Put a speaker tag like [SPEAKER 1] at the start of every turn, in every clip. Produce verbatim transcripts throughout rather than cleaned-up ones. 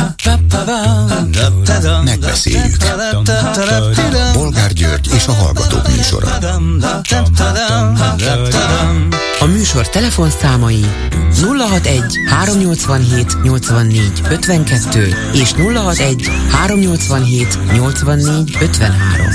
[SPEAKER 1] Megbeszéljük. Bolgár György és a Hallgatók műsora.
[SPEAKER 2] A műsor telefonszámai nulla hatvanegy háromnyolcvanhét nyolcvannégy ötvenkettő és nulla hatvanegy háromnyolcvanhét nyolcvannégy ötvenhárom.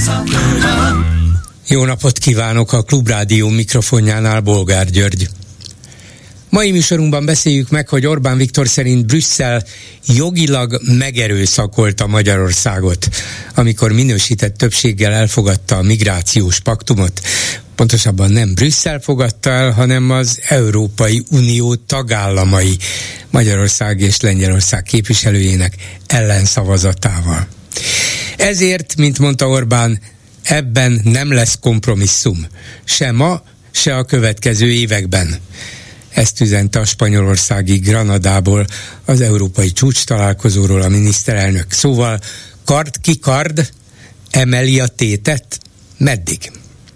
[SPEAKER 3] Jó napot kívánok, a Klubrádió mikrofonjánál Bolgár György. Mai műsorunkban beszéljük meg, hogy Orbán Viktor szerint Brüsszel jogilag megerőszakolta Magyarországot, amikor minősített többséggel elfogadta a migrációs paktumot. Pontosabban nem Brüsszel fogadta el, hanem az Európai Unió tagállamai Magyarország és Lengyelország képviselőjének ellenszavazatával. Ezért, mint mondta Orbán, ebben nem lesz kompromisszum, se ma, se a következő években. Ezt üzente a spanyolországi Granadából, az európai csúcs találkozóról a miniszterelnök. Szóval kard ki kard, emeli a tétet? Meddig?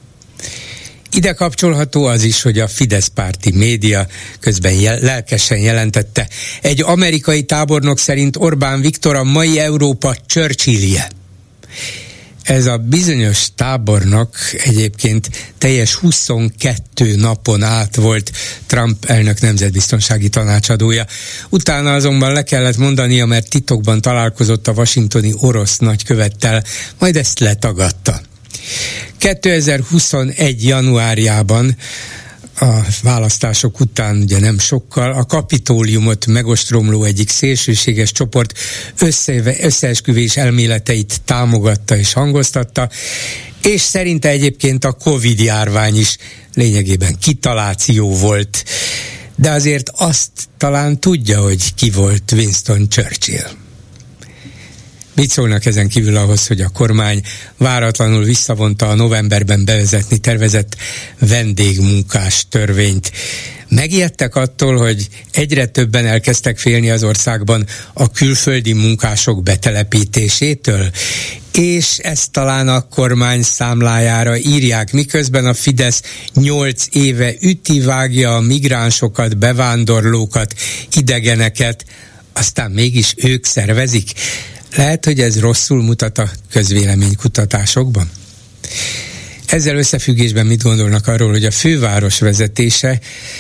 [SPEAKER 3] Ide kapcsolható az is, hogy a Fidesz párti média közben jel- lelkesen jelentette. Egy amerikai tábornok szerint Orbán Viktor a mai Európa Churchillje. Ez a bizonyos tábornok egyébként teljes huszonkettő napon át volt Trump elnök nemzetbiztonsági tanácsadója. Utána azonban le kellett mondania, mert titokban találkozott a washingtoni orosz nagykövettel, majd ezt letagadta. kétezer-huszonegy januárjában, a választások után ugye nem sokkal, a Kapitóliumot megostromló egyik szélsőséges csoport össze, összeesküvés elméleteit támogatta és hangoztatta, és szerinte egyébként a Covid járvány is lényegében kitaláció volt. De azért azt talán tudja, hogy ki volt Winston Churchill. Mit szólnak ezen kívül ahhoz, hogy a kormány váratlanul visszavonta a novemberben bevezetni tervezett vendégmunkás törvényt? Megijedtek attól, hogy egyre többen elkezdtek félni az országban a külföldi munkások betelepítésétől? És ezt talán a kormány számlájára írják, miközben a Fidesz nyolc éve üti-vágja a migránsokat, bevándorlókat, idegeneket, aztán mégis ők szervezik. Lehet, hogy ez rosszul mutat a közvéleménykutatásokban? Ezzel összefüggésben mit gondolnak arról, hogy a főváros vezetése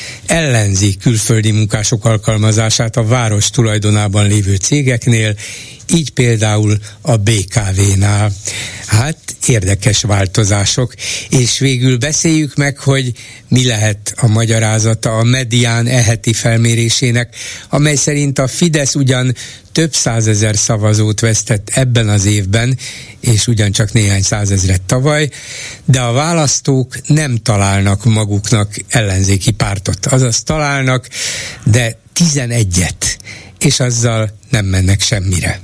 [SPEAKER 3] ellenzi külföldi munkások alkalmazását a város tulajdonában lévő cégeknél, így például a bé ká vé-nál. Hát érdekes változások, és végül beszéljük meg, hogy mi lehet a magyarázata a Medián e-heti felmérésének, amely szerint a Fidesz ugyan több százezer szavazót vesztett ebben az évben, és ugyancsak néhány százezret tavaly, de a választók nem találnak maguknak ellenzéki pártot. Azaz találnak, de tizenegyet, és azzal nem mennek semmire.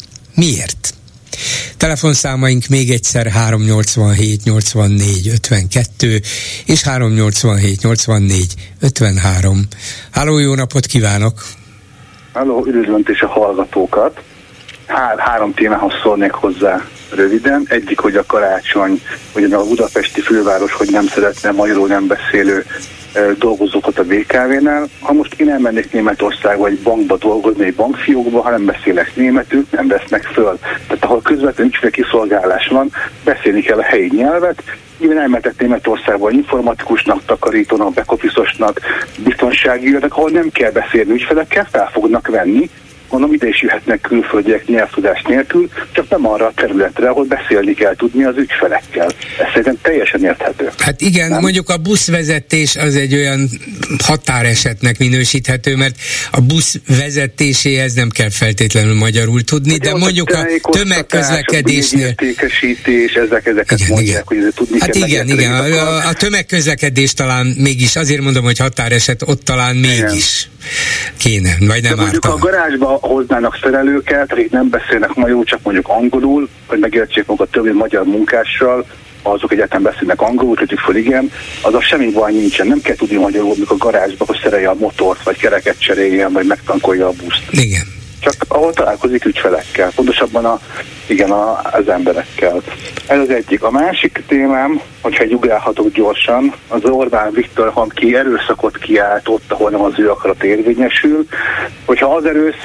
[SPEAKER 3] Miért? Telefonszámaink még egyszer háromnyolcvanhét nyolcvannégy ötvenkettő és háromnyolcvanhét nyolcvannégy ötvenhárom. Háló, jó napot kívánok!
[SPEAKER 4] Háló, üdvözlöntés a hallgatókat! Hár, három témához szólnék hozzá röviden. Egyik, hogy a karácsony, hogy a budapesti főváros, hogy nem szeretne magyarul nem beszélő dolgozókat a bé ká vé-nál. Ha most én elmennék Németországba egy bankba dolgozni, egy bankfiókba, ha nem beszélek németül, nem vesznek föl. Tehát ahol közvetlen ügyfélkiszolgálás van, beszélni kell a helyi nyelvet. Én elmehetett Németországba informatikusnak, takarítónak, back-office-osnak, biztonsági ügynek, ahol nem kell beszélni ügyfelekkel, fel fognak venni. Mondom, ide is jöhetnek külföldiek nyelvtudás nélkül, csak nem arra a területre, ahol beszélni kell tudni az ügyfelekkel. Ez szerintem teljesen érthető.
[SPEAKER 3] Hát igen, nem? Mondjuk a buszvezetés az egy olyan határesetnek minősíthető, mert a busz vezetéséhez nem kell feltétlenül magyarul tudni, de mondjuk a tömegközlekedésnél...
[SPEAKER 4] Értékesítés, ezek, ezeket
[SPEAKER 3] igen,
[SPEAKER 4] mondják,
[SPEAKER 3] igen.
[SPEAKER 4] hogy ezért tudni
[SPEAKER 3] hát
[SPEAKER 4] kell.
[SPEAKER 3] Igen, igen, a, a tömegközlekedés talán mégis, azért mondom, hogy határeset, ott talán mégis kéne, vagy nem ártana.
[SPEAKER 4] Mondjuk a garázsba hoznának szerelőket, akik nem beszélnek magyarul, csak mondjuk angolul, hogy megértsék maga többi magyar munkással, azok egyáltalán beszélnek angolul, hogy föl igen, az a semmi baj nincsen, nem kell tudni magyarul, amikor a garázsba, hogy szerelje a motort, vagy kereket cseréljen, vagy megtankolja a buszt.
[SPEAKER 3] Igen.
[SPEAKER 4] Csak ahol találkozik ügyfelekkel, pontosabban a, igen, a, az emberekkel. Ez az egyik. A másik témám, hogyha nyugálhatok gyorsan, az Orbán Viktor, aki erőszakot kiállt ott, ahol nem az ő akarat érvényesül, hogyha az erőszak,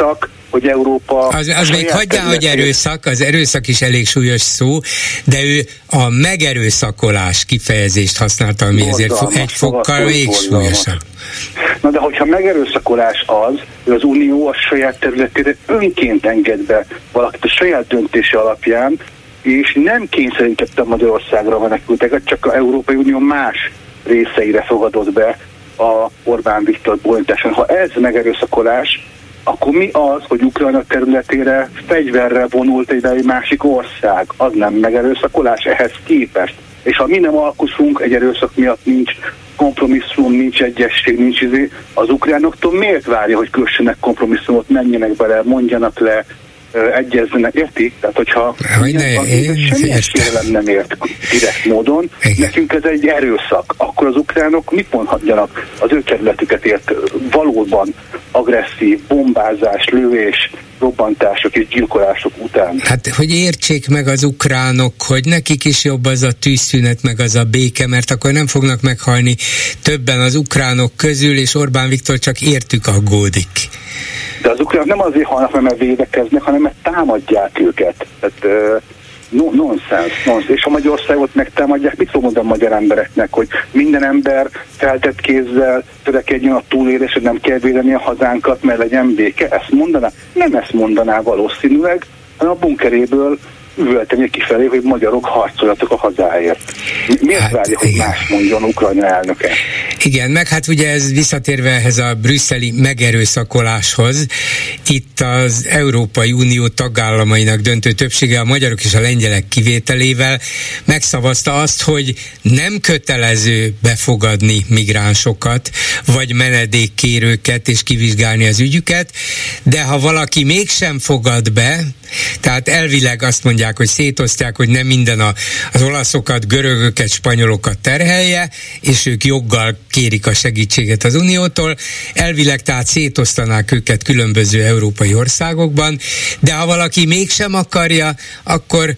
[SPEAKER 4] hogy Európa...
[SPEAKER 3] Az, az még hagyján, hogy erőszak, az erőszak is elég súlyos szó, de ő a megerőszakolás kifejezést használta, ami borzalmas, ezért egy fokkal még súlyosabb.
[SPEAKER 4] Na de hogyha megerőszakolás az, hogy az Unió a saját területére önként enged be valakit a saját döntése alapján, és nem kényszerítette Magyarországra menekülteket, csak az Európai Unió más részeire fogadott be a Orbán Viktor bólintáson. Ha ez megerőszakolás, akkor mi az, hogy Ukrajna területére fegyverrel vonult egy másik ország? Az nem megerőszakolás ehhez képest. És ha mi nem alkuszunk, egy erőszak miatt nincs kompromisszum, nincs egyesség, nincs izé, az ukránoktól miért várja, hogy kössenek kompromisszumot, menjenek bele, mondjanak le, egyezzenek, érti? Tehát, hogyha semmilyen sérelem nem ért direkt módon, igen. Nekünk ez egy erőszak, akkor az ukránok mit mondhatjanak az ő területüket ért valóban agresszív bombázás, lövés, robbantások és gyilkolások után.
[SPEAKER 3] Hát, hogy értsék meg az ukránok, hogy nekik is jobb az a tűzszünet, meg az a béke, mert akkor nem fognak meghalni többen az ukránok közül, és Orbán Viktor csak értük aggódik.
[SPEAKER 4] De az ukránok nem azért halnak, mert védekeznek, hanem mert támadják őket. Tehát uh, no, nonsense, nonsense. És ha Magyarországot megtámadják, mit fog mondani a magyar embereknek, hogy minden ember feltett kézzel törekedjen a túlélésre, nem kell védeni a hazánkat, mert legyen béke? Ezt mondaná? Nem ezt mondaná valószínűleg, hanem a bunkeréből üvölteni kifelé, hogy magyarok harcoljatok a hazáért. Miért hát, várja, hogy más mondjon Ukrajna elnöke?
[SPEAKER 3] Igen, meg hát ugye ez visszatérve ehhez a brüsszeli megerőszakoláshoz, itt az Európai Unió tagállamainak döntő többsége, a magyarok és a lengyelek kivételével megszavazta azt, hogy nem kötelező befogadni migránsokat, vagy menedékkérőket és kivizsgálni az ügyüket, de ha valaki mégsem fogad be, tehát elvileg azt mondják, hogy szétosztják, hogy nem minden a, az olaszokat, görögöket, spanyolokat terhelje, és ők joggal kérik a segítséget az Uniótól. Elvileg tehát szétosztanák őket különböző európai országokban, de ha valaki mégsem akarja, akkor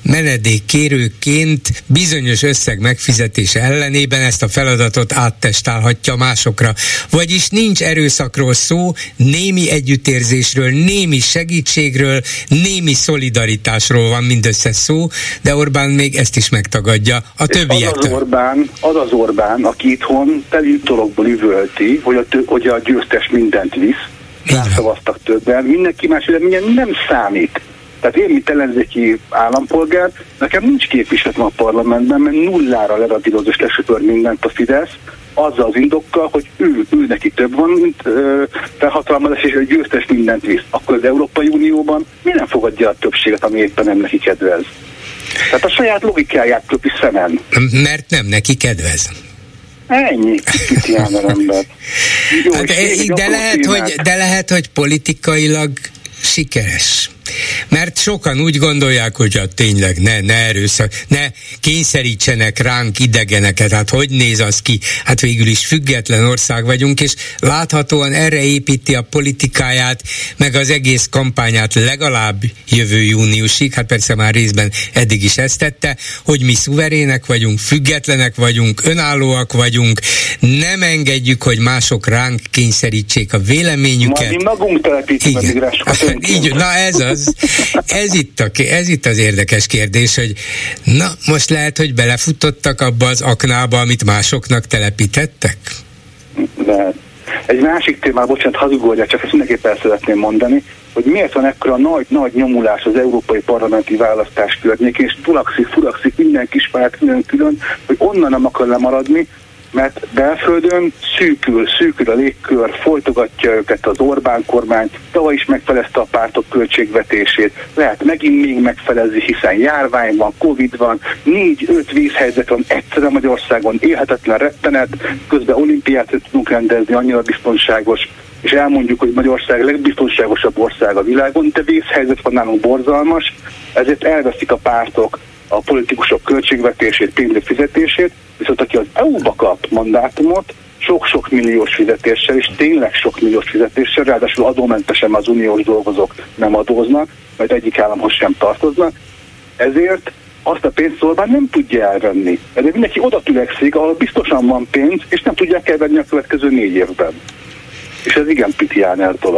[SPEAKER 3] menedékkérőként bizonyos összeg megfizetése ellenében ezt a feladatot áttestálhatja másokra. Vagyis nincs erőszakról szó, némi együttérzésről, némi segítségről, némi szolidaritásról van mindössze szó, de Orbán még ezt is megtagadja a többiektől.
[SPEAKER 4] Az az Orbán, az az Orbán, aki itthon teli dologból üvölti, hogy a, hogy a győztes mindent visz, rászavaztak többen, mindenki más véleménye nem számít. Tehát én, mint ellenzéki állampolgár, nekem nincs képviseletem a parlamentben, mert nullára leradíroz és lesöpör mindent a Fidesz, azzal az indokkal, hogy ő, ő neki több van, mint ö, felhatalmazás, és ő győztes mindent visz. Akkor az Európai Unióban mi nem fogadja a többséget, ami éppen nem neki kedvez? Tehát a saját logikáját köpi szemen.
[SPEAKER 3] Mert nem neki kedvez.
[SPEAKER 4] Ennyi, kicsit ilyen ember. Jó,
[SPEAKER 3] hát, de, lehet, hogy, de lehet, hogy politikailag sikeres. Mert sokan úgy gondolják, hogy hát tényleg ne, ne erőszak, ne kényszerítsenek ránk idegeneket, hát hogy néz az ki? Hát végül is független ország vagyunk, és láthatóan erre építi a politikáját, meg az egész kampányát legalább jövő júniusig, hát persze már részben eddig is ezt tette, hogy mi szuverének vagyunk, függetlenek vagyunk, önállóak vagyunk, nem engedjük, hogy mások ránk kényszerítsék a véleményüket.
[SPEAKER 4] Majd mi magunk telepítjük a migránsokat.
[SPEAKER 3] Így, na ez az. Ez itt, a, ez itt az érdekes kérdés, hogy na, most lehet, hogy belefutottak abba az aknába, amit másoknak telepítettek?
[SPEAKER 4] De egy másik témában, bocsánat, hazugolják, csak ezt mindenképpen el szeretném mondani, hogy miért van ekkora nagy, nagy nyomulás az európai parlamenti választás környékén, és furakszik, furakszik minden kis párt külön-külön, hogy onnan nem akar lemaradni, mert belföldön szűkül, szűkül a légkör, folytogatja őket az Orbán kormány, tavaly is megfelezte a pártok költségvetését, lehet megint még megfelezni, hiszen járvány van, Covid van, négy-öt vízhelyzet van egyszerre Magyarországon, élhetetlen rettenet, közben olimpiát tudunk rendezni, annyira biztonságos, és elmondjuk, hogy Magyarország a legbiztonságosabb ország a világon, de vészhelyzet van nálunk borzalmas, ezért elveszik a pártok a politikusok költségvetését, pénzek fizetését, viszont aki az é u-ba kap mandátumot, sok-sok milliós fizetéssel, és tényleg sok milliós fizetéssel, ráadásul adómentesen az uniós dolgozók nem adóznak, mert egyik államhoz sem tartoznak, ezért azt a pénzt Orbán nem tudja elvenni. Ezért mindenki oda tülekszik, ahol biztosan van pénz, és nem tudják elvenni a következő négy évben. És ez igen pitiáner dolog.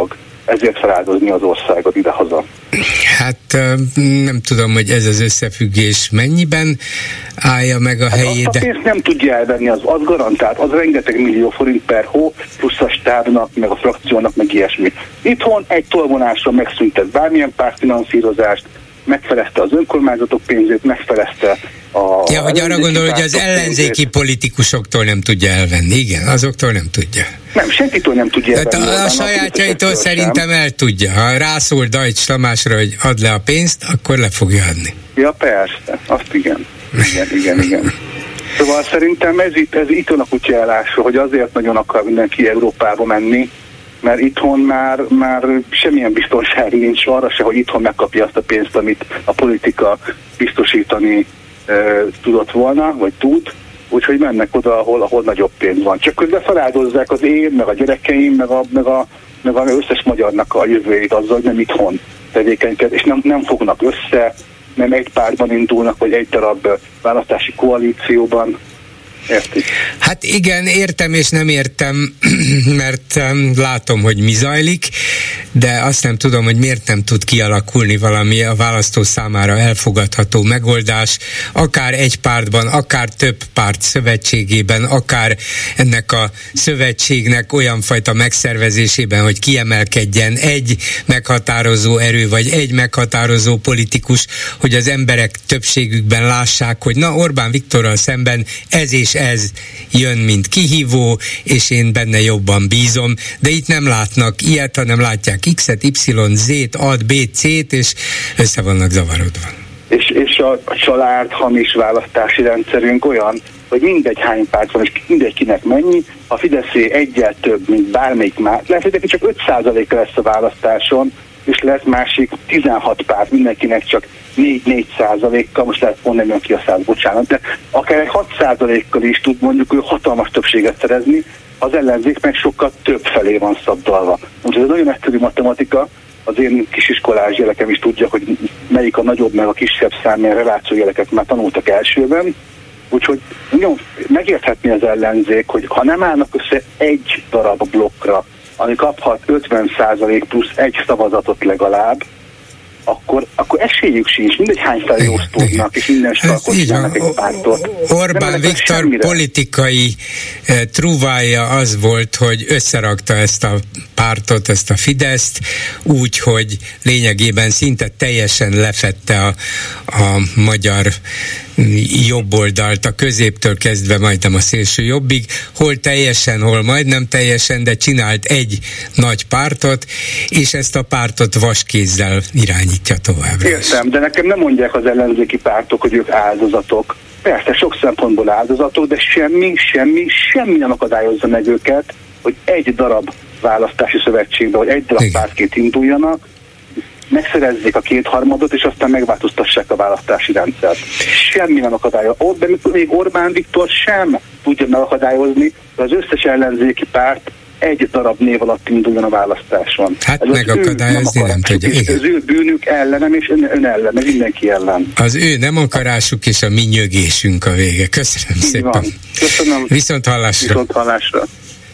[SPEAKER 4] ezért feláldozni az országot idehaza.
[SPEAKER 3] Hát nem tudom, hogy ez az összefüggés mennyiben állja meg a helyét.
[SPEAKER 4] Hát azt a pénzt nem tudja elvenni, az, az garantált, az rengeteg millió forint per hó, plusz a stábnak, meg a frakciónak, meg ilyesmi. Itthon egy tolvonásra megszüntet bármilyen pártfinanszírozást, megfelezte az önkormányzatok pénzét, megfelezte a...
[SPEAKER 3] Ja, hogy arra gondol, hogy az ellenzéki pénzét. Politikusoktól nem tudja elvenni. Igen, azoktól nem tudja.
[SPEAKER 4] Nem, senkitől nem tudja elvenni.
[SPEAKER 3] A, a sajátjaitól szerintem el tudja. Ha rászól Deutsch Tamásra, hogy add le a pénzt, akkor le fogja adni.
[SPEAKER 4] Ja, persze. Azt igen. Igen, igen, igen. Szóval szerintem ez itt, ez itt a kutyaállása, hogy azért nagyon akar mindenki Európába menni, mert itthon már, már semmilyen biztonság nincs arra se, hogy itthon megkapja azt a pénzt, amit a politika biztosítani e, tudott volna, vagy tud, úgyhogy mennek oda, ahol, ahol nagyobb pénz van. Csak közben feláldozzák az én, meg a gyerekeim, meg a, meg a, meg a összes magyarnak a jövőjét azzal, hogy nem itthon tevékenyked, és nem, nem fognak össze, nem egy pártban indulnak, vagy egy darab választási koalícióban. Értik.
[SPEAKER 3] Hát igen, értem és nem értem, mert um, látom, hogy mi zajlik, de azt nem tudom, hogy miért nem tud kialakulni valami a választó számára elfogadható megoldás, akár egy pártban, akár több párt szövetségében, akár ennek a szövetségnek olyan fajta megszervezésében, hogy kiemelkedjen egy meghatározó erő, vagy egy meghatározó politikus, hogy az emberek többségükben lássák, hogy na Orbán Viktorral szemben ez és ez jön, mint kihívó, és én benne jobban bízom, de itt nem látnak ilyet, hanem látják X-et, Y-t, Z-t, A-t, B-t, C-t, és össze vannak zavarodva.
[SPEAKER 4] És, és a, a család hamis választási rendszerünk olyan, hogy mindegy hány párt van, és mindegy kinek mennyi, a Fideszé egyel több, mint bármelyik már. Lehet, hogy neki csak öt százaléka lesz a választáson, és lesz másik tizenhat párt, mindenkinek csak négy-négy százalékkal, most lehet pont nem jön ki a száz, bocsánat, de akár egy hat százalékkal is tud mondjuk ő hatalmas többséget szerezni, az ellenzék meg sokkal több felé van szabdalva. Úgyhogy ez nagyon egyszerű matematika, az én kisiskolás gyerekem is tudja, hogy melyik a nagyobb meg a kisebb szám, mert relációjeleket már tanultak elsőben, úgyhogy nagyon megérthetni az ellenzék, hogy ha nem állnak össze egy darab blokkra, ami kaphat ötven százalék plusz egy szavazatot legalább, akkor, akkor esélyük sincs, mindegy hány felé osztódnak, és minden sarkosítanak egy pártot.
[SPEAKER 3] Orbán Viktor semmire. Politikai eh, truvája az volt, hogy összerakta ezt a pártot, ezt a Fideszt, úgy, hogy lényegében szinte teljesen lefette a, a magyar jobboldalt, a középtől kezdve majdnem a szélső jobbig, hol teljesen, hol majdnem teljesen, de csinált egy nagy pártot, és ezt a pártot vaskézzel irányítja továbbra.
[SPEAKER 4] Értem, de nekem nem mondják az ellenzéki pártok, hogy ők áldozatok. Persze, sok szempontból áldozatok, de semmi, semmi, semmi nem akadályozza meg őket, hogy egy darab választási szövetségbe, vagy egy darab pártként induljanak, megszerezzék a kétharmadot, és aztán megváltoztassák a választási rendszert. Semmi nem akadálya. De még Orbán Viktor sem tudja megakadályozni, de az összes ellenzéki párt egy darab név alatt induljon a választáson.
[SPEAKER 3] Hát megakadályozni nem, nem tudja.
[SPEAKER 4] Az ő bűnük ellenem, és ön, ön ellen, meg mindenki ellen.
[SPEAKER 3] Az ő nem akarásuk, és a mi nyögésünk a vége. Köszönöm
[SPEAKER 4] Így
[SPEAKER 3] szépen.
[SPEAKER 4] Van. Köszönöm.
[SPEAKER 3] Viszont hallásra.
[SPEAKER 4] Viszont hallásra.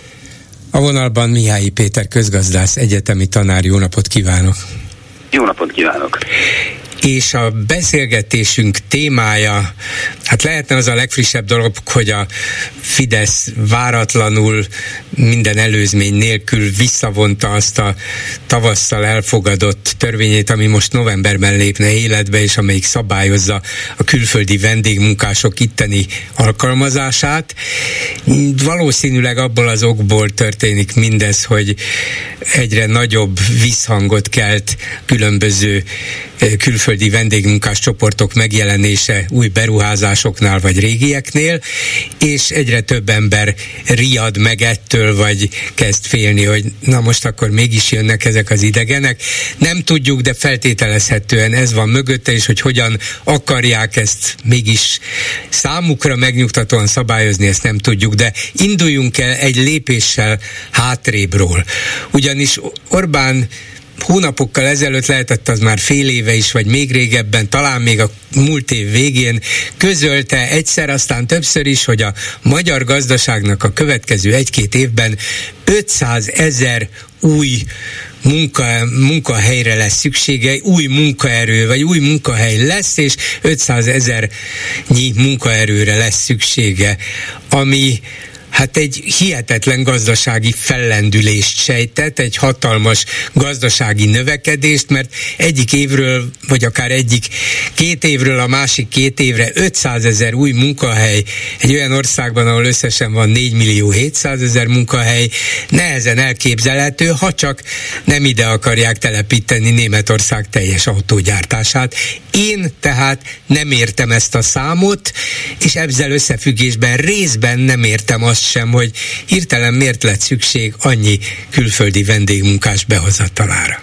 [SPEAKER 3] A vonalban Mihály Péter közgazdász, egyetemi tanár. Jó napot kívánok!
[SPEAKER 5] Jó napot kívánok!
[SPEAKER 3] És a beszélgetésünk témája, hát lehetne az a legfrissebb dolog, hogy a Fidesz váratlanul, minden előzmény nélkül visszavonta azt a tavasszal elfogadott törvényét, ami most novemberben lépne életbe, és amelyik szabályozza a külföldi vendégmunkások itteni alkalmazását. Valószínűleg abból az okból történik mindez, hogy egyre nagyobb visszhangot kelt különböző külföldi vendégmunkás csoportok megjelenése új beruházásoknál vagy régieknél, és egyre több ember riad meg ettől, vagy kezd félni, hogy na most akkor mégis jönnek ezek az idegenek. Nem tudjuk, de feltételezhetően ez van mögötte, és hogy hogyan akarják ezt mégis számukra megnyugtatóan szabályozni, ezt nem tudjuk, de induljunk el egy lépéssel hátrébről. Ugyanis Orbán hónapokkal ezelőtt, lehetett az már fél éve is, vagy még régebben, talán még a múlt év végén közölte egyszer, aztán többször is, hogy a magyar gazdaságnak a következő egy-két évben ötszázezer új munka, munkahelyre lesz szüksége, új munkaerő, vagy új munkahely lesz, és ötszázezernyi munkaerőre lesz szüksége, ami hát egy hihetetlen gazdasági fellendülést sejtett, egy hatalmas gazdasági növekedést, mert egyik évről, vagy akár egyik két évről a másik két évre ötszázezer új munkahely egy olyan országban, ahol összesen van négy millió hétszázezer munkahely, nehezen elképzelhető, ha csak nem ide akarják telepíteni Németország teljes autógyártását. Én tehát nem értem ezt a számot, és ezzel összefüggésben részben nem értem azt sem, hogy hirtelen miért lett szükség annyi külföldi vendégmunkás behozatalára.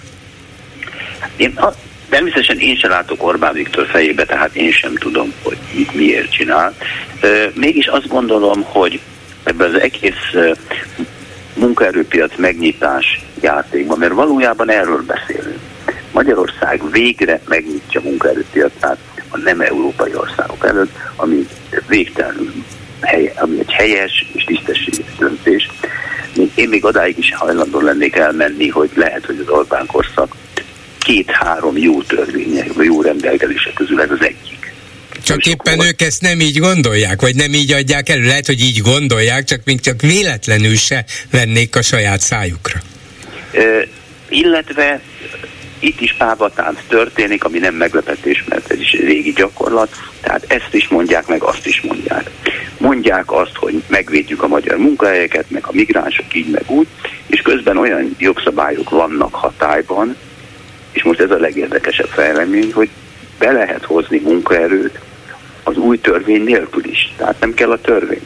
[SPEAKER 5] Én a, természetesen én sem látok Orbán Viktor fejébe, tehát én sem tudom, hogy mit miért csinál. Mégis azt gondolom, hogy ebben az egész munkaerőpiac megnyitás játékban, mert valójában erről beszélünk. Magyarország végre megnyitja munkaerőpiacát a nem európai országok előtt, ami végtelenül Helye, ami egy helyes és tisztességes döntés. Én még odáig is hajlandó lennék elmenni, hogy lehet, hogy az Orbán korszak két-három jó törvénye, vagy jó rendelkezése közül ez az egyik.
[SPEAKER 3] Csak nem éppen ők ezt nem így gondolják, vagy nem így adják elő. Lehet, hogy így gondolják, csak még csak véletlenül se vennék a saját szájukra.
[SPEAKER 5] Ö, illetve itt is pábatánc történik, ami nem meglepetés, mert ez is egy régi gyakorlat, tehát ezt is mondják, meg azt is mondják. Mondják azt, hogy megvédjük a magyar munkahelyeket, meg a migránsok így, meg úgy, és közben olyan jogszabályok vannak hatályban, és most ez a legérdekesebb fejlemény, hogy be lehet hozni munkaerőt az új törvény nélkül is, tehát nem kell a törvény.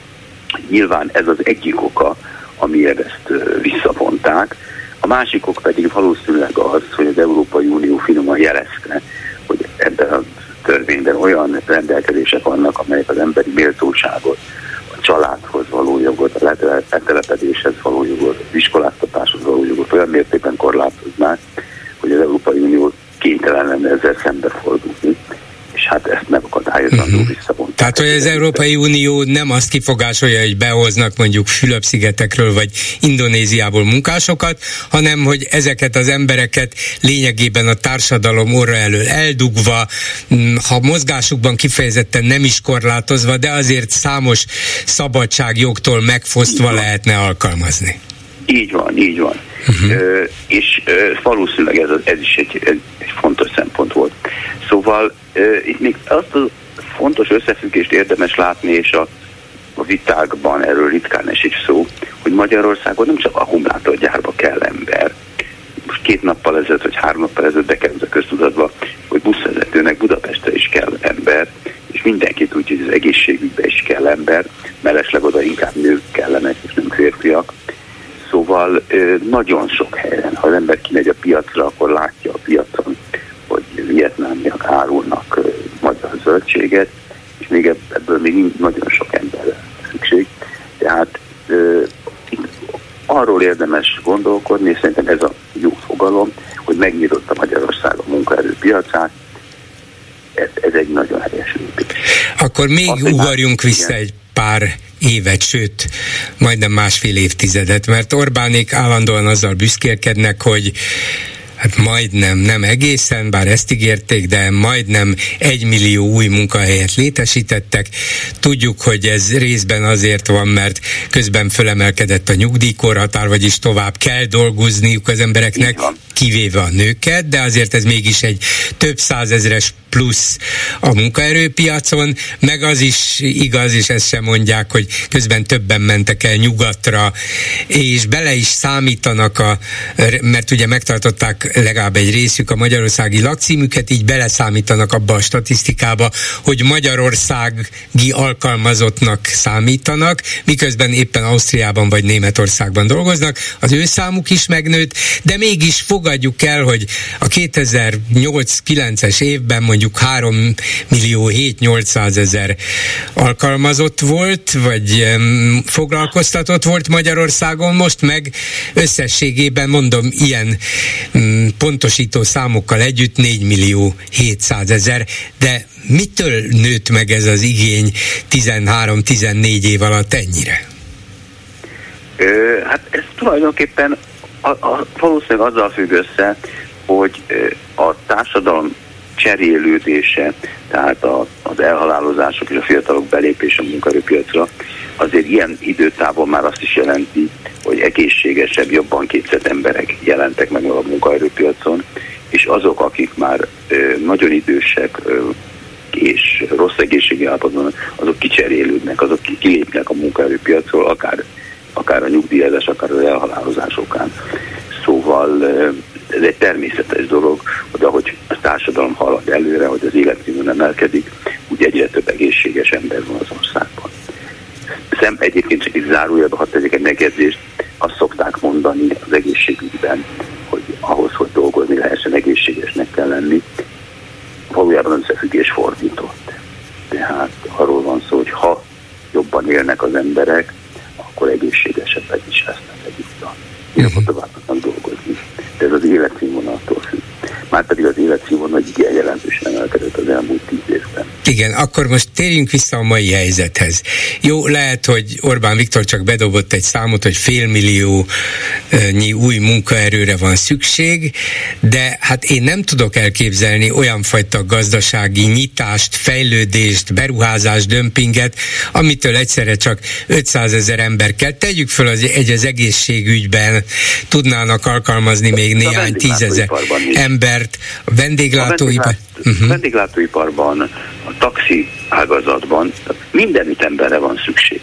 [SPEAKER 5] Nyilván ez az egyik oka, amiért ezt visszavonták. A másik ok pedig valószínűleg az, hogy az Európai Unió finoman jelezte, hogy ebben a törvényben olyan rendelkezések vannak, amelyek az emberi méltóságot, a családhoz való jogot, a letelepedéshez való jogot, az iskoláztatáshoz való jogot olyan mértékben korlátoznák, hogy az Európai Unió kénytelen lenne ezzel szembefordulni, és hát ezt megakadályozandó uh-huh. visszavonták.
[SPEAKER 3] Tehát, hogy az Európai Unió nem azt kifogásolja, hogy behoznak mondjuk Fülöp-szigetekről vagy Indonéziából munkásokat, hanem hogy ezeket az embereket lényegében a társadalom orra elől eldugva, ha mozgásukban kifejezetten nem is korlátozva, de azért számos szabadságjogtól megfosztva lehetne alkalmazni.
[SPEAKER 5] Így van, így van. Uh-huh. Ö, és ö, valószínűleg ez, ez is egy, egy, egy fontos szempont volt. Szóval ö, itt még azt a fontos összefüggést érdemes látni, és a, a vitákban erről ritkán esik szó, hogy Magyarországon nem csak akkumulátorgyárba kell ember. Most két nappal ezelőtt, vagy három nappal ezelőtt bekerült a köztudatba, hogy buszvezetőnek Budapestre is kell ember, és mindenki tudja, hogy az egészségügybe is kell ember, mellesleg oda inkább nők kellenek, és nem férfiak. Szóval nagyon sok helyen, ha az ember kimegy a piacra, akkor látja a piacon, hogy vietnámiak árulnak magyar zöldséget, és még ebből még nagyon sok emberre szükség. Tehát itt arról érdemes gondolkodni, és szerintem ez a jó fogalom, hogy megnyitotta Magyarország a munkaerőpiacát, ez, ez egy nagyon helyes lépés.
[SPEAKER 3] Akkor még Azt, ugorjunk vissza igen. egy pár évet, sőt, majdnem másfél évtizedet, mert Orbánék állandóan azzal büszkélkednek, hogy hát majdnem, nem egészen, bár ezt ígérték, de majdnem egy millió új munkahelyet létesítettek. Tudjuk, hogy ez részben azért van, mert közben fölemelkedett a nyugdíjkorhatár, vagyis tovább kell dolgozniuk az embereknek, kivéve a nőket, de azért ez mégis egy több százezres plusz a munkaerőpiacon, meg az is igaz, és ezt sem mondják, hogy közben többen mentek el nyugatra, és bele is számítanak, a, mert ugye megtartották legalább egy részük a magyarországi lakcímüket, így beleszámítanak abba a statisztikába, hogy magyarországi alkalmazottnak számítanak, miközben éppen Ausztriában vagy Németországban dolgoznak, az ő számuk is megnőtt, de mégis fogadjuk el, hogy a kétezer-nyolc-kilences évben mondjuk három millió hét-nyolcszázezer alkalmazott volt, vagy um, foglalkoztatott volt Magyarországon, most meg összességében, mondom, ilyen um, pontosító számokkal együtt négy millió hétszázezer, de mitől nőtt meg ez az igény tizenhárom-tizennégy év alatt ennyire?
[SPEAKER 5] Ö, hát ez tulajdonképpen a, a, valószínűleg azzal függ össze, hogy a társadalom cserélődése, tehát a, az elhalálozások és a fiatalok belépése a munkaerőpiacra azért ilyen időtávon már azt is jelenti, hogy egészségesebb, jobban képzett emberek jelentek meg a munkaerőpiacon, és azok, akik már ö, nagyon idősek ö, és rossz egészségi állapotban, azok kicserélődnek, azok kilépnek a munkaerőpiacról, akár, akár a nyugdíjazás, akár az elhalálozásokán. Szóval ö, ez egy természetes dolog, hogy ahogy a társadalom halad előre, hogy az életszínvonal emelkedik, úgy egyre több egészséges ember van az országban. Szem egyébként csak itt zárójelbe, hadd tegyek egy megjegyzést, azt szokták mondani az egészségügyben, hogy ahhoz, hogy dolgozni lehessen, egészségesnek kell lenni. Valójában az összefüggés fordított. Tehát arról van szó, hogy ha jobban élnek az emberek, akkor egészségesebbek is lesznek egyúttal. Ilyenkor tovább tudnak dolgozni. De ez az életszínvonaltól függ. Márpedig az életszínvonal igen jelentősen emelkedett az elmúlt tíz évben.
[SPEAKER 3] Igen, akkor most térjünk vissza a mai helyzethez. Jó, lehet, hogy Orbán Viktor csak bedobott egy számot, hogy félmilliónyi új munkaerőre van szükség, de hát én nem tudok elképzelni olyan fajta gazdasági nyitást, fejlődést, beruházást, dömpinget, amitől egyszerre csak ötszázezer ember kell. Tegyük föl, az egy az egészségügyben tudnának alkalmazni még néhány tízezer ember. A vendéglátóipar...
[SPEAKER 5] A uh-huh. vendéglátóiparban, a taxi ágazatban mindenütt emberre van szükség.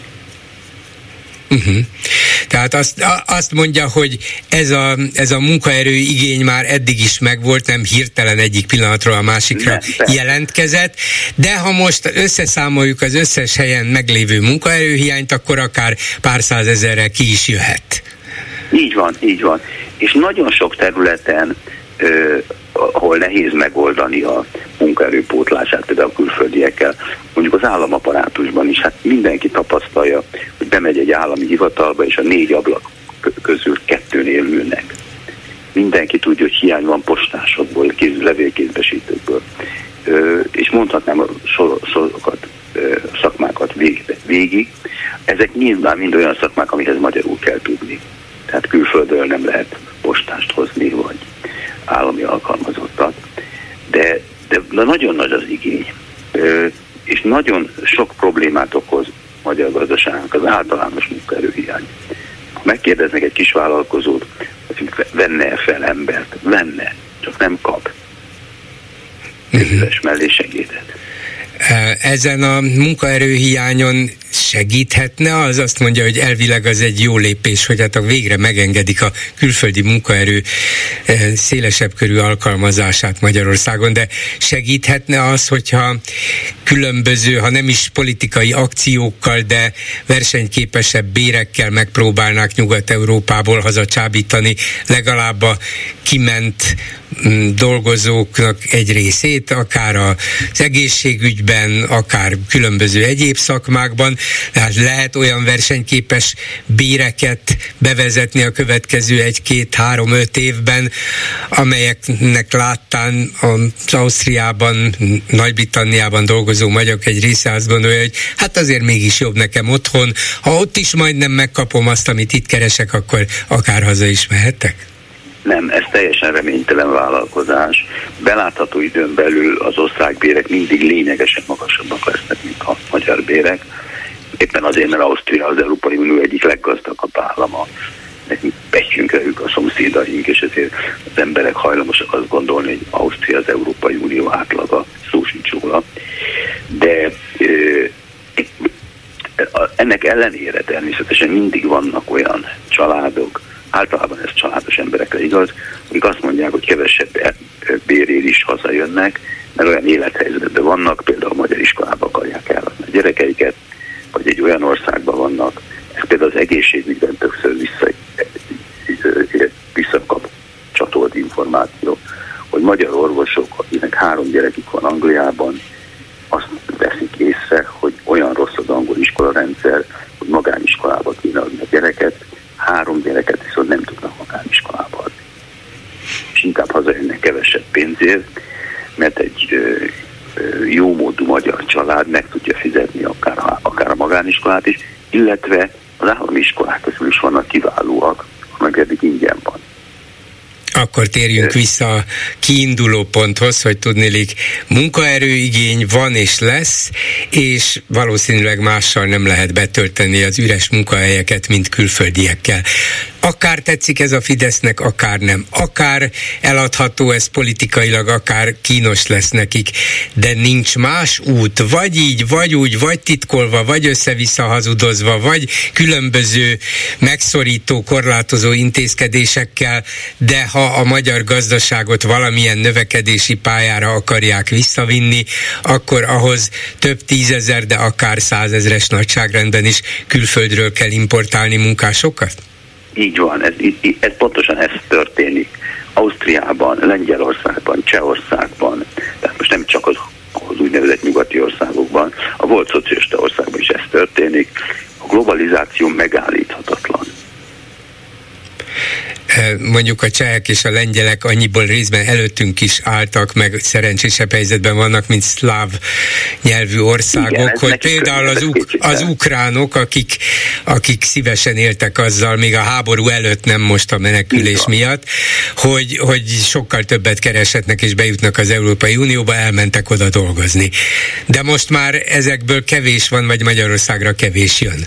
[SPEAKER 3] Uh-huh. Tehát azt, azt mondja, hogy ez a, ez a munkaerő igény már eddig is megvolt, nem hirtelen egyik pillanatról a másikra nem, jelentkezett, de ha most összeszámoljuk az összes helyen meglévő munkaerőhiányt, akkor akár pár százezerrel ki is jöhet.
[SPEAKER 5] Így van, így van. És nagyon sok területen Uh, ahol nehéz megoldani a munkaerőpótlását, például a külföldiekkel, mondjuk az államaparátusban is, hát mindenki tapasztalja, hogy bemegy egy állami hivatalba, és a négy ablak közül kettőnél ülnek. Mindenki tudja, hogy hiány van postásokból, kéz, levélkézbesítőkből. Uh, és mondhatnám a sor, sorokat, uh, szakmákat végig, végig. Ezek nyilván mind olyan szakmák, amihez magyarul kell tudni. Tehát külföldről nem lehet postást hozni, vagy állami alkalmazottat, de, de nagyon nagy az igény, Ö, és nagyon sok problémát okoz magyar gazdaságnak az általános munkaerőhiány. Ha megkérdeznek egy kis vállalkozót, hogy venne fel embert, venne, csak nem kap közös mellé segédet.
[SPEAKER 3] Ezen a munkaerőhiányon segíthetne? Az azt mondja, hogy elvileg az egy jó lépés, hogy hát a végre megengedik a külföldi munkaerő szélesebb körű alkalmazását Magyarországon, de segíthetne az, hogyha különböző, ha nem is politikai akciókkal, de versenyképesebb bérekkel megpróbálnák Nyugat-Európából hazacsábítani legalább a kiment dolgozóknak egy részét, akár az egészségügyben, akár különböző egyéb szakmákban, tehát lehet olyan versenyképes béreket bevezetni a következő egy-két-három-öt évben, amelyeknek láttán az Ausztriában, Nagy-Britanniában dolgozó magyarok egy része azt gondolja, hogy hát azért mégis jobb nekem otthon, ha ott is majdnem megkapom azt, amit itt keresek, akkor akár haza is mehetek?
[SPEAKER 5] Nem, ez teljesen reménytelen vállalkozás. Belátható időn belül az osztrák bérek mindig lényegesen magasabbak lesznek, mint a magyar bérek. Éppen azért, mert Ausztria az Európai Unió egyik leggazdagabb állama. Nekünk betyünk rájuk a szomszédaink, és ezért az emberek hajlamosak azt gondolni, hogy Ausztria az Európai Unió átlaga, szó sincs róla. De ö, ennek ellenére természetesen mindig vannak olyan családok, általában ez családos emberekre igaz, akik azt mondják, hogy kevesebb bérért is hazajönnek, mert olyan élethelyzetben vannak, például a magyar iskolába akarják eladni a gyerekeiket, vagy egy olyan országban vannak, ez például az egészségügyben többször vissza, visszakap csatolt információ, hogy magyar orvosok, akinek három gyerekük van Angliában, azt veszik észre, hogy olyan rossz az angol iskolarendszer, hogy magániskolába kéne adni a gyereket, három gyereket viszont nem tudnak magániskolába adni. És inkább hazajönnek kevesebb pénzért, mert egy ö, ö, jómódú magyar család meg tudja fizetni akár, akár a magániskolát is, illetve az állami iskolák közül is vannak kiválóak, amelyek eddig ingyen van.
[SPEAKER 3] Akkor térjünk vissza a kiinduló ponthoz, hogy tudniillik munkaerőigény van és lesz, és valószínűleg mással nem lehet betölteni az üres munkahelyeket, mint külföldiekkel. Akár tetszik ez a Fidesznek, akár nem. Akár eladható ez politikailag, akár kínos lesz nekik, de nincs más út, vagy így, vagy úgy, vagy titkolva, vagy össze-vissza hazudozva, vagy különböző megszorító, korlátozó intézkedésekkel, de ha a magyar gazdaságot valamilyen növekedési pályára akarják visszavinni, akkor ahhoz több tízezer, de akár százezres nagyságrendben is külföldről kell importálni munkásokat?
[SPEAKER 5] Így van, ez, ez pontosan ez történik. Ausztriában, Lengyelországban, Csehországban, tehát most nem csak az, az úgynevezett nyugati országokban, a volt szocialista országban is ez történik. A globalizáció megállíthatatlan.
[SPEAKER 3] Mondjuk a csehek és a lengyelek annyiból részben előttünk is álltak, meg szerencsésebb helyzetben vannak, mint szláv nyelvű országok, igen, hogy például az, uk- az ukránok, akik, akik szívesen éltek azzal, még a háború előtt, nem most a menekülés miatt, hogy, hogy sokkal többet kereshetnek és bejutnak az Európai Unióba, elmentek oda dolgozni. De most már ezekből kevés van, vagy Magyarországra kevés jön?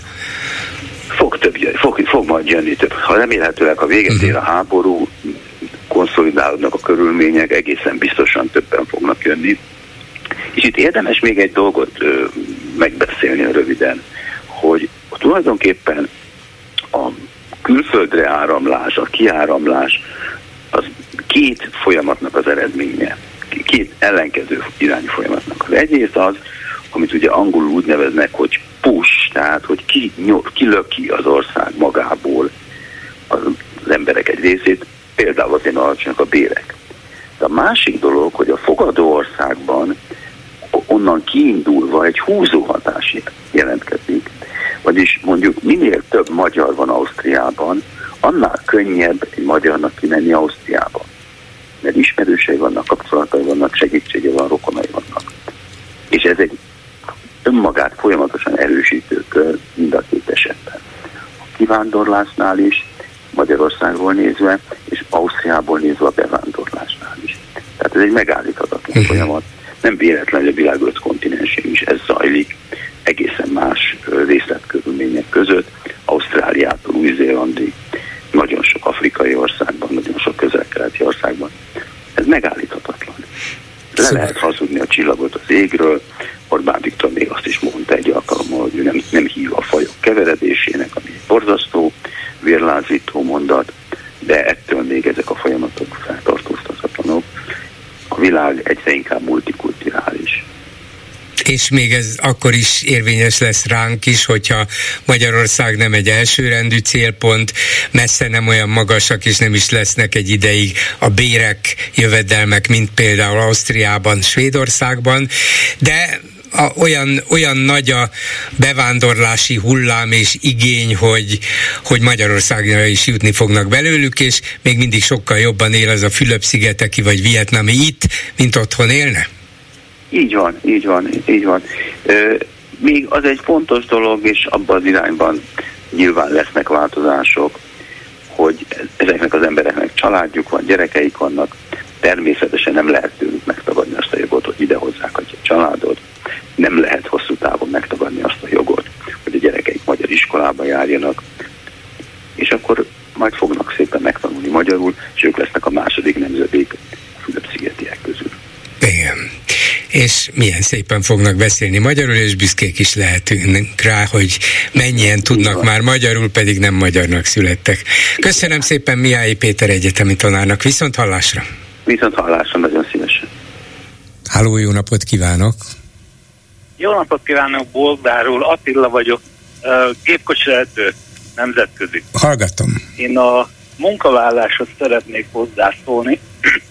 [SPEAKER 5] Fog több jön, fog, fog majd jönni több. Ha remélhetőleg, ha véget ér a háború, konszolidálódnak a körülmények, egészen biztosan többen fognak jönni. És itt érdemes még egy dolgot ö, megbeszélni röviden, hogy tulajdonképpen a külföldre áramlás, a kiáramlás, az két folyamatnak az eredménye, két ellenkező irányú folyamatnak. Az egyrészt az, amit ugye angolul úgy neveznek, hogy push, tehát hogy ki, kilöki az ország magából az, az emberek egy részét, például azért alacsonyak a bérek. De a másik dolog, hogy a fogadó országban onnan kiindulva egy húzó hatás jelentkezik, vagyis mondjuk minél több magyar van Ausztriában, annál könnyebb egy magyarnak kimenni Ausztriába. Mert ismerősei vannak, kapcsolatai vannak, segítsége van, rokonai vannak. És ez egy önmagát folyamatosan erősítő kör mind a két esetben. A kivándorlásnál is, Magyarországról nézve, és Ausztriából nézve a bevándorlásnál is. Tehát ez egy megállíthatatlan folyamat. Nem véletlen, hogy a világ öt kontinensén is ez zajlik, egészen más részletkörülmények között, Ausztráliától Új-Zélandig, nagyon sok afrikai országban, nagyon sok közel-keleti országban. Ez megállíthatatlan. Le Szóval. lehet hazudni a csillagot az égről. Orbán Viktor még azt is mondta egy alkalommal, hogy ő nem, nem hív a fajok keveredésének, ami egy borzasztó, vérlázító mondat, de ettől még ezek a folyamatok feltartóztathatatlanok. A világ egyre inkább multikulturális.
[SPEAKER 3] És még ez akkor is érvényes lesz ránk is, hogyha Magyarország nem egy elsőrendű célpont, messze nem olyan magasak, és nem is lesznek egy ideig a bérek, jövedelmek, mint például Ausztriában, Svédországban, de a, olyan, olyan nagy a bevándorlási hullám és igény, hogy, hogy Magyarországra is jutni fognak belőlük, és még mindig sokkal jobban él az a Fülöp-szigeteki vagy vietnami itt, mint otthon élne?
[SPEAKER 5] Így van, így van, így van. Ö, még az egy fontos dolog, és abban az irányban nyilván lesznek változások, hogy ezeknek az embereknek családjuk van, gyerekeik vannak, természetesen nem lehet tőlük megtagadni azt a jogot, hogy idehozzák a családot, nem lehet hosszú távon megtagadni azt a jogot, hogy a gyerekeik magyar iskolába járjanak, és akkor majd fognak szépen megtanulni magyarul, és ők lesznek a második nemzedék a Fülöp-szigetiek közül.
[SPEAKER 3] Igen. És milyen szépen fognak beszélni magyarul, és büszkék is lehetünk rá, hogy mennyien tudnak már magyarul, pedig nem magyarnak születtek. Köszönöm szépen Mihály Péter egyetemi tanárnak. Viszont hallásra!
[SPEAKER 5] Viszont hallásra, nagyon szívesen.
[SPEAKER 3] Háló, jó napot kívánok!
[SPEAKER 6] Jó napot kívánok, Bolgárul, Attila vagyok, gépkocsivezető nemzetközi.
[SPEAKER 3] Hallgatom.
[SPEAKER 6] Én a munkaválláshoz szeretnék hozzászólni.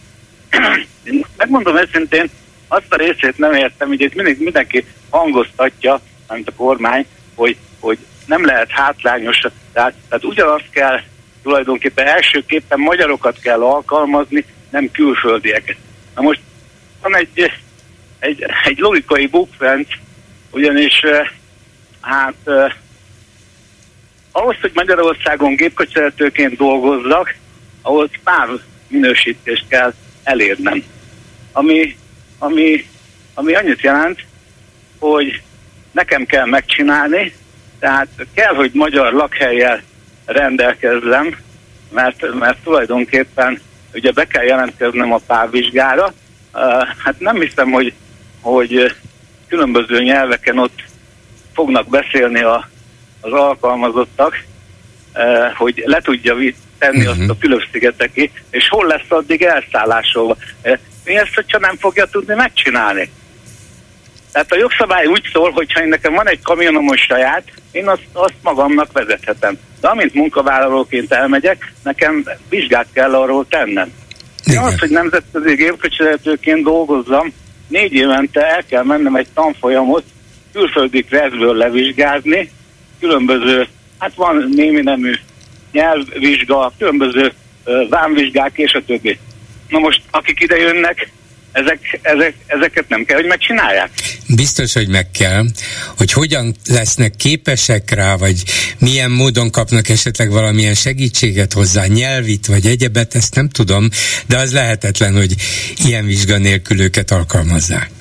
[SPEAKER 6] Én megmondom őszintén, azt a részét nem értem, hogy itt mindig mindenki hangoztatja, mint a kormány, hogy, hogy nem lehet hátrányos, tehát, tehát ugyanazt kell tulajdonképpen elsőképpen magyarokat kell alkalmazni, nem külföldieket. Na most van egy, egy, egy logikai bukfenc, ugyanis hát eh, ahhoz, hogy Magyarországon gépkocsivezetőként dolgozzak, ahhoz pár minősítést kell elérnem. Ami, ami, ami annyit jelent, hogy nekem kell megcsinálni, tehát kell, hogy magyar lakhellyel rendelkezzem, mert, mert tulajdonképpen ugye be kell jelentkeznem a párvizsgára. Uh, hát nem hiszem, hogy, hogy különböző nyelveken ott fognak beszélni a, az alkalmazottak, uh, hogy le tudja tenni uh-huh. azt a Fülöp-szigeteki, és hol lesz addig elszállásolva. Uh, mi ezt, hogyha nem fogja tudni megcsinálni? Tehát a jogszabály úgy szól, hogy ha nekem van egy kamionom most saját, én azt, azt magamnak vezethetem. De amint munkavállalóként elmegyek, nekem vizsgát kell arról tennem. De az, hogy nemzetközi gépkocsivezetőként dolgozzam, négy évente el kell mennem egy tanfolyamot, külföldi kreszből levizsgázni, különböző, hát van némi nemű nyelvvizsga, különböző uh, vámvizsgák és a többi. Na most, akik ide jönnek, Ezek, ezek, ezeket nem kell, hogy megcsinálják?
[SPEAKER 3] Biztos, hogy meg kell. Hogy hogyan lesznek képesek rá, vagy milyen módon kapnak esetleg valamilyen segítséget hozzá, nyelvit, vagy egyebet, ezt nem tudom, de az lehetetlen, hogy ilyen vizsga nélkül őket alkalmazzák.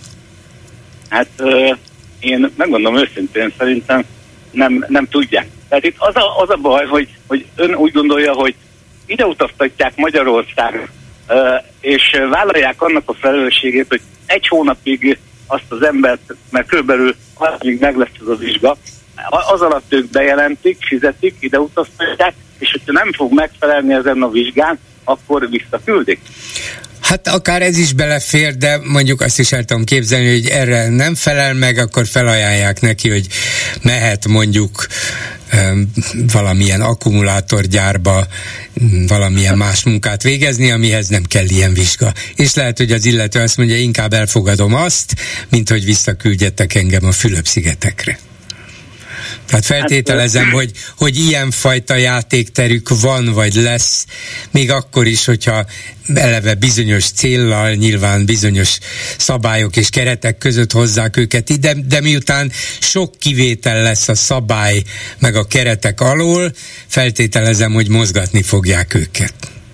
[SPEAKER 6] Hát euh, én megmondom őszintén, szerintem nem, nem tudják. Tehát itt az a, az a baj, hogy, hogy ön úgy gondolja, hogy ide utaztatják Magyarországra, Uh, és vállalják annak a felelősségét, hogy egy hónapig azt az embert, mert körülbelül addig meg lesz az a vizsga, az alatt ők bejelentik, fizetik, ide utaztatják, és hogyha nem fog megfelelni ezen a vizsgán, akkor visszaküldik.
[SPEAKER 3] Hát akár ez is belefér, de mondjuk azt is el tudom képzelni, hogy erre nem felel meg, akkor felajánlják neki, hogy mehet mondjuk um, valamilyen akkumulátorgyárba valamilyen más munkát végezni, amihez nem kell ilyen vizsga. És lehet, hogy az illető azt mondja, inkább elfogadom azt, mint hogy visszaküldjetek engem a Fülöp-szigetekre. Tehát feltételezem, hogy, hogy ilyenfajta játékterük van, vagy lesz, még akkor is, hogyha eleve bizonyos céllal, nyilván bizonyos szabályok és keretek között hozzák őket ide, de miután sok kivétel lesz a szabály meg a keretek alól, feltételezem, hogy mozgatni fogják őket.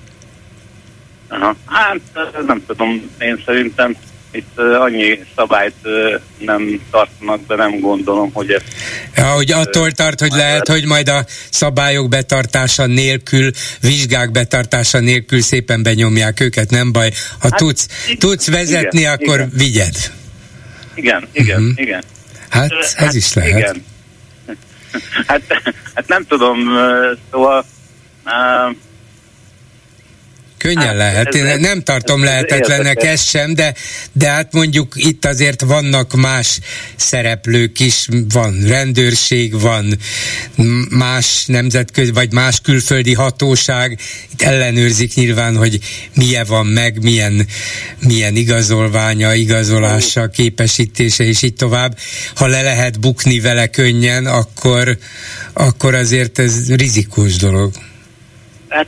[SPEAKER 6] Aha. Hát nem tudom, én szerintem itt uh, annyi szabályt uh, nem tartanak be, nem gondolom, hogy ez...
[SPEAKER 3] Ja, hogy attól tart, hogy lehet, hogy majd a szabályok betartása nélkül, vizsgák betartása nélkül szépen benyomják őket, nem baj. Ha hát, tudsz, igen, tudsz vezetni, igen, akkor igen. vigyed.
[SPEAKER 6] Igen, igen, uh-huh. igen.
[SPEAKER 3] Hát ez hát, is lehet. Igen.
[SPEAKER 6] Hát, hát nem tudom, szóval... Uh,
[SPEAKER 3] Könnyen hát, lehet. Én ez, nem tartom ez, lehetetlennek ez ezt sem, de, de hát mondjuk itt azért vannak más szereplők is, van rendőrség, van más nemzetközi, vagy más külföldi hatóság, itt ellenőrzik nyilván, hogy milyen van meg, milyen, milyen igazolványa, igazolása, képesítése, és így tovább. Ha le lehet bukni vele könnyen, akkor, akkor azért ez rizikós dolog.
[SPEAKER 6] Hát...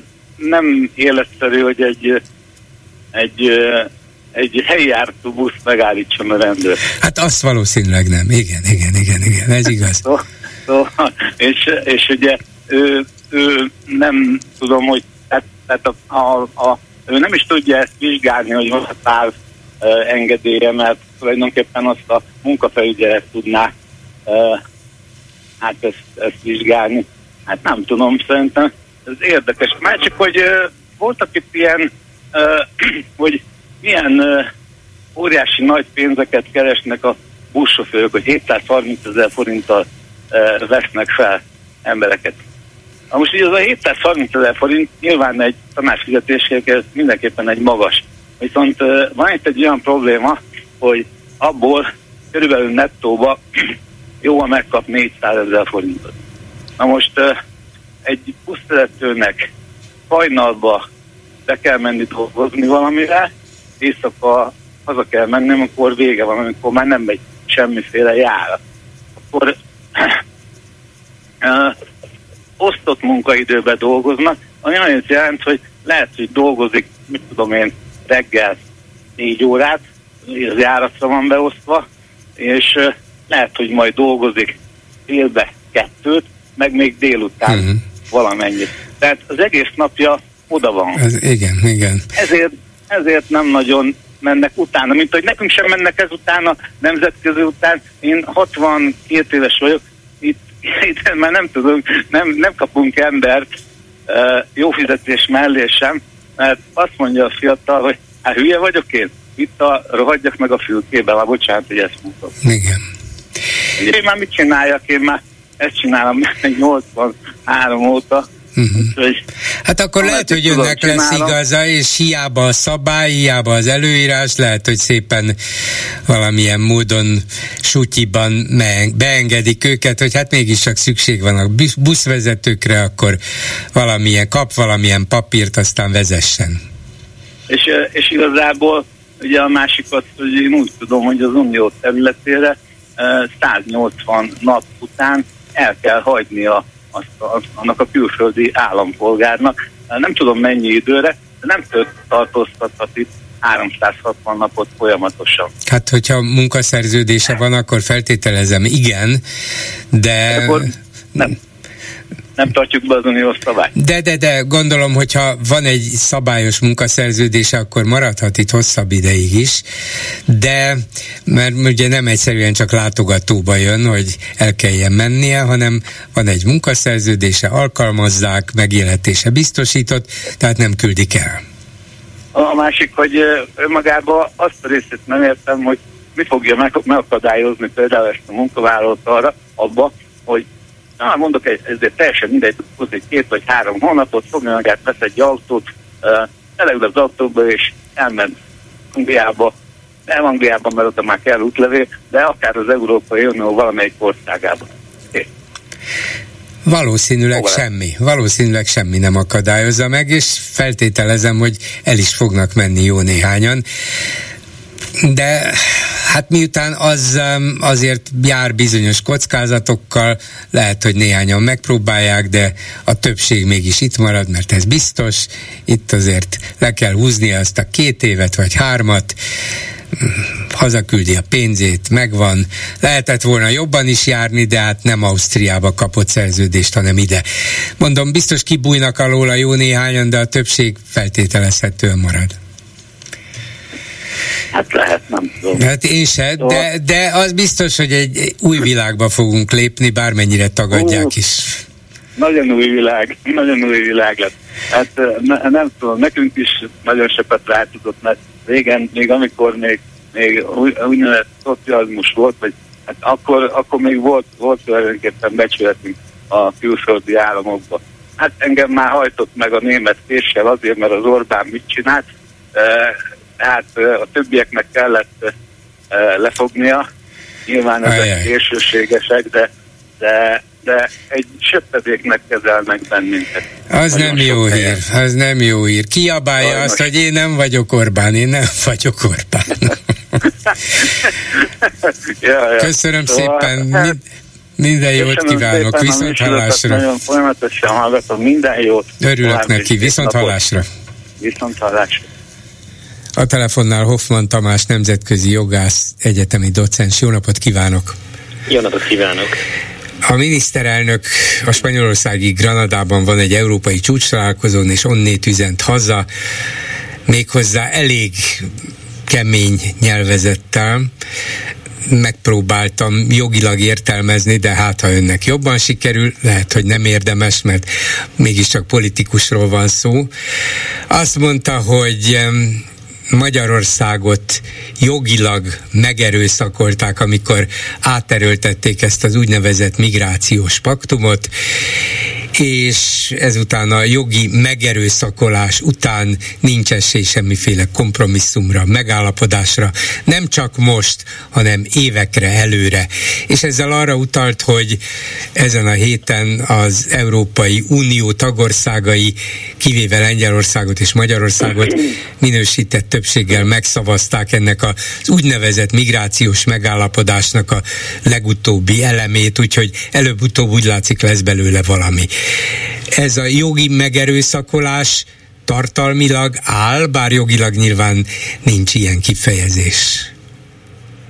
[SPEAKER 6] nem életszerű, hogy egy, egy, egy helyjártó busz megállítson a rendőr.
[SPEAKER 3] Hát azt valószínűleg nem. Igen, igen, igen, igen. Ez igaz.
[SPEAKER 6] Szó, szó, és, és ugye ő, ő nem tudom, hogy tehát, tehát a, a, a, ő nem is tudja ezt vizsgálni, hogy van a táv uh, engedélye, mert tulajdonképpen azt a munkafelügyelet tudná uh, hát ezt, ezt vizsgálni. Hát nem tudom, szerintem ez érdekes. Már csak, hogy uh, voltak itt ilyen, uh, hogy milyen uh, óriási nagy pénzeket keresnek a buszsofőrök, hogy hétszázharmincezer forinttal uh, vesznek fel embereket. Na most ugye az a hétszázharmincezer forint nyilván egy tanácsfizetéshez mindenképpen egy magas. Viszont uh, van itt egy olyan probléma, hogy abból körülbelül nettóba jóval megkap négyszázezer forintot. Na most uh, egy buszvezetőnek hajnalba be kell menni dolgozni valamire, éjszaka haza kell menni, amikor vége van, amikor már nem megy semmiféle járat. Akkor uh, osztott munkaidőben dolgoznak, ami annyit jelent, hogy lehet, hogy dolgozik, mit tudom én, reggel négy órát, az járatra van beosztva, és uh, lehet, hogy majd dolgozik délbe kettőt, meg még délután uh-huh. valamennyit. Tehát az egész napja oda van.
[SPEAKER 3] Ez, igen, igen.
[SPEAKER 6] Ezért, ezért nem nagyon mennek utána, mint hogy nekünk sem mennek ez utána, nemzetközi után. Én hatvankét éves vagyok, itt, itt már nem tudom, nem, nem kapunk embert uh, jó fizetés mellé sem, mert azt mondja a fiatal, hogy hát hülye vagyok én, itt a rohadjak meg a fülkébe, már bocsánat, hogy ezt mondom.
[SPEAKER 3] Igen.
[SPEAKER 6] Én már mit csináljak, én már ezt csinálom nyolcvanhárom óta. Uh-huh.
[SPEAKER 3] Hát akkor lehet, hogy önnek lesz igaza, és hiába a szabály, hiába az előírás, lehet, hogy szépen valamilyen módon sutyiban beengedik őket, hogy hát mégis csak szükség van a buszvezetőkre, akkor valamilyen, kap valamilyen papírt, aztán vezessen.
[SPEAKER 6] És, és igazából ugye a másik az, hogy én úgy tudom, hogy az unió területére száznyolcvan nap után el kell hagynia azt, azt, annak a külföldi állampolgárnak. Nem tudom mennyi időre, de nem tartóztathat itt háromszázhatvan napot folyamatosan.
[SPEAKER 3] Hát, hogyha munkaszerződése van, akkor feltételezem, igen, de...
[SPEAKER 6] Akkor nem. Nem tartjuk be az uniós szabályt.
[SPEAKER 3] De, de, de gondolom, hogyha van egy szabályos munkaszerződése, akkor maradhat itt hosszabb ideig is, de mert ugye nem egyszerűen csak látogatóba jön, hogy el kelljen mennie, hanem van egy munkaszerződése, alkalmazzák, megélhetése biztosított, tehát nem küldik el.
[SPEAKER 6] A másik, hogy önmagában azt a részét nem értem, hogy mi fogja megakadályozni például ezt a munkavállalót arra, abba, hogy Na, mondok, ezért teljesen mindegy, hozni két vagy három hónapot, fogja magát, vesz egy autót, uh, eleül az autóba, és elment Angliába, nem Angliába, mert oda már kell útlevél, de akár az Európai Unió valamelyik országába. Okay.
[SPEAKER 3] Valószínűleg Hova semmi. Le? Valószínűleg semmi nem akadályozza meg, és feltételezem, hogy el is fognak menni jó néhányan. De hát miután az azért jár bizonyos kockázatokkal, lehet, hogy néhányan megpróbálják, de a többség mégis itt marad, mert ez biztos. Itt azért le kell húzni azt a két évet vagy hármat, hazaküldi a pénzét, megvan. Lehetett volna jobban is járni, de hát nem Ausztriába kapott szerződést, hanem ide. Mondom, biztos kibújnak alól a jó néhányan, de a többség feltételezhetően marad.
[SPEAKER 6] Hát lehet, nem tudom.
[SPEAKER 3] Hát én se, de, de az biztos, hogy egy új világba fogunk lépni, bármennyire tagadják uh, is.
[SPEAKER 6] Nagyon új világ, nagyon új világ lett. Hát ne, nem tudom, nekünk is nagyon sokat változott, mert régen, még amikor még, még úgynevezett szocializmus volt, vagy hát akkor, akkor még volt, volt tulajdonképpen becsületünk a külföldi államokba. Hát engem már hajtott meg a német késsel azért, mert az Orbán mit csinált, hát a többieknek kellett lefognia, nyilván ezek későségesek, de, de, de egy söpedéknek kezelnek bennünket.
[SPEAKER 3] Az nagyon nem jó hír, az nem jó hír. Kiabálja Sajnos. Azt, hogy én nem vagyok Orbán, én nem vagyok Orbán. ja, ja. Köszönöm szóval, szépen, hát, minden jót kívánok, viszont hallásra.
[SPEAKER 6] Nagyon folyamatosan hallgatom, minden jót.
[SPEAKER 3] Örülök neki, viszont hallásra.
[SPEAKER 6] Viszont hallásra.
[SPEAKER 3] A telefonnál Hoffman Tamás, nemzetközi jogász, egyetemi docens. Jó napot kívánok!
[SPEAKER 7] Jó napot kívánok!
[SPEAKER 3] A miniszterelnök a spanyolországi Granadában van egy európai csúcstalálkozón, és onnét üzent haza, méghozzá elég kemény nyelvezettel. Megpróbáltam jogilag értelmezni, de hát ha önnek jobban sikerül, lehet, hogy nem érdemes, mert mégiscsak politikusról van szó. Azt mondta, hogy Magyarországot jogilag megerőszakolták, amikor áterőltették ezt az úgynevezett migrációs paktumot, és ezután a jogi megerőszakolás után nincs esély semmiféle kompromisszumra, megállapodásra, nem csak most, hanem évekre előre. És ezzel arra utalt, hogy ezen a héten az Európai Unió tagországai, kivéve Lengyelországot és Magyarországot minősített többséggel megszavazták ennek az úgynevezett migrációs megállapodásnak a legutóbbi elemét, úgyhogy előbb-utóbb úgy látszik lesz belőle valami. Ez a jogi megerőszakolás tartalmilag áll, bár jogilag nyilván nincs ilyen kifejezés.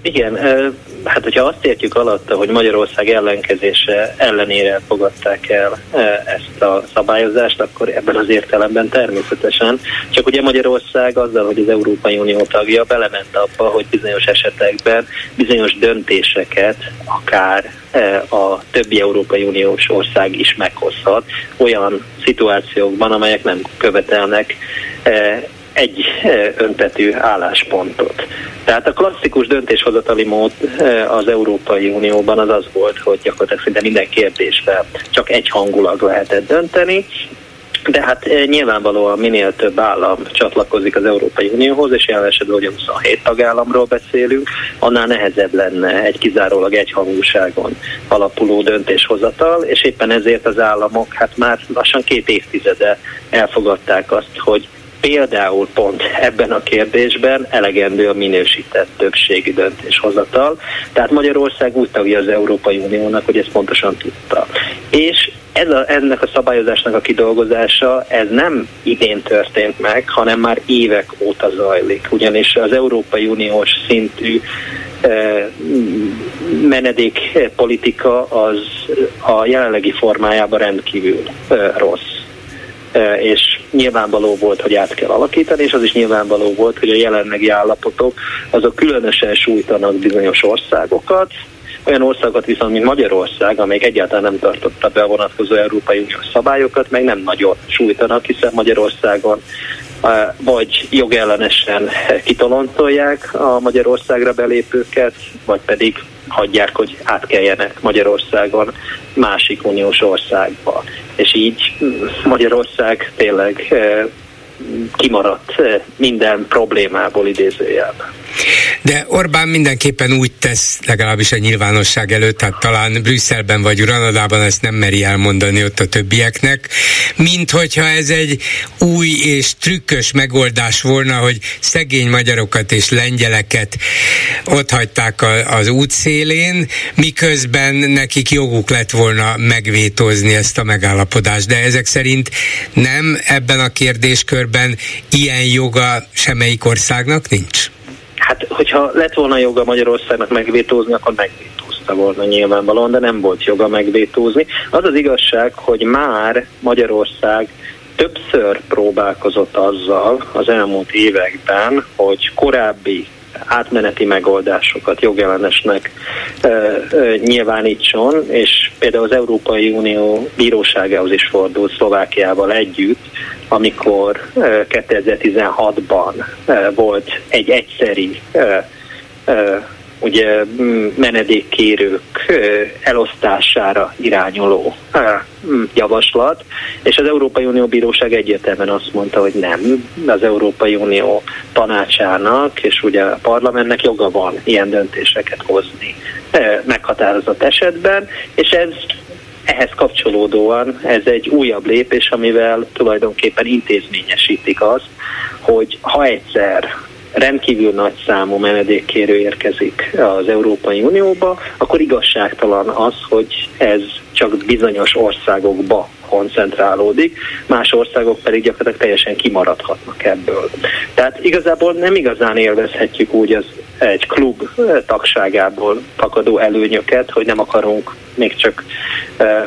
[SPEAKER 7] Igen, hát hogyha azt értjük alatta, hogy Magyarország ellenkezése ellenére fogadták el ezt a szabályozást, akkor ebben az értelemben természetesen. Csak ugye Magyarország azzal, hogy az Európai Unió tagja, belement abba, hogy bizonyos esetekben bizonyos döntéseket akár a többi Európai Uniós ország is meghozhat olyan szituációkban, amelyek nem követelnek egy öntetű álláspontot. Tehát a klasszikus döntéshozatali mód az Európai Unióban az az volt, hogy gyakorlatilag szinte minden kérdésben csak egyhangulag lehetett dönteni, de hát nyilvánvalóan minél több állam csatlakozik az Európai Unióhoz, és jelen esetben, hogy huszonhét tagállamról beszélünk, annál nehezebb lenne egy kizárólag egyhangúságon alapuló döntéshozatal, és éppen ezért az államok hát már lassan két évtizede elfogadták azt, hogy például pont ebben a kérdésben elegendő a minősített többségi döntéshozatal. Tehát Magyarország úgy tagja az Európai Uniónak, hogy ezt pontosan tudta. És ez a, ennek a szabályozásnak a kidolgozása, ez nem idén történt meg, hanem már évek óta zajlik. Ugyanis az Európai Uniós szintű eh, menedékpolitika az a jelenlegi formájában rendkívül eh, rossz. És nyilvánvaló volt, hogy át kell alakítani, és az is nyilvánvaló volt, hogy a jelenlegi állapotok azok különösen sújtanak bizonyos országokat, olyan országokat viszont, mint Magyarország, amelyik egyáltalán nem tartotta be a vonatkozó Európai Uniós szabályokat, meg nem nagyon sújtanak, hiszen Magyarországon vagy jogellenesen kitolontolják a Magyarországra belépőket, vagy pedig hagyják, hogy átkeljenek Magyarországon másik uniós országba. És így Magyarország tényleg kimaradt minden problémából idézőjelben.
[SPEAKER 3] De Orbán mindenképpen úgy tesz, legalábbis a nyilvánosság előtt, tehát talán Brüsszelben vagy Granadában ezt nem meri elmondani ott a többieknek, mint hogyha ez egy új és trükkös megoldás volna, hogy szegény magyarokat és lengyeleket ott hagyták a, az útszélén, miközben nekik joguk lett volna megvétózni ezt a megállapodást. De ezek szerint nem ebben a kérdéskörben ilyen joga semmelyik országnak nincs?
[SPEAKER 7] Hát, hogyha lett volna joga Magyarországnak megvétózni, akkor megvétózta volna nyilvánvalóan, de nem volt joga megvétózni. Az az igazság, hogy már Magyarország többször próbálkozott azzal az elmúlt években, hogy korábbi átmeneti megoldásokat jogellenesnek e, e, nyilvánítson, és például az Európai Unió bíróságához is fordult Szlovákiával együtt, amikor e, kétezer-tizenhatban e, volt egy egyszeri e, e, ugye menedékkérők elosztására irányuló javaslat, és az Európai Unió Bíróság egyértelműen azt mondta, hogy nem, az Európai Unió tanácsának és ugye a parlamentnek joga van ilyen döntéseket hozni meghatározott esetben, és ez ehhez kapcsolódóan ez egy újabb lépés, amivel tulajdonképpen intézményesítik azt, hogy ha egyszer rendkívül nagy számú menedékkérő érkezik az Európai Unióba, akkor igazságtalan az, hogy ez csak bizonyos országokba koncentrálódik, más országok pedig gyakorlatilag teljesen kimaradhatnak ebből. Tehát igazából nem igazán élvezhetjük úgy az egy klub tagságából fakadó előnyöket, hogy nem akarunk még csak uh,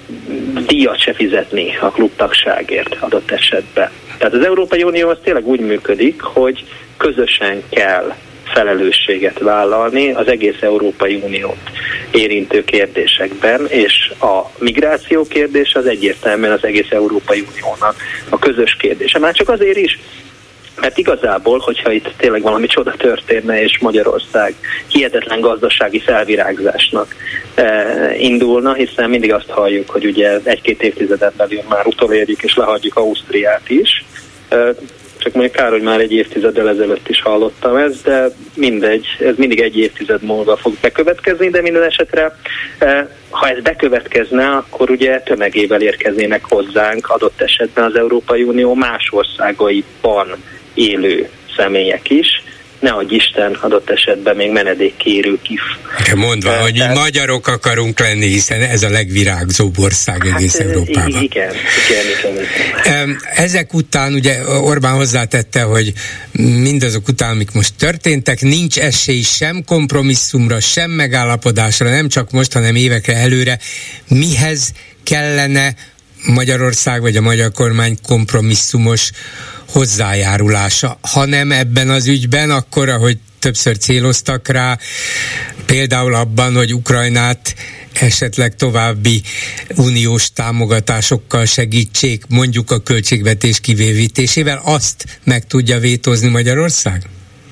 [SPEAKER 7] díjat se fizetni a klub tagságért adott esetben. Tehát az Európai Unió az tényleg úgy működik, hogy közösen kell felelősséget vállalni az egész Európai Uniót érintő kérdésekben, és a migráció kérdése az egyértelműen az egész Európai Uniónak a közös kérdése. Már csak azért is, mert igazából, hogyha itt tényleg valami csoda történne, és Magyarország hihetetlen gazdasági felvirágzásnak e, indulna, hiszen mindig azt halljuk, hogy ugye egy-két évtizeden belül már utolérjük és lehagyjuk Ausztriát is. E, csak mondjuk kár, hogy már egy évtizeddel ezelőtt is hallottam ezt, de mindegy, ez mindig egy évtized múlva fog bekövetkezni, de minden esetre, e, ha ez bekövetkezne, akkor ugye tömegével érkeznének hozzánk adott esetben az Európai Unió más országaiban élő személyek is, ne adj Isten, adott esetben még menedékkérő kif.
[SPEAKER 3] Mondva, hogy mi magyarok akarunk lenni, hiszen ez a legvirágzóbb ország hát egész Európában.
[SPEAKER 7] Igen, igen, igen, igen.
[SPEAKER 3] Ezek után ugye Orbán hozzátette, hogy mindazok után, amik most történtek, nincs esély sem kompromisszumra, sem megállapodásra, nem csak most, hanem évekre előre. Mihez kellene Magyarország vagy a magyar kormány kompromisszumos hozzájárulása? Ha nem ebben az ügyben, akkor, ahogy többször céloztak rá, például abban, hogy Ukrajnát esetleg további uniós támogatásokkal segítsék, mondjuk a költségvetés kivévítésével, azt meg tudja vétózni Magyarország?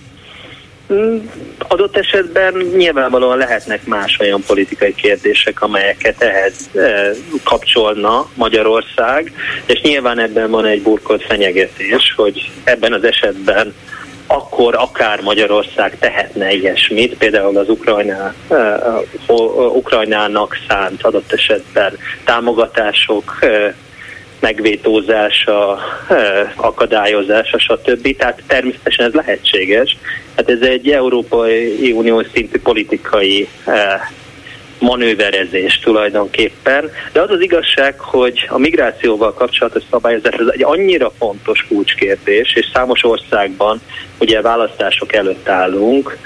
[SPEAKER 7] Adott esetben nyilvánvalóan lehetnek más olyan politikai kérdések, amelyeket ehhez e, kapcsolna Magyarország, és nyilván ebben van egy burkolt fenyegetés, hogy ebben az esetben akkor akár Magyarország tehetne ilyesmit, például az Ukrajná, uh, uh, Ukrajnának szánt adott esetben támogatások, uh, megvétózása, uh, akadályozása, stb. Tehát természetesen ez lehetséges. Hát ez egy Európai Uniós szintű politikai uh, manőverezés tulajdonképpen, de az az igazság, hogy a migrációval kapcsolatos szabályozás ez egy annyira fontos kulcskérdés, és számos országban ugye választások előtt állunk,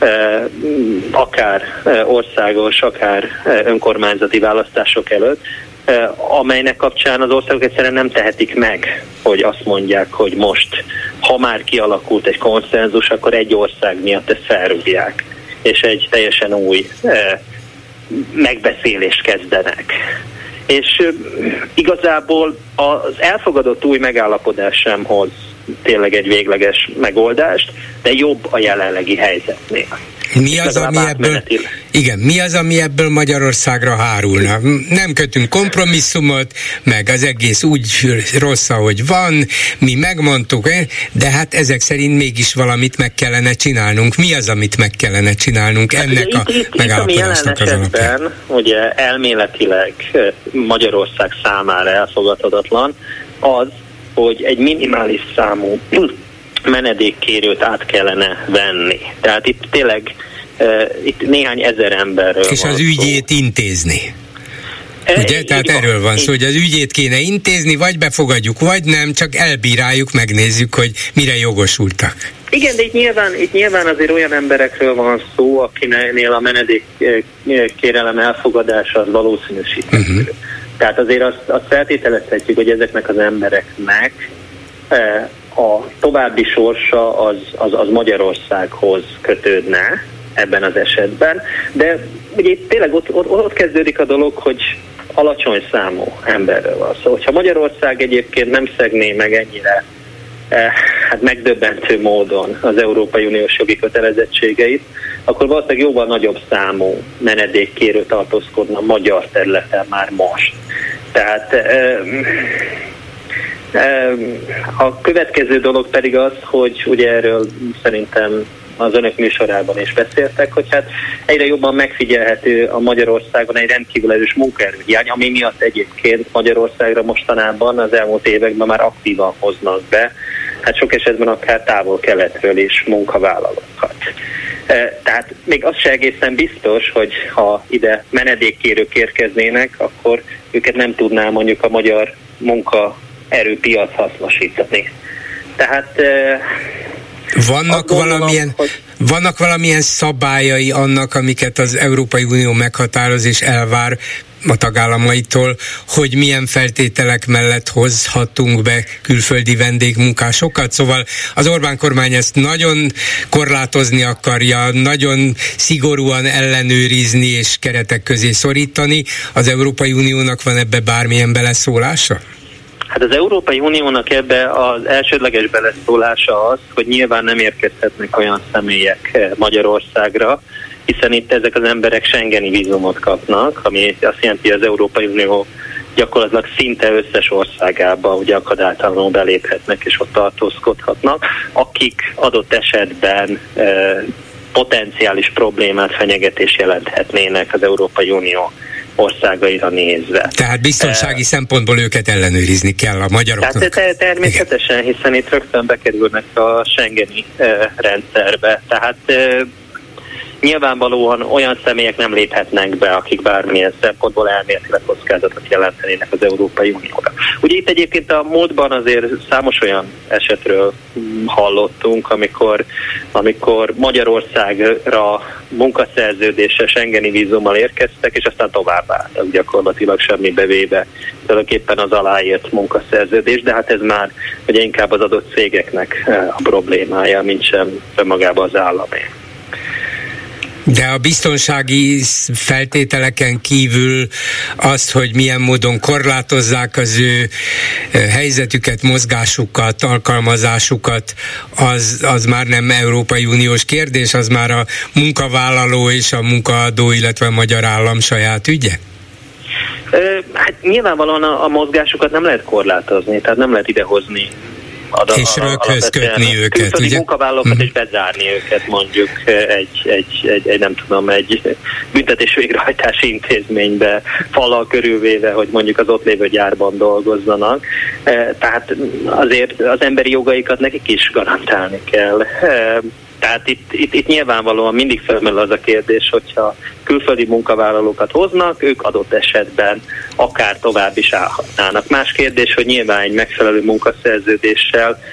[SPEAKER 7] akár országos, akár önkormányzati választások előtt, amelynek kapcsán az országok egyszerűen nem tehetik meg, hogy azt mondják, hogy most, ha már kialakult egy konszenzus, akkor egy ország miatt ezt felrúgják, és egy teljesen új megbeszélést kezdenek. És igazából az elfogadott új megállapodás sem hoz tényleg egy végleges megoldást, de jobb a jelenlegi helyzetnél.
[SPEAKER 3] Mi az, ami ebből, igen, mi az, ami ebből Magyarországra hárulna? Nem kötünk kompromisszumot, meg az egész úgy rossz, ahogy van, mi megmondtuk, de hát ezek szerint mégis valamit meg kellene csinálnunk. Mi az, amit meg kellene csinálnunk ennek hát, a itt, megállapodásnak
[SPEAKER 7] itt, az alapján? Ugye elméletileg Magyarország számára elfogadhatatlan az, hogy egy minimális számú menedékkérőt át kellene venni. Tehát itt tényleg uh, itt néhány ezer emberről
[SPEAKER 3] és
[SPEAKER 7] van
[SPEAKER 3] az
[SPEAKER 7] szó.
[SPEAKER 3] ügyét intézni.
[SPEAKER 7] E,
[SPEAKER 3] Ugye? Tehát van, erről van szó, hogy az ügyét kéne intézni, vagy befogadjuk, vagy nem, csak elbíráljuk, megnézzük, hogy mire jogosultak.
[SPEAKER 7] Igen, de itt nyilván, itt nyilván azért olyan emberekről van szó, akinél a menedékkérelem elfogadása az valószínűsíthető. Uh-huh. Tehát azért azt, azt feltételezhetjük, hogy ezeknek az embereknek a további sorsa az, az, az Magyarországhoz kötődne ebben az esetben, de ugye itt tényleg ott, ott, ott kezdődik a dolog, hogy alacsony számú emberről van szó. Hogyha Magyarország egyébként nem szegné meg ennyire eh, hát megdöbbentő módon az Európai Uniós jogi kötelezettségeit, akkor valószínűleg jóval nagyobb számú menedékkérő tartózkodna magyar területen már most. Tehát eh, eh, a következő dolog pedig az, hogy ugye erről szerintem az önök műsorában is beszéltek, hogy hát egyre jobban megfigyelhető a Magyarországon egy rendkívül erős munkaerőhiány, ami miatt egyébként Magyarországra mostanában az elmúlt években már aktívan hoznak be, hát sok esetben akár távol-keletről is munkavállalókat. Tehát még az se egészen biztos, hogy ha ide menedékkérők érkeznének, akkor őket nem tudná mondjuk a magyar munkaerőpiac hasznosítani. Tehát
[SPEAKER 3] Vannak valamilyen, vannak valamilyen szabályai annak, amiket az Európai Unió meghatároz és elvár a tagállamaitól, hogy milyen feltételek mellett hozhatunk be külföldi vendégmunkásokat. Szóval az Orbán kormány ezt nagyon korlátozni akarja, nagyon szigorúan ellenőrizni és keretek közé szorítani. Az Európai Uniónak van ebbe bármilyen beleszólása?
[SPEAKER 7] Hát az Európai Uniónak ebbe az elsődleges beleszólása az, hogy nyilván nem érkezhetnek olyan személyek Magyarországra, hiszen itt ezek az emberek schengeni vízumot kapnak, ami azt jelenti, hogy az Európai Unió gyakorlatilag szinte összes országába ugye akadálytalanul beléphetnek és ott tartózkodhatnak, akik adott esetben e, potenciális problémát, fenyegetést jelenthetnének az Európai Unió országaira nézve.
[SPEAKER 3] Tehát biztonsági uh, szempontból őket ellenőrizni kell a magyaroknak.
[SPEAKER 7] Tehát te, természetesen, igen. Hiszen itt rögtön bekerülnek a schengeni uh, rendszerbe. Tehát uh, nyilvánvalóan olyan személyek nem léphetnek be, akik bármilyen szempontból elméletileg kockázatot jelentenének az Európai Unióra. Ugye itt egyébként a múltban azért számos olyan esetről hallottunk, amikor, amikor Magyarországra munkaszerződéssel, schengeni vízummal érkeztek, és aztán továbbálltak gyakorlatilag semmibe véve tulajdonképpen az aláírt munkaszerződés, de hát ez már ugye inkább az adott cégeknek a problémája, mint sem magában az államé.
[SPEAKER 3] De a biztonsági feltételeken kívül azt, hogy milyen módon korlátozzák az ő helyzetüket, mozgásukat, alkalmazásukat, az, az már nem Európai Uniós kérdés, az már a munkavállaló és a munkaadó, illetve a magyar állam saját ügye?
[SPEAKER 7] Hát nyilvánvalóan a, a mozgásukat nem lehet korlátozni, tehát nem lehet idehozni. Ad,
[SPEAKER 3] és röghöz kötni őket,
[SPEAKER 7] külföldi
[SPEAKER 3] ugye?
[SPEAKER 7] munkavállalókat
[SPEAKER 3] Mm.
[SPEAKER 7] és bezárni őket mondjuk egy, egy, egy, egy nem tudom, egy büntetés végrehajtási intézménybe fallal körülvéve, hogy mondjuk az ott lévő gyárban dolgozzanak. Tehát azért az emberi jogaikat nekik is garantálni kell. Tehát itt, itt, itt nyilvánvalóan mindig felmerül az a kérdés, hogyha külföldi munkavállalókat hoznak, ők adott esetben akár tovább is állhatnának. Más kérdés, hogy nyilván egy megfelelő munkaszerződéssel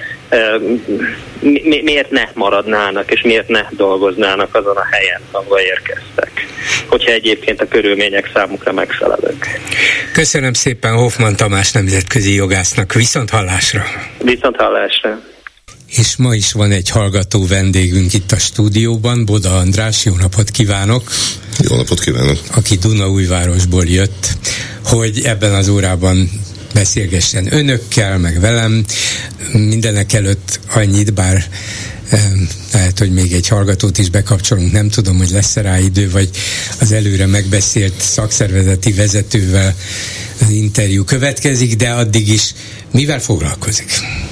[SPEAKER 7] mi, mi, miért ne maradnának, és miért ne dolgoznának azon a helyen, ahol érkeztek, hogyha egyébként a körülmények számukra megfelelők.
[SPEAKER 3] Köszönöm szépen Hoffmann Tamás nemzetközi jogásznak. Viszont hallásra!
[SPEAKER 7] Viszont hallásra!
[SPEAKER 3] És ma is van egy hallgató vendégünk itt a stúdióban, Boda András, jó napot kívánok!
[SPEAKER 8] Jó napot kívánok! Aki
[SPEAKER 3] Dunaújvárosból jött, hogy ebben az órában beszélgessen önökkel, meg velem. Mindenek előtt annyit, bár lehet, hogy még egy hallgatót is bekapcsolunk, nem tudom, hogy lesz rá idő, vagy az előre megbeszélt szakszervezeti vezetővel az interjú következik, de addig is mivel foglalkozik?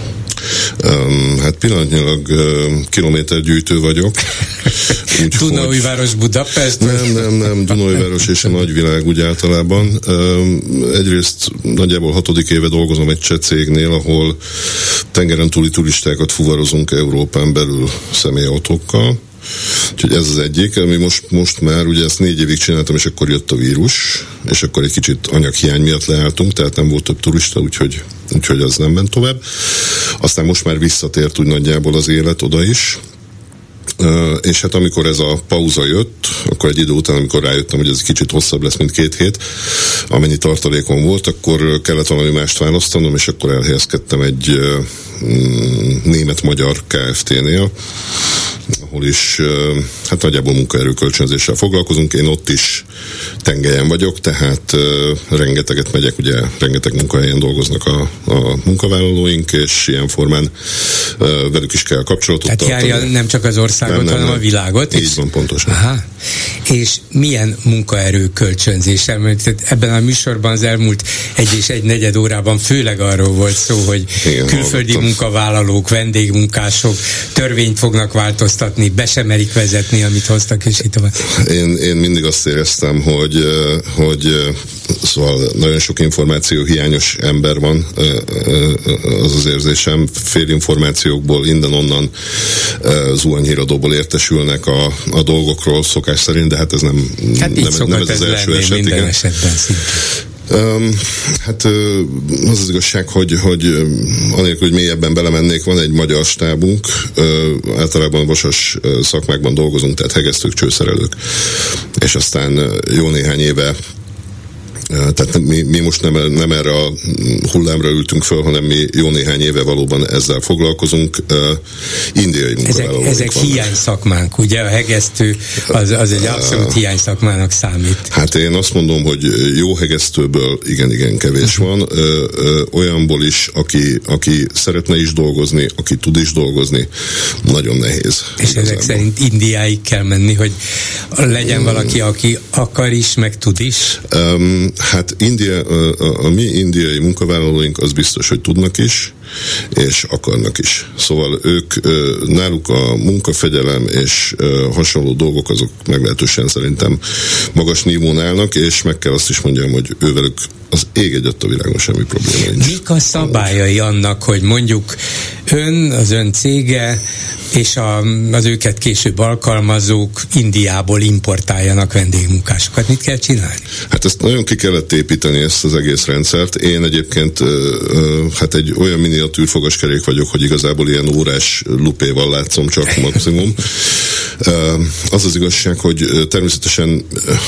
[SPEAKER 8] Um, hát pillanatnyilag uh, kilométergyűjtő vagyok.
[SPEAKER 3] Dunaújváros, Budapest?
[SPEAKER 8] Nem, nem, nem, Dunaújváros és a nagyvilág úgy általában. Um, egyrészt nagyjából hatodik éve dolgozom egy cseh cégnél, ahol tengeren túli turistákat fuvarozunk Európán belül személyautókkal. Úgyhogy ez az egyik, ami most, most már, ugye ezt négy évig csináltam, és akkor jött a vírus, és akkor egy kicsit anyaghiány miatt leálltunk, tehát nem volt több turista, úgyhogy, úgyhogy az nem ment tovább. Aztán most már visszatért úgy nagyjából az élet oda is, Uh, és hát amikor ez a pauza jött, akkor egy idő után, amikor rájöttem, hogy ez kicsit hosszabb lesz, mint két hét, amennyi tartalékom volt, akkor kellett valami mást választanom, és akkor elhelyezkedtem egy uh, német-magyar Kft-nél, ahol is uh, hát nagyjából munkaerőkölcsönzéssel foglalkozunk. Én ott is tengelyen vagyok, tehát uh, rengeteget megyek, ugye rengeteg munkahelyen dolgoznak a, a munkavállalóink, és ilyen formán uh, velük is kell kapcsolatot
[SPEAKER 3] tehát
[SPEAKER 8] tartani.
[SPEAKER 3] Járja nem csak az országot, nem, nem, hanem nem. a világot.
[SPEAKER 8] Így van, pontosan.
[SPEAKER 3] Aha. És milyen munkaerő kölcsönzéssel? Mert ebben a műsorban az elmúlt egy és egy negyed órában főleg arról volt szó, hogy igen, külföldi hallottam. Munkavállalók, vendégmunkások törvényt fognak változtatni, be sem merik vezetni, amit hoztak, és itt tovább.
[SPEAKER 8] Én, én mindig azt éreztem, hogy, hogy szóval nagyon sok információ hiányos ember van, az az érzésem, félinformációkból, innen-onnan zuhanyhíradóból értesülnek a, a dolgokról szokás szerint, de hát ez nem,
[SPEAKER 3] hát
[SPEAKER 8] nem, nem ez az első
[SPEAKER 3] lenni,
[SPEAKER 8] eset.
[SPEAKER 3] Minden
[SPEAKER 8] igen.
[SPEAKER 3] esetben szintén.
[SPEAKER 8] Um, hát az az igazság, hogy, hogy anélkül, hogy mélyebben belemennék, van egy magyar stábunk, uh, általában vasas szakmákban dolgozunk, tehát hegesztők, csőszerelők, és aztán jó néhány éve, tehát mi, mi most nem, nem erre a hullámra ültünk föl, hanem mi jó néhány éve valóban ezzel foglalkozunk. Uh, indiai munkavállalóink
[SPEAKER 3] Ezek, ezek hiány szakmánk, ugye? A hegesztő az, az egy abszolút hiány szakmának számít.
[SPEAKER 8] Hát én azt mondom, hogy jó hegesztőből igen-igen kevés van. Ö, ö, olyanból is, aki, aki szeretne is dolgozni, aki tud is dolgozni, nagyon nehéz.
[SPEAKER 3] És igazából. Ezek szerint Indiáig kell menni, hogy legyen valaki, aki akar is, meg tud is?
[SPEAKER 8] Um, Hát India, a, a, a mi indiai munkavállalóink az biztos, hogy tudnak is, és akarnak is. Szóval ők, náluk a munkafegyelem és hasonló dolgok azok meglehetősen szerintem magas nívón állnak, és meg kell azt is mondjam, hogy ővelük az ég egyet a világon semmi probléma nincs.
[SPEAKER 3] Mik a szabályai annak, hogy mondjuk ön, az ön cége és a, az őket később alkalmazók Indiából importáljanak vendégmunkásokat? Mit kell csinálni?
[SPEAKER 8] Hát ezt nagyon ki kellett építeni, ezt az egész rendszert. Én egyébként hát egy olyan miniatűr fogaskerék vagyok, hogy igazából ilyen órás lupéval látszom csak maximum. Az az igazság, hogy természetesen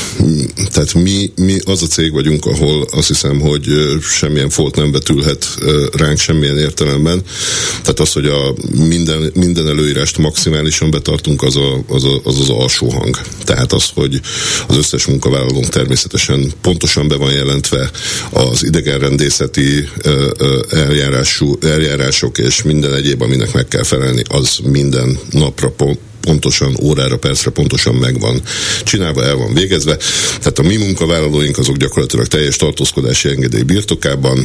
[SPEAKER 8] tehát mi, mi az a cég vagyunk, ahol azt hiszem, hogy semmilyen folt nem vetülhet ránk semmilyen értelemben. Tehát az, hogy a minden, minden előírást maximálisan betartunk, az, a, az, a, az az alsó hang. Tehát az, hogy az összes munkavállalónk természetesen pontosan be van jelentve az idegenrendészeti eljárású, eljárások és minden egyéb, aminek meg kell felelni, az minden napra pont pontosan, órára, percre pontosan megvan csinálva, el van végezve. Tehát a mi munkavállalóink azok gyakorlatilag teljes tartózkodási engedély birtokában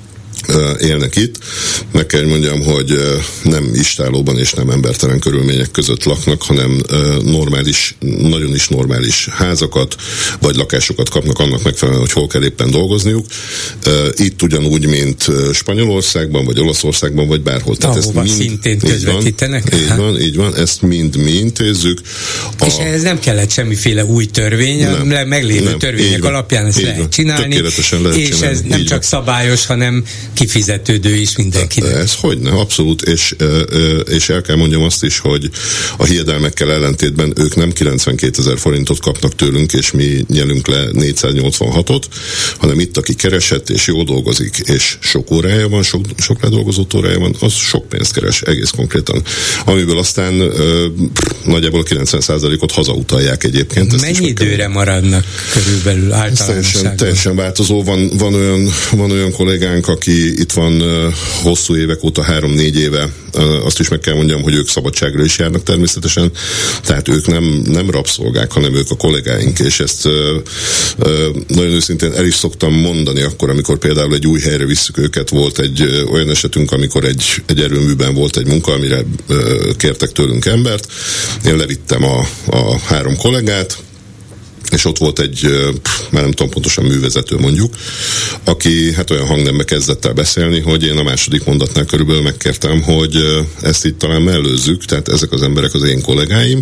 [SPEAKER 8] élnek itt. Meg kell mondjam, hogy nem istálóban és nem embertelen körülmények között laknak, hanem normális, nagyon is normális házakat, vagy lakásokat kapnak annak megfelelően, hogy hol kell éppen dolgozniuk. Itt ugyanúgy, mint Spanyolországban, vagy Olaszországban, vagy bárhol.
[SPEAKER 3] Tehát ezt mind, szintén közvetítenek?
[SPEAKER 8] Így van, így van, így van, ezt mind mi intézzük.
[SPEAKER 3] A... És ez nem kellett semmiféle új törvény, nem, meglévő nem, törvények alapján ezt lehet van. csinálni, lehet és csinálni. Ez nem így csak van. Szabályos, hanem kifizetődő is mindenkinek.
[SPEAKER 8] Ez hogyne, abszolút, és, és el kell mondjam azt is, hogy a hiedelmekkel ellentétben ők nem kilencvenkétezer forintot kapnak tőlünk, és mi nyelünk le négyszáznyolcvanhatot, hanem itt, aki keresett, és jól dolgozik, és sok órája van, sok, sok ledolgozott órája van, az sok pénzt keres, egész konkrétan. Amiből aztán pff, nagyjából a kilencven százalékot hazautalják egyébként.
[SPEAKER 3] Mennyi időre maradnak körülbelül általánosságban?
[SPEAKER 8] Teljesen, teljesen változó. Van, van, olyan, van olyan kollégánk, aki itt van uh, hosszú évek óta, három-négy éve, uh, azt is meg kell mondjam, hogy ők szabadságra is járnak természetesen, tehát ők nem, nem rabszolgák, hanem ők a kollégáink, és ezt uh, uh, nagyon őszintén el is szoktam mondani akkor, amikor például egy új helyre visszük őket. Volt egy uh, olyan esetünk, amikor egy, egy erőműben volt egy munka, amire uh, kértek tőlünk embert, én levittem a, a három kollégát, és ott volt egy, már nem tudom pontosan művezető mondjuk, aki hát olyan hangnembe kezdett el beszélni, hogy én a második mondatnál körülbelül megkértem, hogy ezt így talán mellőzzük, tehát ezek az emberek az én kollégáim,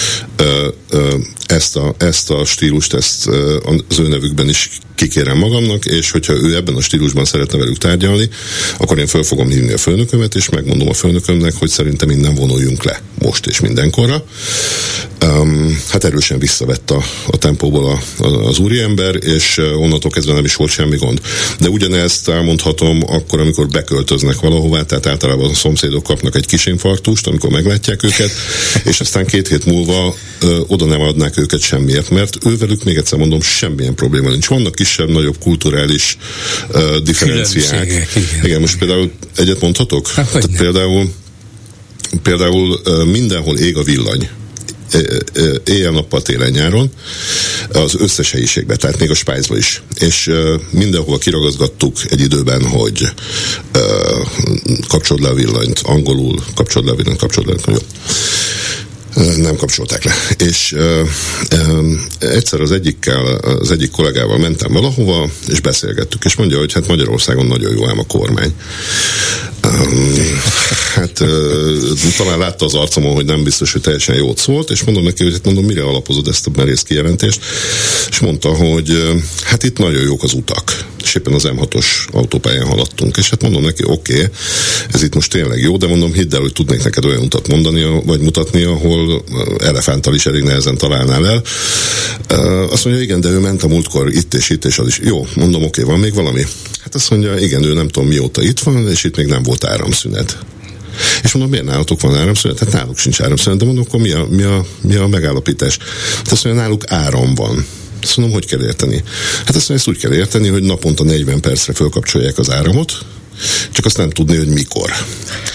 [SPEAKER 8] ezt a, ezt a stílust, ezt az ő nevükben is kikérem magamnak, és hogyha ő ebben a stílusban szeretne velük tárgyalni, akkor én föl fogom hívni a főnökömet, és megmondom a főnökömnek, hogy szerintem innen vonuljunk le most és mindenkorra. Um, hát erősen visszavett a, a tempóból a, a, az úriember, és onnantól kezdve nem is volt semmi gond. De ugyanezt elmondhatom akkor, amikor beköltöznek valahová, tehát általában a szomszédok kapnak egy kis infarktust, amikor meglátják őket, és aztán két hét múlva ö, oda nem adnák őket semmiért, mert ővelük, még egyszer mondom, semmilyen probléma nincs. Vannak kisebb-nagyobb kulturális uh, differenciák. Igen. igen, most például egyet mondhatok?
[SPEAKER 3] Hát,
[SPEAKER 8] Tehát például, például uh, mindenhol ég a villany. Éjjel-nappal, télen-nyáron, az összes helyiségben, tehát még a Spájzban is. És uh, mindenhol kiragazgattuk egy időben, hogy uh, kapcsold le a villanyt, angolul kapcsold le a villanyt, kapcsold le a villanyt. Nem kapcsolták le. És uh, um, egyszer az egyikkel, az egyik kollégával mentem valahova, és beszélgettük, és mondja, hogy hát Magyarországon nagyon jó ám a kormány. Um, hát uh, talán látta az arcomon, hogy nem biztos, hogy teljesen jót szólt, és mondom neki, hogy hát mondom, mire alapozod ezt a merész kijelentést, és mondta, hogy uh, hát itt nagyon jók az utak, és éppen az em hatos autópályán haladtunk, és hát mondom neki, oké, okay, ez itt most tényleg jó, de mondom, hidd el, hogy tudnék neked olyan utat mondani, vagy mutatni, ahol elefánttal is elég nehezen találnál el. Uh, azt mondja, igen, de ő ment a múltkor itt és itt, és az is. Jó, mondom, oké, okay, van még valami? Hát azt mondja, igen, ő nem tudom mióta itt van, és itt még nem volt áramszünet. És mondom, miért nálatok van áramszünet? Hát náluk sincs áramszünet, de mondom, akkor mi a, mi a, mi a megállapítás? Hát azt mondja, náluk áram van. Azt mondom, hogy kell érteni? Hát azt mondja, ezt úgy kell érteni, hogy naponta negyven percre fölkapcsolják az áramot, csak azt nem tudni, hogy mikor.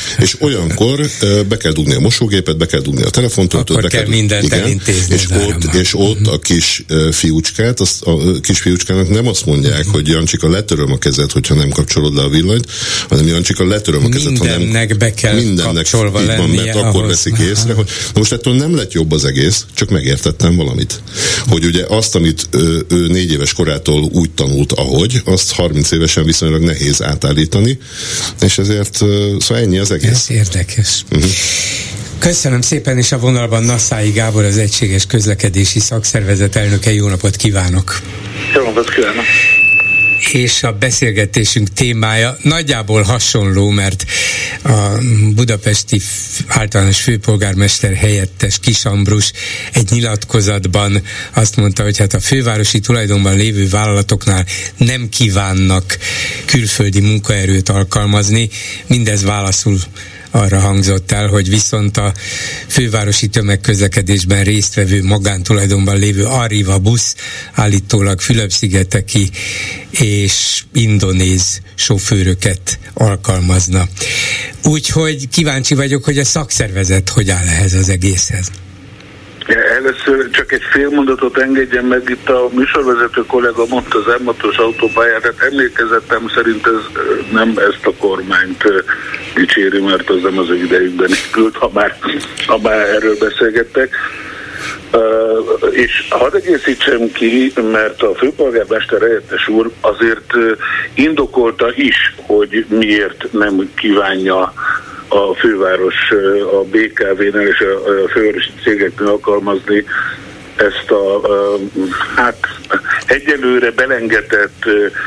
[SPEAKER 8] És olyankor be kell dugni a mosógépet, be kell dugni a telefontöltőt,
[SPEAKER 3] akkor
[SPEAKER 8] be
[SPEAKER 3] kell, kell mindent igen, elintézni.
[SPEAKER 8] És ott, és ott a kis fiúcskát, azt, a kis fiúcskának nem azt mondják, uh-huh. hogy Jancsika, letöröm a kezed, hogyha nem kapcsolod le a villanyt, hanem Jancsika, letöröm a kezed,
[SPEAKER 3] mindennek hanem be kell
[SPEAKER 8] mindennek
[SPEAKER 3] kapcsolva lennie.
[SPEAKER 8] Van, mert akkor veszik észre, hogy na most ettől nem lett jobb az egész, csak megértettem valamit. Hogy ugye azt, amit ő, ő négy éves korától úgy tanult, ahogy, azt harminc évesen viszonylag nehéz átállítani, és ezért szóval ennyi az egész.
[SPEAKER 3] Ez érdekes. Uh-huh. Köszönöm szépen, és a vonalban Nasszályi Gábor, az Egységes Közlekedési Szakszervezet elnöke. Jó napot kívánok!
[SPEAKER 6] Jó napot kívánok!
[SPEAKER 3] És a beszélgetésünk témája nagyjából hasonló, mert a budapesti általános főpolgármester helyettes Kiss Ambrus egy nyilatkozatban azt mondta, hogy hát a fővárosi tulajdonban lévő vállalatoknál nem kívánnak külföldi munkaerőt alkalmazni. Mindez válaszul arra hangzott el, hogy viszont a fővárosi tömegközlekedésben résztvevő magántulajdonban lévő Arriva busz állítólag Fülöp-szigeteki és indonéz sofőröket alkalmazna. Úgyhogy kíváncsi vagyok, hogy a szakszervezet hogy áll ehhez az egészhez.
[SPEAKER 9] Először csak egy fél mondatot engedjen meg, itt a műsorvezető kollega mondta az em hatos autópályát, hát emlékezettem szerint ez nem ezt a kormányt dicséri, mert az nem az ő idejükben épült, ha már, ha már erről beszélgettek. Uh, és hadd egészítsem ki, mert a főpolgármester helyettes úr azért indokolta is, hogy miért nem kívánja a főváros a bé ká vé-nél és a fővárosi cégeknél alkalmazni ezt a hát egyelőre belengetett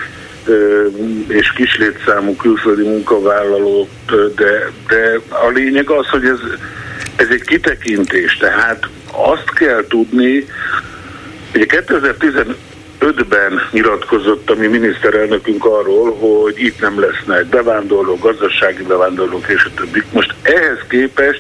[SPEAKER 9] és kis létszámú külföldi munkavállalót, de, de a lényeg az, hogy ez, ez egy kitekintés, tehát azt kell tudni, hogy kétezer-tizenötben nyilatkozott a mi miniszterelnökünk arról, hogy itt nem lesznek bevándorlók, gazdasági bevándorlók és a többi. Most ehhez képest,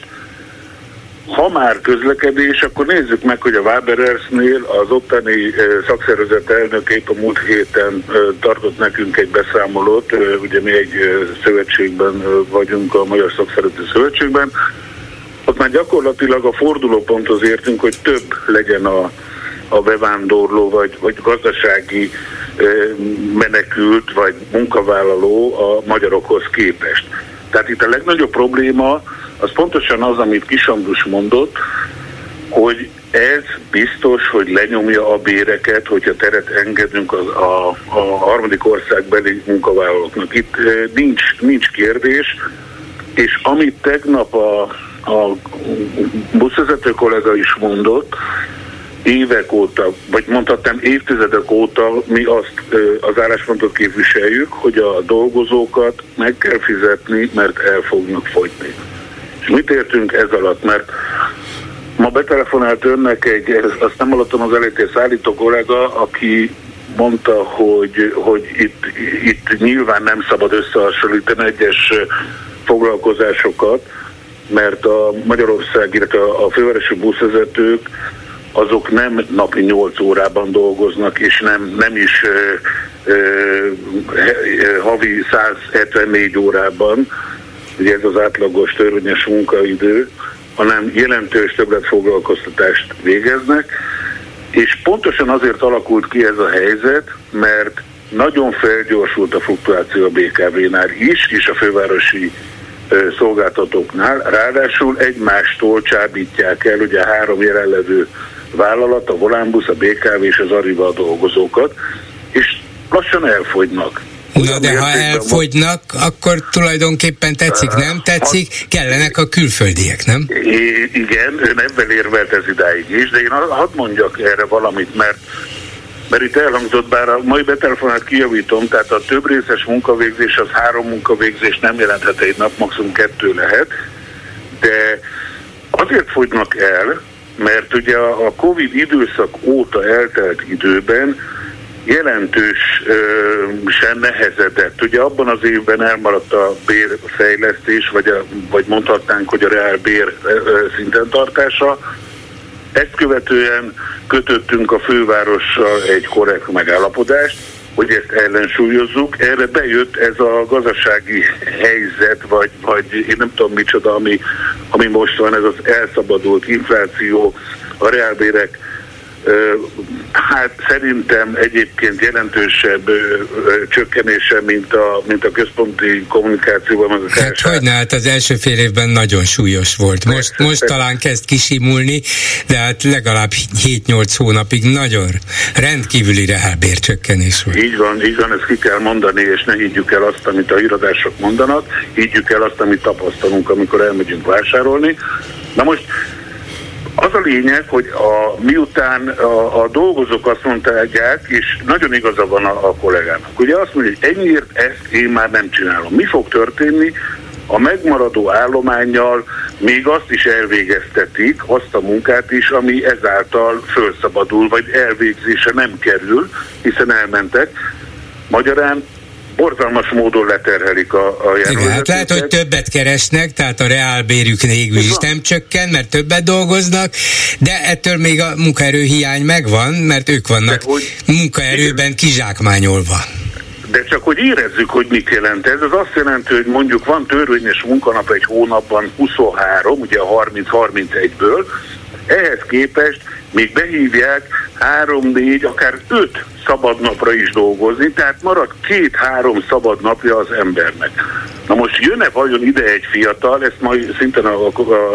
[SPEAKER 9] ha már közlekedés, akkor nézzük meg, hogy a Waberers-nél az ottani szakszervezet elnökét a múlt héten tartott nekünk egy beszámolót, ugye mi egy szövetségben vagyunk, a Magyar Szakszervezeti Szövetségben, ott már gyakorlatilag a fordulóponthoz értünk, hogy több legyen a, a bevándorló, vagy, vagy gazdasági e, menekült, vagy munkavállaló a magyarokhoz képest. Tehát itt a legnagyobb probléma az pontosan az, amit Kiss Ambrus mondott, hogy ez biztos, hogy lenyomja a béreket, hogyha teret engedünk a, a, a harmadik országbeli munkavállalóknak. Itt e, nincs, nincs kérdés, és amit tegnap a a buszvezető kollega is mondott, évek óta, vagy mondhatnám évtizedek óta mi azt az álláspontot képviseljük, hogy a dolgozókat meg kell fizetni, mert el fognak fogyni. És mit értünk ez alatt? Mert ma betelefonált önnek egy, azt nem hallottam, az elejétől szállító kollega, aki mondta, hogy, hogy itt, itt nyilván nem szabad összehasonlítani egyes foglalkozásokat, mert a Magyarország, illetve a fővárosi buszvezetők azok nem napi nyolc órában dolgoznak, és nem, nem is ö, ö, havi száz hetvennégy órában, ugye ez az átlagos törvényes munkaidő, hanem jelentős többletfoglalkoztatást végeznek, és pontosan azért alakult ki ez a helyzet, mert nagyon felgyorsult a fluktuáció a bé ká vé-nál is, és a fővárosi szolgáltatóknál, ráadásul egymástól csábítják el ugye három jelenlevő vállalat, a Volánbusz, a bé ká vé és az Arriva a dolgozókat, és lassan elfogynak.
[SPEAKER 3] Na de ha elfogynak, akkor tulajdonképpen tetszik, nem tetszik, kellenek a külföldiek, nem?
[SPEAKER 9] I- igen, ön ebben érvelt ez idáig is, de én hadd mondjak erre valamit, mert mert itt elhangzott, bár a mai betelefonát kijavítom, tehát a több részes munkavégzés az három munkavégzés nem jelenthet egy nap, maximum kettő lehet, de azért fogynak el, mert ugye a Covid időszak óta eltelt időben jelentősen nehezedett. Ugye abban az évben elmaradt a bérfejlesztés, vagy, a, vagy mondhatnánk, hogy a reál bér szinten tartása. Ezt követően kötöttünk a fővárossal egy korrekt megállapodást, hogy ezt ellensúlyozzuk. Erre bejött ez a gazdasági helyzet, vagy, vagy én nem tudom micsoda, ami, ami most van, ez az elszabadult infláció, a reálbérek hát szerintem egyébként jelentősebb ö, ö, csökkenése, mint a, mint a központi kommunikációban.
[SPEAKER 3] Hát hogyne, hát az első fél évben nagyon súlyos volt. Most, most talán kezd kisimulni, de hát legalább hét-nyolc hónapig nagyon rendkívüli reálbércsökkenés volt.
[SPEAKER 9] Így van, így van, ezt ki kell mondani, és ne higgyük el azt, amit a híradások mondanak, higgyük el azt, amit tapasztalunk, amikor elmegyünk vásárolni. Na most az a lényeg, hogy a, miután a, a dolgozók azt mondták, és nagyon igaza van a, a kollégának, ugye azt mondja, hogy ennyiért ezt én már nem csinálom. Mi fog történni? A megmaradó állománnyal még azt is elvégeztetik, azt a munkát is, ami ezáltal fölszabadul, vagy elvégzése nem kerül, hiszen elmentek. Magyarán borzalmas módon leterhelik a, a
[SPEAKER 3] jelöltetőket. Hát lehet, hogy többet keresnek, tehát a reálbérük végül is nem csökken, mert többet dolgoznak, de ettől még a munkaerőhiány megvan, mert ők vannak hogy, munkaerőben kizsákmányolva.
[SPEAKER 9] De csak hogy érezzük, hogy mit jelent ez, az azt jelenti, hogy mondjuk van törvényes munkanap egy hónapban huszonhárom, ugye a harminc-harmincegyből, ehhez képest még behívják három, négy, akár öt szabad napra is dolgozni, tehát marad két-három szabad napja az embernek. Na most jön-e vajon ide egy fiatal, ezt majd szintén a, a,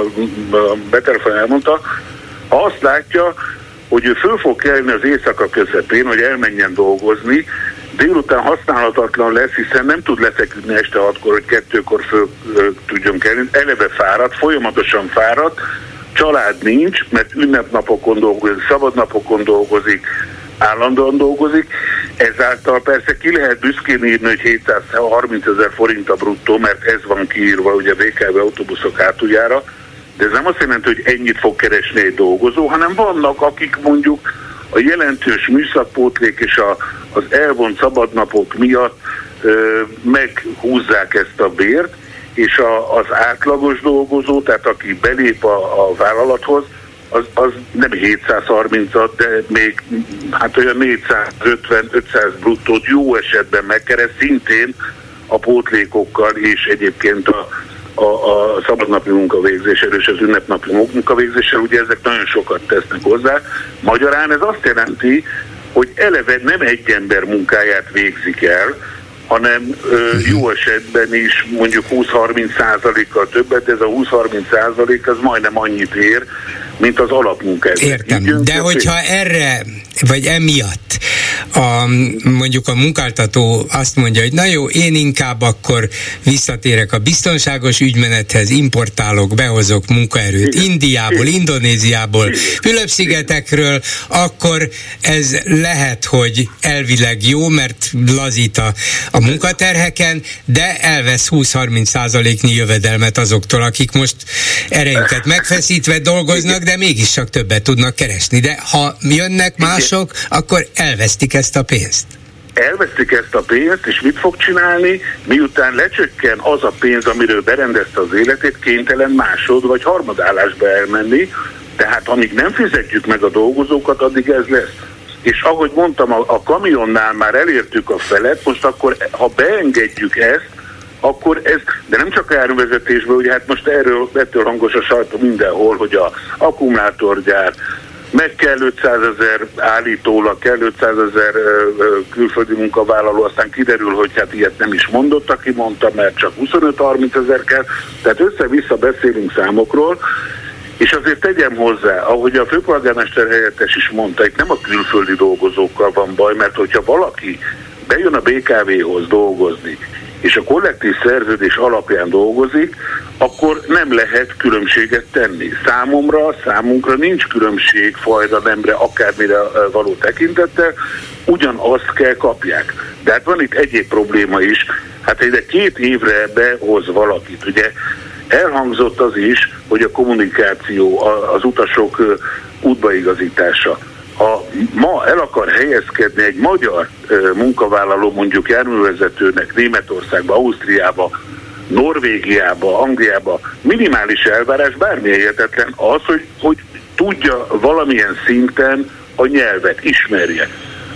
[SPEAKER 9] a betelefon elmondta, ha azt látja, hogy ő föl fog kelni az éjszaka közepén, hogy elmenjen dolgozni, délután használhatatlan lesz, hiszen nem tud lefeküdni este hatkor, hogy kettőkor föl ö, tudjon kelni, eleve fáradt, folyamatosan fáradt, család nincs, mert ünnepnapokon dolgozik, szabadnapokon dolgozik, állandóan dolgozik, ezáltal persze ki lehet büszkén írni, hogy hétszázharmincezer forint a bruttó, mert ez van kiírva ugye a bé ká vé autóbuszok hátuljára, de ez nem azt jelenti, hogy ennyit fog keresni egy dolgozó, hanem vannak, akik mondjuk a jelentős műszakpótlék és a, az elvont szabadnapok miatt ö, meghúzzák ezt a bért, és a, az átlagos dolgozó, tehát aki belép a, a vállalathoz, az, az nem hétszázharmincat, de még hát olyan négyszázötven-ötszáz bruttót jó esetben megkeres, szintén a pótlékokkal és egyébként a, a, a szabadnapi munkavégzéssel és az ünnepnapi munkavégzéssel, ugye ezek nagyon sokat tesznek hozzá. Magyarán ez azt jelenti, hogy eleve nem egy ember munkáját végzik el, hanem ö, jó esetben is mondjuk húsz-harminc százalékkal többet, de ez a húsz-harminc százalék az majdnem annyit ér, mint az alapmunkáját.
[SPEAKER 3] Értem, de hogyha erre, vagy emiatt a, mondjuk a munkáltató azt mondja, hogy na jó, én inkább akkor visszatérek a biztonságos ügymenethez, importálok, behozok munkaerőt igen. Indiából, igen. Indonéziából, Fülöp-szigetekről, akkor ez lehet, hogy elvileg jó, mert lazít a, a munkaterheken, de elvesz húsz-harminc százaléknyi jövedelmet azoktól, akik most erejüket megfeszítve dolgoznak, de mégis csak többet tudnak keresni. De ha jönnek mások, akkor elvesztik ezt a pénzt.
[SPEAKER 9] Elvesztik ezt a pénzt, és mit fog csinálni? Miután lecsökken az a pénz, amiről berendezte az életét, kénytelen másod vagy harmadállásba elmenni, tehát amíg nem fizetjük meg a dolgozókat, addig ez lesz. És ahogy mondtam, a, a kamionnál már elértük a felet, most akkor, ha beengedjük ezt, akkor ez, de nem csak áruvezetésből, ugye hát most erről, ettől hangos a sajtó mindenhol, hogy a akkumulátorgyár, meg kell ötszázezer állítólag, kell ötszázezer külföldi munkavállaló, aztán kiderül, hogy hát ilyet nem is mondott, aki mondta, mert csak huszonöt-harminc ezer kell, tehát össze-vissza beszélünk számokról, és azért tegyem hozzá, ahogy a főpolgármester helyettes is mondta, itt nem a külföldi dolgozókkal van baj, mert hogyha valaki bejön a bé ká véhoz dolgozni, és a kollektív szerződés alapján dolgozik, akkor nem lehet különbséget tenni. Számomra, számunkra nincs különbség fajra, nemre, akármire való tekintettel, ugyanazt kell kapják. De hát van itt egyéb probléma is, hát ide két évre behoz valakit, ugye elhangzott az is, hogy a kommunikáció, az utasok útbaigazítása. Ha ma el akar helyezkedni egy magyar munkavállaló, mondjuk járművezetőnek Németországba, Ausztriába, Norvégiába, Angliába, minimális elvárás bármilyen értetlen az, hogy, hogy tudja valamilyen szinten a nyelvet, ismerje.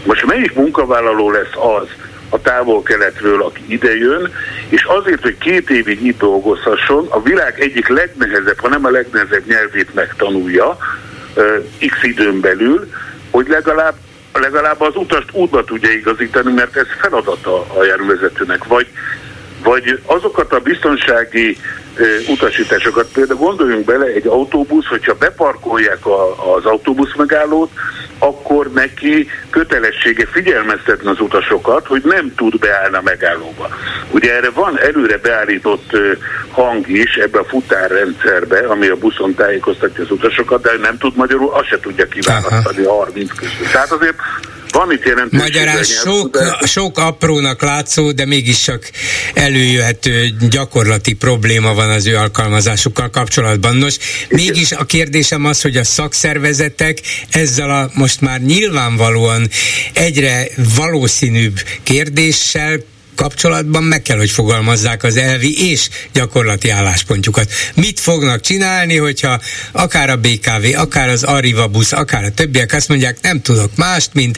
[SPEAKER 9] Most melyik munkavállaló lesz az a távol-keletről, aki idejön, és azért, hogy két évig itt dolgozhasson, a világ egyik legnehezebb, ha nem a legnehezebb nyelvét megtanulja x időn belül, hogy legalább, legalább az utast útba tudja igazítani, mert ez feladata a járművezetőnek. Vagy, vagy azokat a biztonsági utasításokat, például gondoljunk bele, egy autóbusz, hogyha beparkolják a, az autóbusz megállót, akkor neki kötelessége figyelmeztetni az utasokat, hogy nem tud beállni a megállóba. Ugye erre van előre beállított hang is ebbe a futárrendszerbe, ami a buszon tájékoztatja az utasokat, de nem tud magyarul, azt se tudja kiválasztani a harminc közül. Tehát azért van itt jelentős.
[SPEAKER 3] Magyarán sok, sok aprónak látszó, de mégis csak előjöhető gyakorlati probléma van az ő alkalmazásukkal kapcsolatban. Nos, igen. Mégis a kérdésem az, hogy a szakszervezetek ezzel a most már nyilvánvalóan egyre valószínűbb kérdéssel kapcsolatban meg kell, hogy fogalmazzák az elvi és gyakorlati álláspontjukat. Mit fognak csinálni, hogyha akár a bé ká vé, akár az Arriva busz, akár a többiek azt mondják, nem tudok mást, mint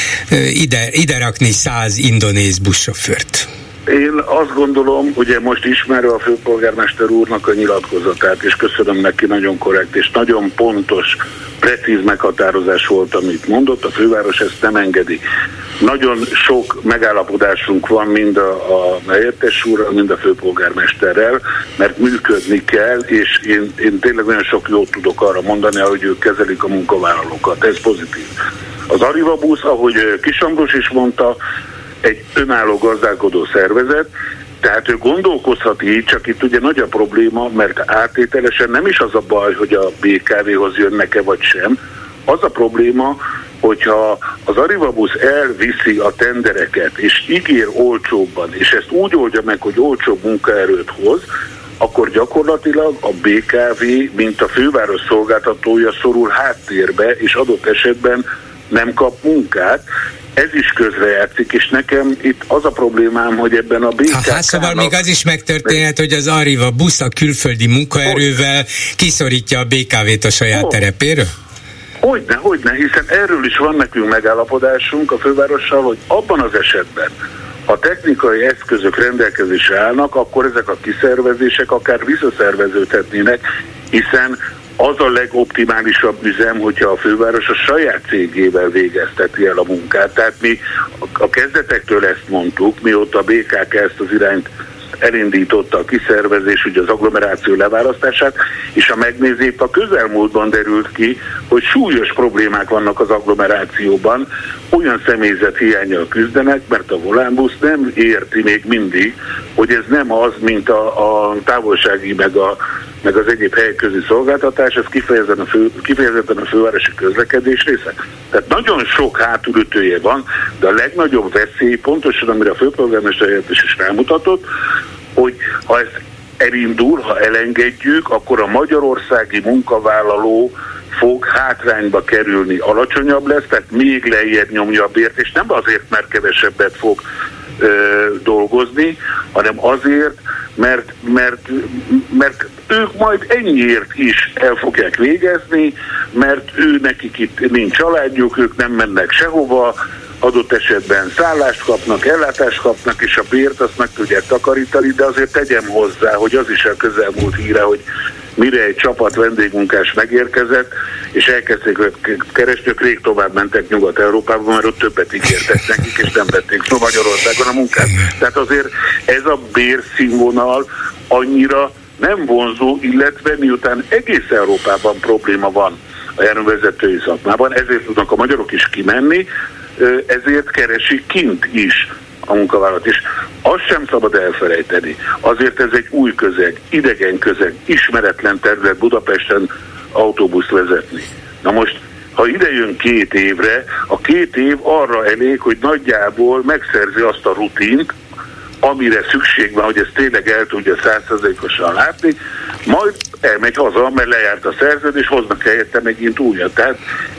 [SPEAKER 3] ide, ide rakni száz indonéz buszsofőrt.
[SPEAKER 9] Én azt gondolom, ugye most ismerve a főpolgármester úrnak a nyilatkozatát, és köszönöm neki, nagyon korrekt és nagyon pontos, precíz meghatározás volt, amit mondott, a főváros ezt nem engedi. Nagyon sok megállapodásunk van mind a, a helyettes úrral, mind a főpolgármesterrel, mert működni kell, és én, én tényleg nagyon sok jót tudok arra mondani, hogy ők kezelik a munkavállalókat. Ez pozitív. Az Arriva busz, ahogy Kis Ambrus is mondta, egy önálló gazdálkodó szervezet, tehát ő gondolkozhat így, csak itt ugye nagy a probléma, mert áttételesen nem is az a baj, hogy a bé ká véhoz jönnek-e vagy sem. Az a probléma, hogyha az Arriva busz elviszi a tendereket, és ígér olcsóbban, és ezt úgy oldja meg, hogy olcsóbb munkaerőt hoz, akkor gyakorlatilag a bé ká vé, mint a főváros szolgáltatója szorul háttérbe, és adott esetben nem kap munkát. Ez is közrejátszik, és nekem itt az a problémám, hogy ebben a bé ká ká-nak...
[SPEAKER 3] Hát szóval még az is megtörténhet, hogy az Arriva busz a külföldi munkaerővel kiszorítja a bé ká vét a saját oh. terepéről?
[SPEAKER 9] Hogyne, hogyne, hiszen erről is van nekünk megállapodásunk a fővárossal, hogy abban az esetben, ha technikai eszközök rendelkezésre állnak, akkor ezek a kiszervezések akár visszaszerveződhetnének, hiszen az a legoptimálisabb üzem, hogyha a főváros a saját cégével végezteti el a munkát. Tehát mi a kezdetektől ezt mondtuk, mióta a bé ká ká ezt az irányt elindította a kiszervezés, ugye az agglomeráció leválasztását, és ha megnézzék, a közelmúltban derült ki, hogy súlyos problémák vannak az agglomerációban, olyan személyzet hiánnyal küzdenek, mert a volánbusz nem érti még mindig, hogy ez nem az, mint a, a távolsági meg, a, meg az egyéb helyközi szolgáltatás, ez kifejezetten a, fő, kifejezetten a fővárosi közlekedés része. Tehát nagyon sok hátulütője van, de a legnagyobb veszély, pontosan amire a főpolgármester helyettes is rámutatott, hogy ha ezt elindul, ha elengedjük, akkor a magyarországi munkavállaló fog hátrányba kerülni, alacsonyabb lesz, tehát még lejjebb nyomja a bért, és nem azért, mert kevesebbet fog ö, dolgozni, hanem azért, mert, mert, mert ők majd ennyiért is el fogják végezni, mert ő nekik itt nincs családjuk, ők nem mennek sehova, adott esetben szállást kapnak, ellátást kapnak, és a bért azt meg tudják takarítani, de azért tegyem hozzá, hogy az is a közelmúlt híre, hogy mire egy csapat vendégmunkás megérkezett, és elkezdték keresni, ők rég tovább mentek Nyugat-Európába, mert ott többet ígértek nekik, és nem vették szó Magyarországon a munkát. Tehát azért ez a bérszínvonal annyira nem vonzó, illetve miután egész Európában probléma van a járművezetői szakmában, ezért tudnak a magyarok is kimenni, ezért keresik kint is a munkavállalat. És azt sem szabad elfelejteni. Azért ez egy új közeg, idegen közeg, ismeretlen terület Budapesten autóbuszt vezetni. Na most, ha ide jön két évre, a két év arra elég, hogy nagyjából megszerzi azt a rutint, amire szükség van, hogy ezt tényleg el tudja száz százalékosan látni, majd elmegy haza, mert lejárt a szerződés, hoznak helyette megint újat. Tehát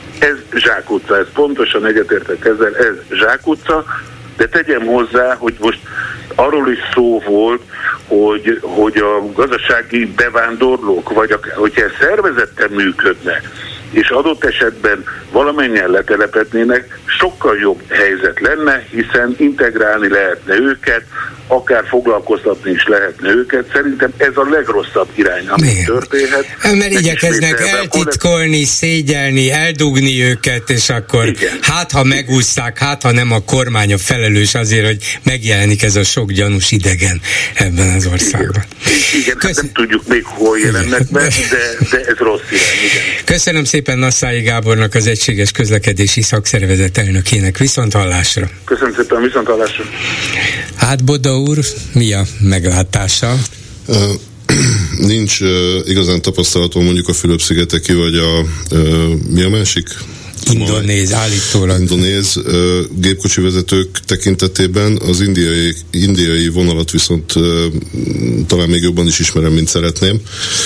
[SPEAKER 9] ez zsákutca, ez pontosan egyetértek ezzel, ez zsákutca, de tegyem hozzá, hogy most arról is szó volt, hogy, hogy a gazdasági bevándorlók, vagy a, hogyha ez szervezetten működne, és adott esetben valamennyien letelepednének, sokkal jobb helyzet lenne, hiszen integrálni lehetne őket, akár foglalkoztatni is lehetne őket. Szerintem ez a legrosszabb irány, ami igen. történhet.
[SPEAKER 3] Mert igyekeznek eltitkolni, szégyelni, eldugni őket, és akkor igen. hát ha megúszszák, hát ha nem a kormány a felelős azért, hogy megjelenik ez a sok gyanús idegen ebben az országban.
[SPEAKER 9] Igen, igen Kösz... hát nem tudjuk még hol jelennek be, de, de ez rossz irány, igen.
[SPEAKER 3] Köszönöm szépen Nasszályi Gábornak, az Egységes Közlekedési Szakszervezet elnökének. Viszont hallásra.
[SPEAKER 9] Köszönöm szépen, viszont hallásra.
[SPEAKER 3] Hát Boda úr, mi a meglátása?
[SPEAKER 8] Uh, nincs uh, igazán tapasztalatom mondjuk a Fülöp-szigeteki, vagy a uh, mi a másik?
[SPEAKER 3] Indonéz, állítólag.
[SPEAKER 8] Indonéz uh, gépkocsi vezetők tekintetében az indiai, indiai vonalat viszont uh, talán még jobban is ismerem, mint szeretném.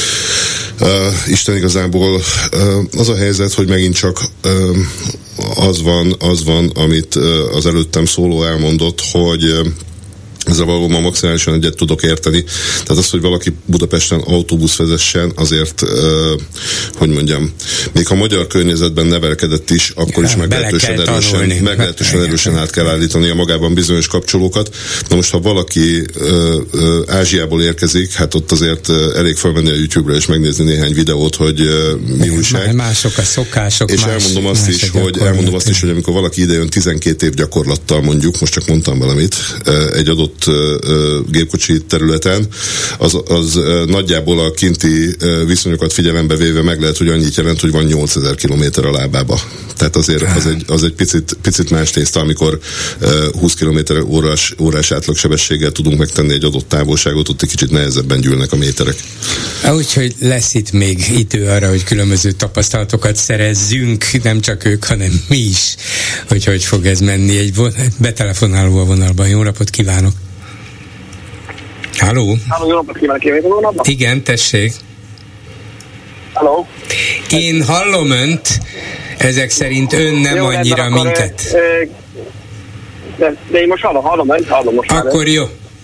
[SPEAKER 8] Uh, Isten igazából uh, az a helyzet, hogy megint csak uh, az van, az van, amit uh, az előttem szóló elmondott, hogy uh, ezzel valóban maximálisan egyet tudok érteni. Tehát az, hogy valaki Budapesten autóbusz vezessen, azért, uh, hogy mondjam, még ha magyar környezetben nevelkedett is, akkor is meglehetősen erősen, meglehetősen erősen át kell állítani a magában bizonyos kapcsolókat. Na most, ha valaki uh, uh, Ázsiából érkezik, hát ott azért uh, elég felmenni a YouTube-ra és megnézni néhány videót, hogy uh, mi újság.
[SPEAKER 3] Mások a szokások.
[SPEAKER 8] És más, elmondom azt is, hogy elmondom azt is, hogy amikor valaki idejön tizenkét év gyakorlattal, mondjuk, most csak mondtam valamit, uh, egy adott gépkocsi területen, az, az nagyjából a kinti viszonyokat figyelembe véve meg lehet, hogy annyit jelent, hogy van nyolcezer kilométer a lábába. Tehát azért az egy, az egy picit, picit más tészta, amikor húsz kilométer órás, órás átlagsebességgel tudunk megtenni egy adott távolságot, ott egy kicsit nehezebben gyűlnek a méterek.
[SPEAKER 3] Úgyhogy lesz itt még idő arra, hogy különböző tapasztalatokat szerezzünk, nem csak ők, hanem mi is, hogy hogy fog ez menni. Egy betelefonáló a vonalban. Jó napot kívánok! Halló?
[SPEAKER 10] Halló, jó napot kívánok, kívánok, jó napot?
[SPEAKER 3] Igen, tessék.
[SPEAKER 10] Halló?
[SPEAKER 3] Én hallom önt, ezek szerint ön nem jó, annyira akkor, minket. E,
[SPEAKER 10] de, de én most hallom, hallom önt, hallom most.
[SPEAKER 3] Akkor jó.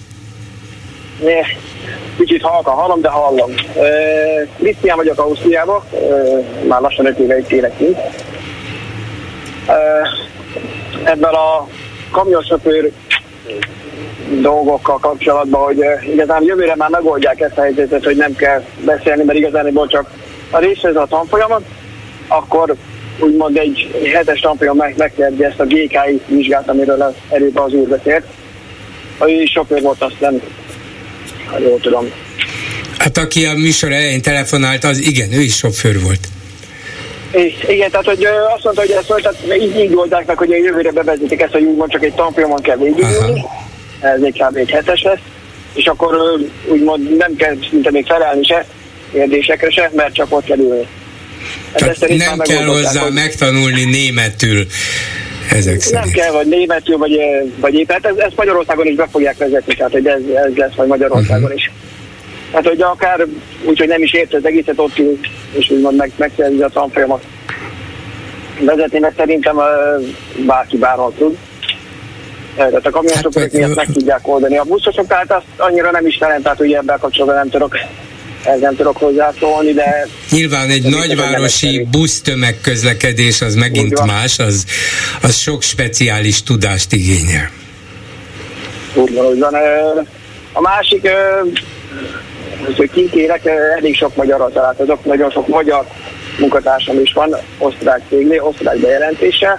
[SPEAKER 10] Kicsit halkan hallom, de hallom. Krisztián vagyok Ausztriában, e, már lassan öt éve itt élek kint. E, ebben a kamionsofőr dolgokkal kapcsolatban, hogy uh, igazán jövőre már megoldják ezt a helyzetet, hogy nem kell beszélni, mert igazán csak a részhez a tanfolyamat, akkor úgymond egy hetes tanfolyam meg, megkerdi ezt a gé ká i vizsgát, amiről előbb az úr beszélt. Ha ő is sofőr volt, azt nem, ha jól tudom.
[SPEAKER 3] Hát aki a műsor elején telefonált, az igen, ő is sofőr volt.
[SPEAKER 10] És, igen, tehát hogy uh, azt mondta, hogy ezt mondta, így, így oldják meg, hogy a jövőre bevezetik ezt, hogy úgymond csak egy tanfolyamon kell végigülni. Ez egy kb. Egy hetes lesz, és akkor úgymond nem kell szinte még felelni se kérdésekre se, mert csak ott kell ülni.
[SPEAKER 3] Hát nem kell hozzá hogy megtanulni németül ezek szerint.
[SPEAKER 10] Nem kell, vagy németül, vagy, vagy épp, hát ez, ezt Magyarországon is be fogják vezetni, tehát hogy ez, ez lesz majd Magyarországon uh-huh. is. Hát hogy akár úgyhogy nem is ért az egészet ott ül, és úgymond meg, megszerzi a tanfolyamat vezetni, mert szerintem bárki bárhol tud. Tehát a kamionsofőrök hát, miatt meg tudják oldani. A buszosok, tehát azt annyira nem is talán, tehát ugye ebben kapcsolatban nem tudok, ez nem tudok hozzászólni, de...
[SPEAKER 3] Nyilván egy nagyvárosi busztömegközlekedés az megint más, az, az sok speciális tudást igényel.
[SPEAKER 10] Úgy van, úgy van. A másik, hogy kint élek, elég sok magyarral találkozok, nagyon sok magyar munkatársam is van, osztrák cégnél, osztrák bejelentéssel.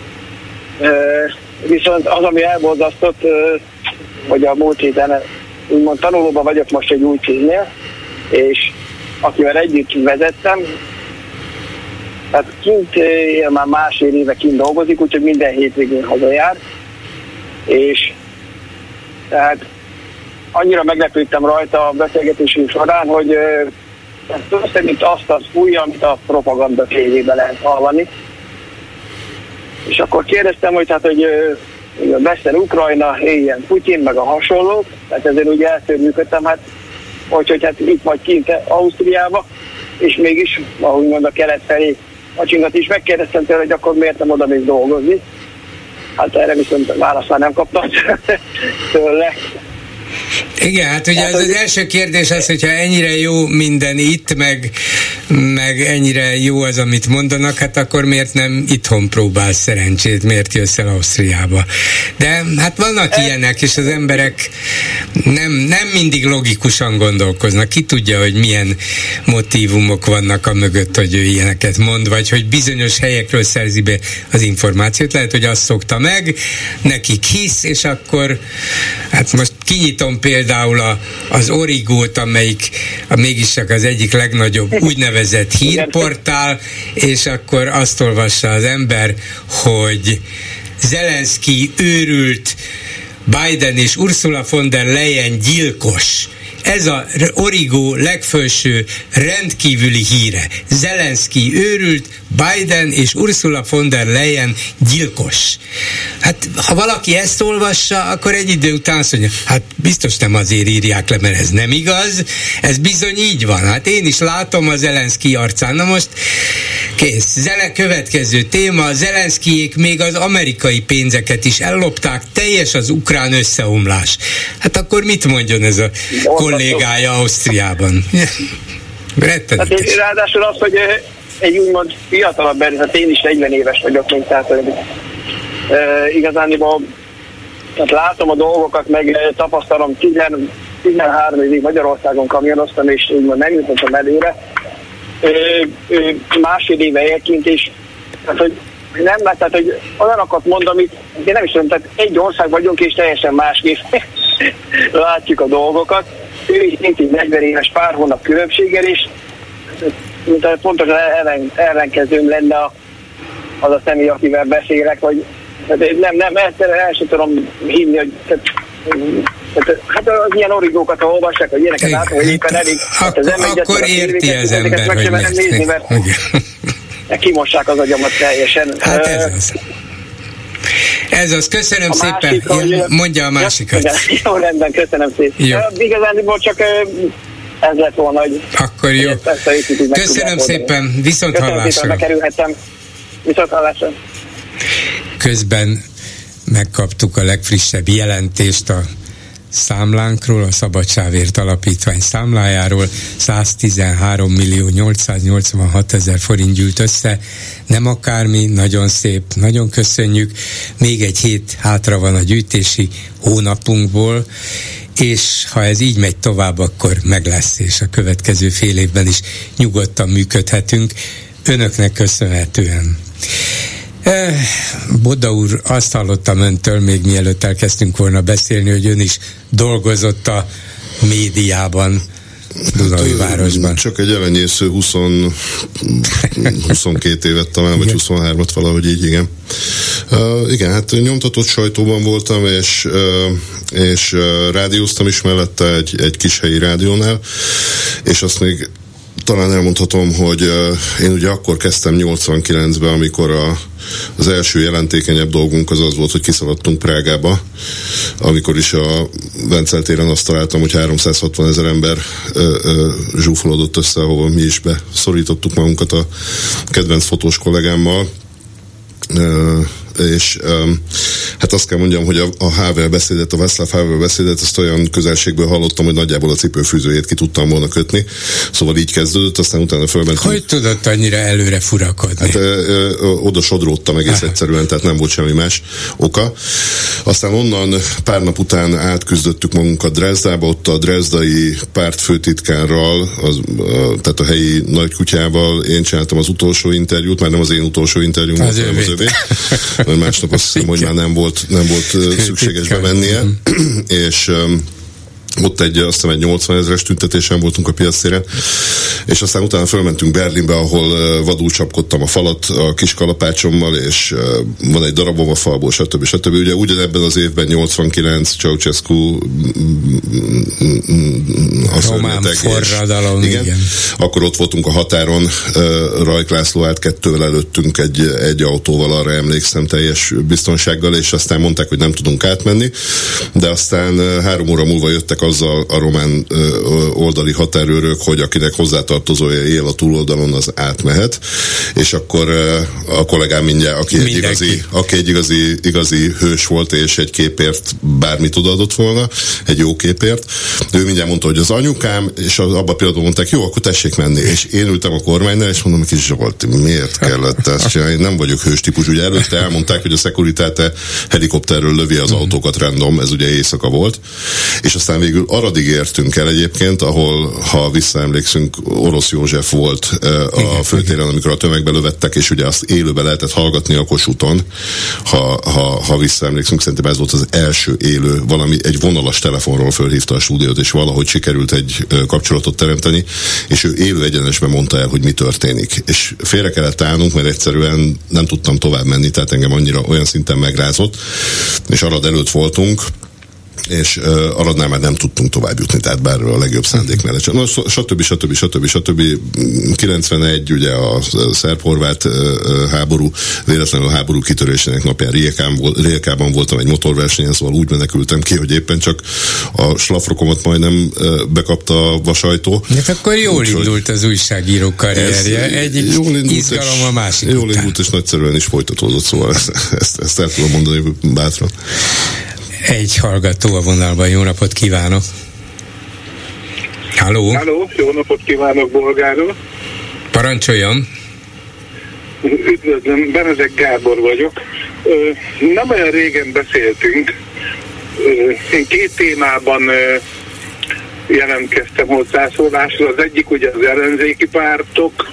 [SPEAKER 10] Viszont az, ami elborzasztott, hogy a múlt héten úgymond tanulóban vagyok most egy új cégnél, és akivel együtt vezettem, hát kint már másfél éve kint dolgozik, úgyhogy minden hétvégén hazajár, és tehát annyira meglepődtem rajta a beszélgetésünk során, hogy azt szerint azt az fújja, amit a propaganda tévében lehet hallani. És akkor kérdeztem, hogy hát, hogy beszél Ukrajna, éljen Putyin, meg a hasonlók, tehát ezért ugye eltörműködtem, hát, hogy, hogy hát itt vagy kint Ausztriába, és mégis, ahogy mond a kelet felé Acsingat is megkérdeztem tőle, hogy akkor miért nem oda még dolgozni. Hát erre viszont választ már nem kaptam tőle.
[SPEAKER 3] Igen, hát ugye hát, az, az első kérdés az, hogyha ennyire jó minden itt, meg meg ennyire jó az, amit mondanak, hát akkor miért nem itthon próbál szerencsét, miért jössz el Ausztriába? De hát vannak e- ilyenek, és az emberek nem, nem mindig logikusan gondolkoznak. Ki tudja, hogy milyen motívumok vannak a mögött, hogy ő ilyeneket mond, vagy hogy bizonyos helyekről szerzi be az információt. Lehet, hogy azt szokta meg, nekik hisz, és akkor hát most kinyitom például a, az Origót, amelyik a mégis csak az egyik legnagyobb úgynevezett hírportál, és akkor azt olvassa az ember, hogy Zelenszky őrült, Biden és Ursula von der Leyen gyilkos. Ez a Origo legfelső rendkívüli híre. Zelenszky őrült, Biden és Ursula von der Leyen gyilkos. Hát, ha valaki ezt olvassa, akkor egy idő után azt mondja, hát biztos nem azért írják le, mert ez nem igaz, ez bizony így van. Hát én is látom a Zelenszky arcán. Na most kész. Zele, következő téma, Zelenszkyék még az amerikai pénzeket is ellopták, teljes az ukrán összeomlás. Hát akkor mit mondjon ez a kollégája Ausztriában? Rettenetes.
[SPEAKER 10] Hát ráadásul az, hogy egy úgymond fiatalabb ember, hát én is negyven éves vagyok, mint tehát e, igazániból tehát látom a dolgokat, meg tapasztalom, tizenhárom évig Magyarországon kamionoztam, és úgymond nem jutottam előre. E, e, másfél éve élként, és tehát, hogy nem, tehát, hogy olyanokat mondom, itt, én nem is tudom, tehát egy ország vagyunk, és teljesen másképp látjuk a dolgokat. Ő is szintén negyven éves pár hónap különbséggel, és pontosan ellen, ellenkezőm lenne a, az a személy, akivel beszélek, vagy nem, nem, ezt el sem tudom hinni, hogy tehát, tehát, hát az ilyen origókat, ha olvassák, hogy ilyeneket látom, hogy éppen elég.
[SPEAKER 3] Ak- ak- akkor érti az ember, hogy miért.
[SPEAKER 10] Nézni, mert kimossák az agyamat teljesen.
[SPEAKER 3] Hát ez az. Ez az, köszönöm a szépen. Másik, ja, mondja a másikat.
[SPEAKER 10] Ja, jó, rendben, köszönöm szépen. Jó. Igazán csak ez lett volna, hogy...
[SPEAKER 3] Akkor jó. Köszönöm szépen, viszont hallásra. Köszönöm szépen,
[SPEAKER 10] bekerülhettem. Viszont hallásra.
[SPEAKER 3] Közben megkaptuk a legfrissebb jelentést a számlánkról, a Szabadságért Alapítvány számlájáról. száztizenhárom millió nyolcszáznyolcvanhat ezer forint gyűlt össze. Nem akármi, nagyon szép, nagyon köszönjük. Még egy hét hátra van a gyűjtési hónapunkból, és ha ez így megy tovább, akkor meg lesz, és a következő fél évben is nyugodtan működhetünk. Önöknek köszönhetően. Boda úr, azt hallottam öntől, még mielőtt elkezdtünk volna beszélni, hogy ön is dolgozott a médiában, Dunaújvárosban. Hát,
[SPEAKER 8] csak egy elenyésző húsz, huszonkét évet talán, vagy huszonhármat, valahogy így, igen. Uh, igen, hát nyomtatott sajtóban voltam, és, uh, és uh, rádióztam is mellette egy, egy kis helyi rádiónál, és azt még talán elmondhatom, hogy uh, én ugye akkor kezdtem nyolcvankilencben, amikor a, az első jelentékenyebb dolgunk az az volt, hogy kiszaladtunk Prágába, amikor is a Vencel téren azt találtam, hogy háromszázhatvan ezer ember uh, uh, zsúfolódott össze, ahova mi is beszorítottuk magunkat a kedvenc fotós kollégámmal. Uh, és um, hát azt kell mondjam, hogy a, a Havel beszédet, a Václav Havel beszédet, ezt olyan közelségből hallottam, hogy nagyjából a cipőfűzőjét ki tudtam volna kötni, szóval így kezdődött, aztán utána fölmentünk.
[SPEAKER 3] Hogy tudott annyira előre furakodni?
[SPEAKER 8] Hát ö, ö, oda sodródtam egész Aha. egyszerűen, tehát nem volt semmi más oka. Aztán onnan pár nap után átküzdöttük magunkat Dresdába, ott a drezdai pártfőtitkárral, az, a, tehát a helyi nagykutyával én csináltam az utolsó interjút, már nem az én utolsó interjúm, az hanem az övé. Mert másnap azt hiszem, hogy már nem volt, nem volt szükséges bemennie, és um, ott egy, azt hiszem egy nyolcvan ezeres tüntetésen voltunk a piactéren, és aztán utána fölmentünk Berlinbe, ahol uh, vadul csapkodtam a falat a kis kalapácsommal, és uh, van egy darabom a falból, stb. stb. Ugye ugyanebben az évben nyolcvankilenc Ceausescu
[SPEAKER 3] a román forradalom,
[SPEAKER 8] igen. igen. Akkor ott voltunk a határon, uh, Rajk László állt kettővel előttünk egy, egy autóval, arra emlékszem, teljes biztonsággal, és aztán mondták, hogy nem tudunk átmenni, de aztán uh, három óra múlva jöttek azzal a román oldali határőrök, hogy akinek hozzátartozója él a túloldalon, az átmehet, és akkor a kollégám mindjárt, aki egy igazi, aki egy igazi, igazi hős volt, és egy képért bármit odaadott volna, egy jó képért, ő mindjárt mondta, hogy az anyukám, és abban a pillanatban mondták, jó, akkor tessék menni, és én ültem a kormánynál, és mondom, kis Zsolt, miért kellett ezt csinálni? Én nem vagyok hős típus, ugye előtte elmondták, hogy a Securitate helikopterről lövi az autókat random, ez ugye éjszaka volt, és aztán végül Aradig értünk el egyébként, ahol, ha visszaemlékszünk, Orosz József volt a főtéren, amikor a tömegbe lövettek, és ugye azt élőben lehetett hallgatni a Kossuthon, ha, ha, ha visszaemlékszünk, szerintem ez volt az első élő, valami egy vonalas telefonról fölhívta a stúdiót, és valahogy sikerült egy kapcsolatot teremteni, és ő élő egyenesben mondta el, hogy mi történik. És félre kellett állnunk, mert egyszerűen nem tudtam tovább menni, tehát engem annyira olyan szinten megrázott, és Arad előtt voltunk, és uh, Aradnál már nem tudtunk tovább jutni, tehát bárról a legjobb szándék mellett. No, stb. stb. stb. stb. kilencvenegy, ugye a szerb-horvát uh, háború, véletlenül a háború kitörésének napján Rijekában voltam egy motorversenyen, szóval úgy menekültem ki, hogy éppen csak a slafrokomat majdnem uh, bekapta a vasajtó.
[SPEAKER 3] De akkor jól úgy, indult az újságíró karrierje, egyik izgalom a másik
[SPEAKER 8] Jól indult, és nagyszerűen is folytatódott, szóval ezt, ezt, ezt el tudom mondani bátran.
[SPEAKER 3] Egy hallgató a vonalban, jó napot kívánok! Halló!
[SPEAKER 11] Halló, jó napot kívánok, Bolgáról!
[SPEAKER 3] Parancsoljon!
[SPEAKER 11] Üdvözlöm, Benezek Gábor vagyok. Nem olyan régen beszéltünk. Én két témában jelentkeztem hozzászólásra. Az egyik ugye az ellenzéki pártok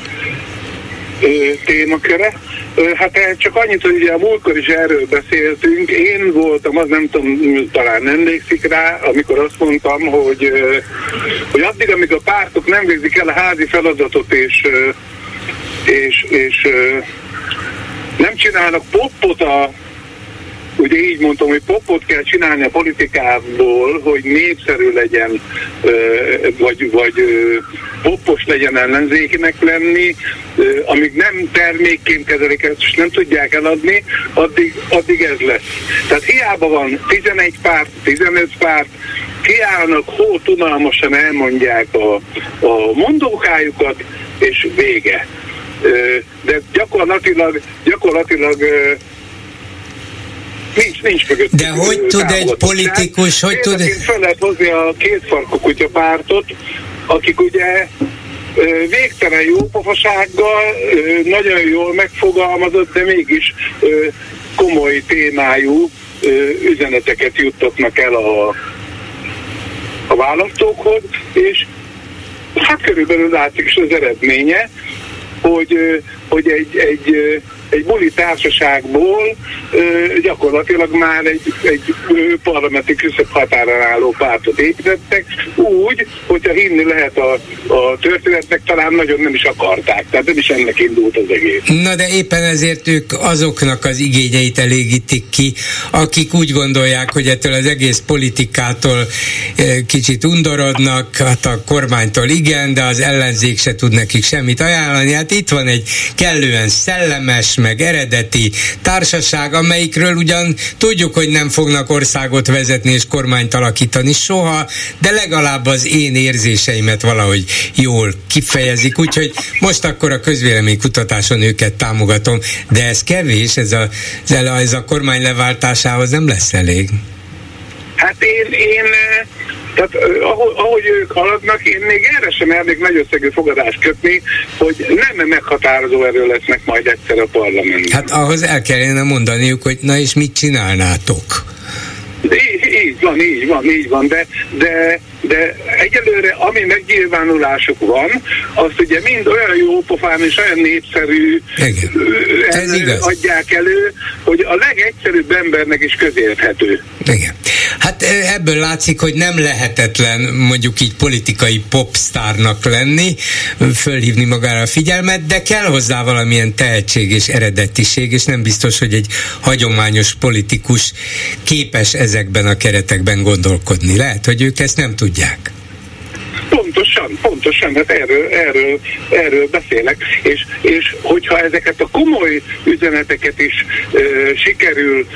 [SPEAKER 11] témaköre. Hát csak annyit, hogy ugye a múltkor is erről beszéltünk. Én voltam, az nem tudom, talán emlékszik rá, amikor azt mondtam, hogy, hogy addig, amíg a pártok nem végzik el a házi feladatot, és, és, és nem csinálnak poppot a ugye így mondtam, hogy popot kell csinálni a politikából, hogy népszerű legyen, vagy, vagy popos legyen ellenzékinek lenni, amíg nem termékként kezelik ezt, és nem tudják eladni, addig, addig ez lesz. Tehát hiába van tizenegy párt, tizenöt párt, kiállnak, hó tunalmasan elmondják a, a mondókájukat, és vége. De gyakorlatilag, gyakorlatilag Nincs, nincs mögött.
[SPEAKER 3] De hogy tud egy politikus, hogy tud...
[SPEAKER 11] Fel lehet hozni a kétfarkú kutyapártot, akik ugye végtelen jópofasággal, nagyon jól megfogalmazott, de mégis komoly témájú üzeneteket juttatnak el a, a választókhoz, és hát körülbelül látszik is az eredménye, hogy, hogy egy, egy egy buli társaságból ö, gyakorlatilag már egy, egy parlamenti küszöb határon álló pártot építettek, úgy, hogyha hinni lehet a, a történetnek, talán nagyon nem is akarták, tehát nem is ennek indult az egész.
[SPEAKER 3] Na de éppen ezért ők azoknak az igényeit elégítik ki, akik úgy gondolják, hogy ettől az egész politikától kicsit undorodnak, hát a kormánytól igen, de az ellenzék se tud nekik semmit ajánlani. Hát itt van egy kellően szellemes, meg eredeti társaság, amelyikről ugyan tudjuk, hogy nem fognak országot vezetni és kormányt alakítani soha, de legalább az én érzéseimet valahogy jól kifejezik, úgyhogy most akkor a közvéleménykutatáson őket támogatom, de ez kevés, ez a, ez a kormány leváltásához nem lesz elég.
[SPEAKER 11] Hát én, én tehát ahogy, ahogy ők haladnak, én még erre sem mernék nagy összegű fogadást kötni, hogy nem meghatározó erő lesznek majd egyszer a parlamentben.
[SPEAKER 3] Hát ahhoz el kellene mondaniuk, hogy na és mit csinálnátok?
[SPEAKER 11] Így, így van, így van, így van, de, de, de egyelőre ami megnyilvánulásuk van, azt ugye mind olyan jó pofán és olyan népszerű elő, adják elő, hogy a legegyszerűbb embernek is közérthető.
[SPEAKER 3] Igen. Hát ebből látszik, hogy nem lehetetlen mondjuk így politikai popstárnak lenni, fölhívni magára a figyelmet, de kell hozzá valamilyen tehetség és eredetiség, és nem biztos, hogy egy hagyományos politikus képes ezekben a keretekben gondolkodni. Lehet, hogy ők ezt nem tudják.
[SPEAKER 11] Pontosan, pontosan, hát erről, erről, erről beszélek, és, és hogyha ezeket a komoly üzeneteket is ö, sikerül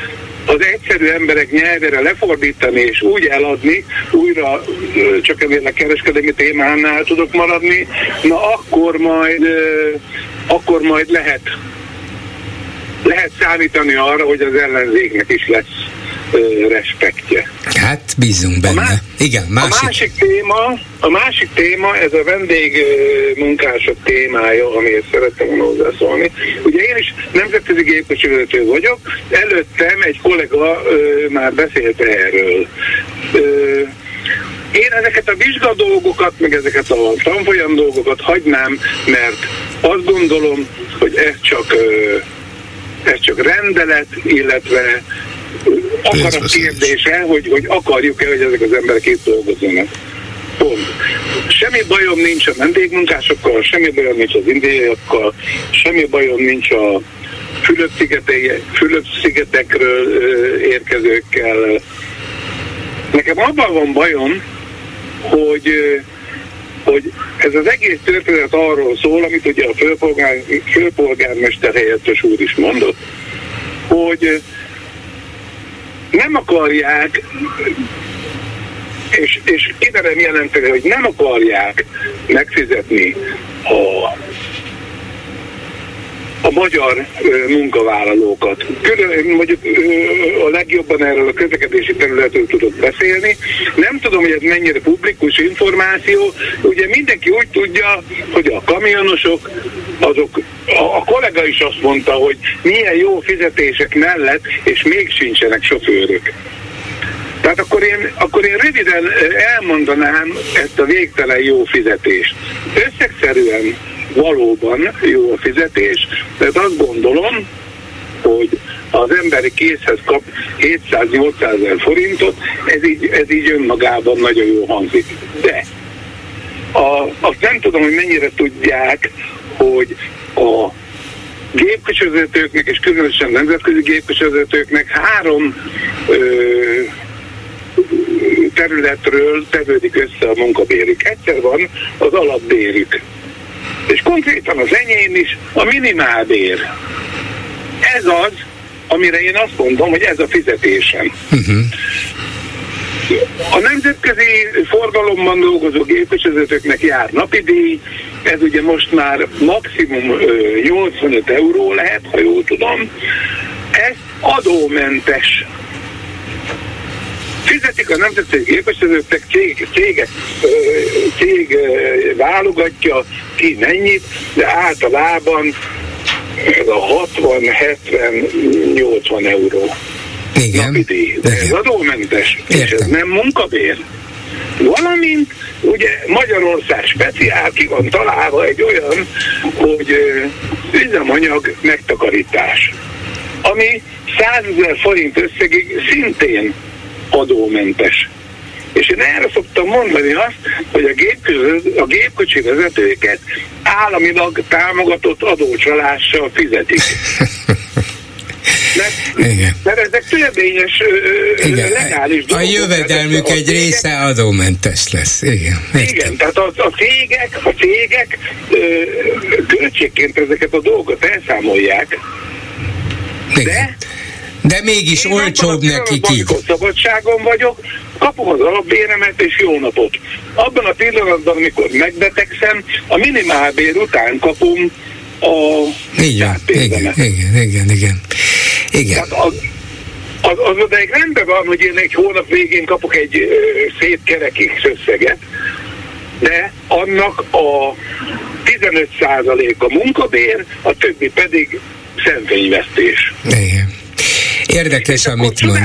[SPEAKER 11] az egyszerű emberek nyelvére lefordítani és úgy eladni, újra csak ennél a kereskedelmi témánál tudok maradni, na akkor majd, akkor majd lehet, lehet számítani arra, hogy az ellenzéknek is lesz respektje.
[SPEAKER 3] Hát bízunk benne. A má- Igen, másik.
[SPEAKER 11] A másik téma, a másik téma, ez a vendégmunkások témája, amiért szerettem volna hozzászólni. Ugye én is nemzetközi gépkocsivezető vagyok, előttem egy kollega ö, már beszélt erről. Ö, Én ezeket a vizsgadolgokat, meg ezeket a tanfolyam dolgokat hagynám, mert azt gondolom, hogy ez csak, ez csak rendelet, illetve akarat kérdése, hogy, hogy akarjuk-e, hogy ezek az emberek itt dolgozzanak. Pont. Semmi bajom nincs a vendégmunkásokkal, semmi bajom nincs az indiaiakkal, semmi bajom nincs a Fülöp-szigetekről érkezőkkel. Nekem abban van bajom, hogy, hogy ez az egész történet arról szól, amit ugye a főpolgár, főpolgármester helyettes úr is mondott, hogy nem akarják, és, és kiderem jelenteni, hogy nem akarják megfizetni a a magyar ö, munkavállalókat. Külön, mondjuk ö, a legjobban erről a közlekedési területről tudok beszélni. Nem tudom, hogy ez mennyire publikus információ. Ugye mindenki úgy tudja, hogy a kamionosok, azok, a, a kollega is azt mondta, hogy milyen jó fizetések mellett, és még sincsenek sofőrök. Tehát akkor én, akkor én röviden elmondanám ezt a végtelen jó fizetést. Összegszerűen valóban jó a fizetés, mert azt gondolom, hogy az emberi készhez kap hétszáz-nyolcszázezer forintot, ez így, ez így önmagában nagyon jó hangzik. De a, azt nem tudom, hogy mennyire tudják, hogy a gépkocsivezetőknek, és különösen nemzetközi gépkocsivezetőknek három ö, területről tevődik össze a munkabérük. Egyszer van az alapbérük. És konkrétan az enyém is a minimálbér. Ez az, amire én azt mondom, hogy ez a fizetésem. Uh-huh. A nemzetközi forgalomban dolgozó gépkocsivezetőknek jár napi díj, ez ugye most már maximum nyolcvanöt euró lehet, ha jól tudom. Ez adómentes. Fizetik a nemzetközi gépkocsivezetők, cég, cég, cég válogatja ki mennyit, de általában ez a hatvan, hetven, nyolcvan euró.
[SPEAKER 3] Igen.
[SPEAKER 11] Napi díj. De ez adómentes,
[SPEAKER 3] Értem.
[SPEAKER 11] és ez nem munkabér. Valamint ugye Magyarország speciál ki van találva egy olyan, hogy üzemanyag megtakarítás, ami százezer forint összegig szintén adómentes. És én erre szoktam mondani azt, hogy a, gépkocsi, a gépkocsi vezetőket államilag támogatott adócsalással fizetik. Mert, mert ezek törvényes, legális dolgok.
[SPEAKER 3] A jövedelmük egy része adómentes lesz. Igen,
[SPEAKER 11] igen, tehát a, a cégek, a cégek költségként ezeket a dolgokat elszámolják.
[SPEAKER 3] Igen.
[SPEAKER 11] De
[SPEAKER 3] De mégis
[SPEAKER 11] én
[SPEAKER 3] olcsóbb nekik így.
[SPEAKER 11] Amikor szabadságon vagyok, kapom az alapbéremet és jó napot. Abban a pillanatban, amikor megbetegszem, a minimálbér után kapom a
[SPEAKER 3] így van, igen, igen, igen, igen. igen.
[SPEAKER 11] Tehát az, az, az odáig rendben van, hogy én egy hónap végén kapok egy ö, szép kerek X összeget, de annak a tizenöt százalék a munkabér, a többi pedig szemfényvesztés.
[SPEAKER 3] Igen. Érdekes, amit mond.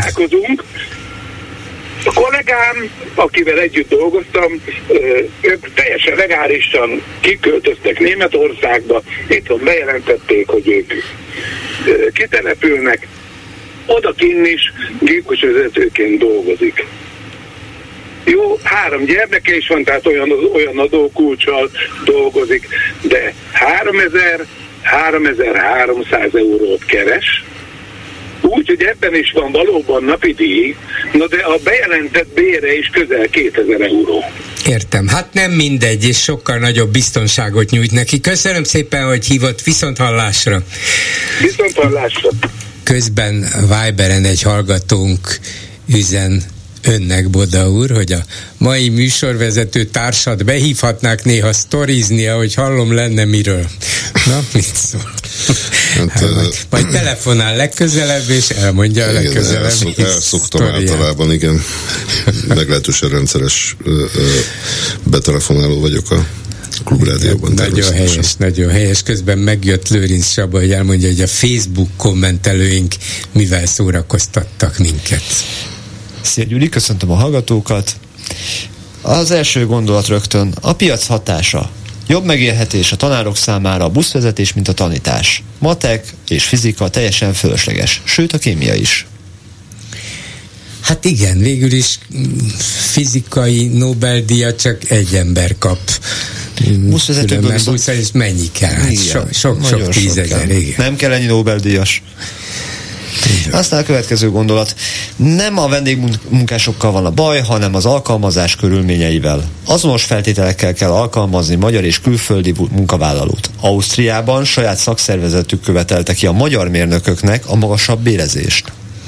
[SPEAKER 11] A kollégám, akivel együtt dolgoztam, ők teljesen legálisan kiköltöztek Németországba, itthon bejelentették, hogy ők kitelepülnek, odakinn is gépkocsivezetőként dolgozik. Jó, három gyermeke is van, tehát olyan, olyan adókulccsal dolgozik, de háromezer-háromszáz eurót keres, úgy, hogy ebben is van valóban napi díj, na de a bejelentett bére is közel kétezer euró.
[SPEAKER 3] Értem. Hát nem mindegy, és sokkal nagyobb biztonságot nyújt neki. Köszönöm szépen, hogy hívott, viszont hallásra.
[SPEAKER 11] Viszont hallásra.
[SPEAKER 3] Közben Viberen egy hallgatónk üzen önnek, Boda úr, hogy a mai műsorvezető társat behívhatnák néha sztorizni, ahogy hallom, lenne miről. Na, mit szól? Hát, hát, majd, majd telefonál legközelebb, és elmondja igen, a legközelebb.
[SPEAKER 8] Elszok, elszoktam általában, igen. Meglehetősen rendszeres ö, ö, betelefonáló vagyok a Klubrádióban.
[SPEAKER 3] Nagyon helyes, nagyon helyes. Közben megjött Lőrinc Csaba, hogy elmondja, hogy a Facebook kommentelőink mivel szórakoztattak minket.
[SPEAKER 12] Szia Gyuri, köszöntöm a hallgatókat. Az első gondolat rögtön a piac hatása. Jobb megélhetés a tanárok számára a buszvezetés, mint a tanítás. Matek és fizika teljesen fölösleges, sőt a kémia is.
[SPEAKER 3] Hát igen, végül is fizikai Nobel-díjat csak egy ember kap.
[SPEAKER 12] Buszvezetőből viszont...
[SPEAKER 3] busz, és mennyi kell? Hát sok, sok, sok tízezer.
[SPEAKER 12] Nem kell ennyi Nobel-díjas. Aztán a következő gondolat. Nem a vendégmunkásokkal van a baj, hanem az alkalmazás körülményeivel. Azonos feltételekkel kell alkalmazni magyar és külföldi munkavállalót. Ausztriában saját szakszervezetük követelte ki a magyar mérnököknek a magasabb bérezést.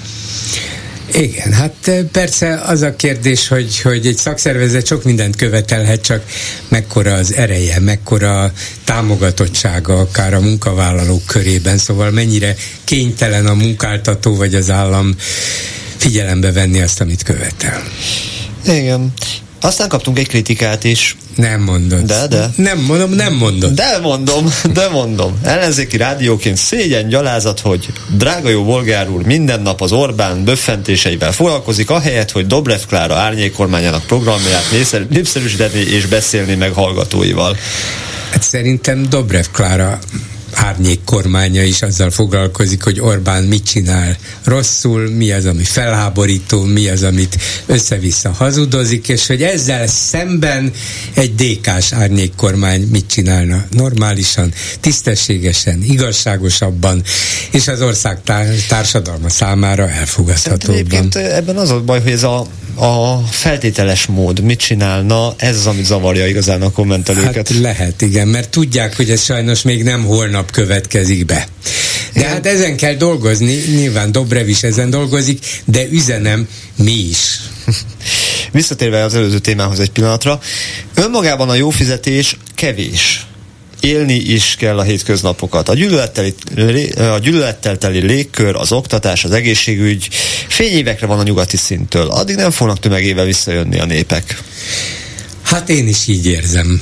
[SPEAKER 3] Igen, hát persze az a kérdés, hogy, hogy egy szakszervezet sok mindent követelhet, csak mekkora az ereje, mekkora a támogatottsága akár a munkavállalók körében, szóval mennyire kénytelen a munkáltató vagy az állam figyelembe venni azt, amit követel.
[SPEAKER 12] Igen. Aztán kaptunk egy kritikát is.
[SPEAKER 3] Nem mondod.
[SPEAKER 12] De, de.
[SPEAKER 3] Nem mondom, nem mondod.
[SPEAKER 12] De mondom, de mondom. Ellenzéki rádióként szégyen, gyalázat, hogy drága jó bolgár úr minden nap az Orbán böffentéseivel foglalkozik, ahelyett, hogy Dobrev Klára árnyékkormányának programját népszerűsíteni és beszélni meg hallgatóival.
[SPEAKER 3] Hát szerintem Dobrev Klára árnyék kormánya is azzal foglalkozik, hogy Orbán mit csinál rosszul, mi az, ami felháborító, mi az, amit össze-vissza hazudozik, és hogy ezzel szemben egy dé ká-s árnyék kormány mit csinálna normálisan, tisztességesen, igazságosabban, és az ország társadalma számára elfogadhatóbban.
[SPEAKER 12] Ebben az a baj, hogy ez a, a feltételes mód mit csinálna, ez az, amit zavarja igazán a kommentelőket.
[SPEAKER 3] Hát lehet, igen, mert tudják, hogy ez sajnos még nem holnap következik be. De igen. Hát ezen kell dolgozni, nyilván Dobrev is ezen dolgozik, de üzenem, mi is.
[SPEAKER 12] Visszatérve az előző témához egy pillanatra, önmagában a jó fizetés kevés. Élni is kell a hétköznapokat. A gyűlölettel, a gyűlölettel teli légkör, az oktatás, az egészségügy fényévekre van a nyugati szinttől. Addig nem fognak tömegével visszajönni a népek.
[SPEAKER 3] Hát én is így érzem.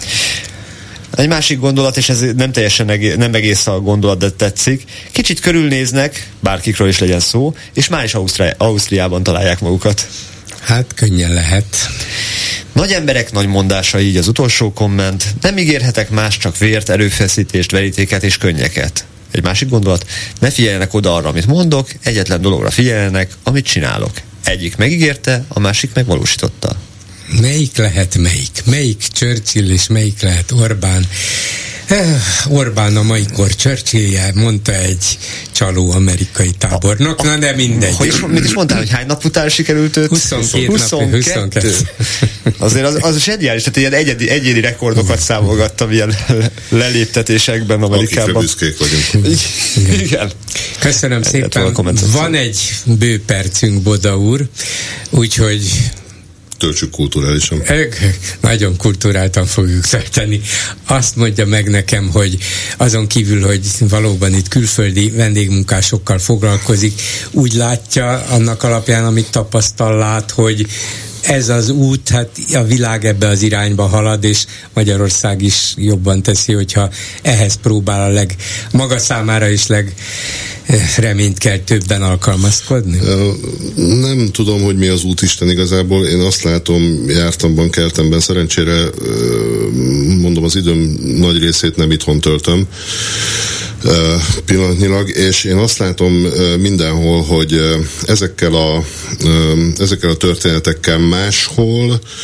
[SPEAKER 12] Egy másik gondolat, és ez nem teljesen egész, nem egész a gondolat, de tetszik. Kicsit körülnéznek, bárkikről is legyen szó, és már is Ausztri- Ausztriában találják magukat.
[SPEAKER 3] Hát könnyen lehet.
[SPEAKER 12] Nagy emberek nagy mondása, így az utolsó komment. Nem ígérhetek más, csak vért, erőfeszítést, verítéket és könnyeket. Egy másik gondolat, ne figyeljenek oda arra, amit mondok, egyetlen dologra figyeljenek, amit csinálok. Egyik megígérte, a másik megvalósította.
[SPEAKER 3] Melyik lehet melyik? Melyik Churchill és melyik lehet Orbán? Orbán a maikor Churchillje, mondta egy csaló amerikai tábornok, na de mindegy.
[SPEAKER 12] Hogy is, mit is mondtál, hogy hány nap után sikerült őt?
[SPEAKER 3] huszonkettő nap, huszonkettő.
[SPEAKER 12] Azért az, az is egyenes, tehát ilyen egyedi, egyéni rekordokat számolgattam ilyen leléptetésekben Amerikában.
[SPEAKER 8] Akikre büszkék vagyunk.
[SPEAKER 12] Igen. Igen.
[SPEAKER 3] Köszönöm szépen. Van egy bő percünk, Boda úr, úgyhogy
[SPEAKER 8] töltsük kulturálisan.
[SPEAKER 3] Nagyon kulturáltan fogjuk tölteni. Azt mondja meg nekem, hogy azon kívül, hogy valóban itt külföldi vendégmunkásokkal foglalkozik, úgy látja annak alapján, amit tapasztal, lát, hogy ez az út, hát a világ ebbe az irányba halad, és Magyarország is jobban teszi, hogyha ehhez próbál a leg, maga számára is leg reményt kell többen alkalmazkodni?
[SPEAKER 8] Nem tudom, hogy mi az útisten igazából. Én azt látom, jártamban, kertemben, szerencsére mondom, az időm nagy részét nem itthon töltöm pillanatnyilag, és én azt látom mindenhol, hogy ezekkel a, ezekkel a történetekkel máshol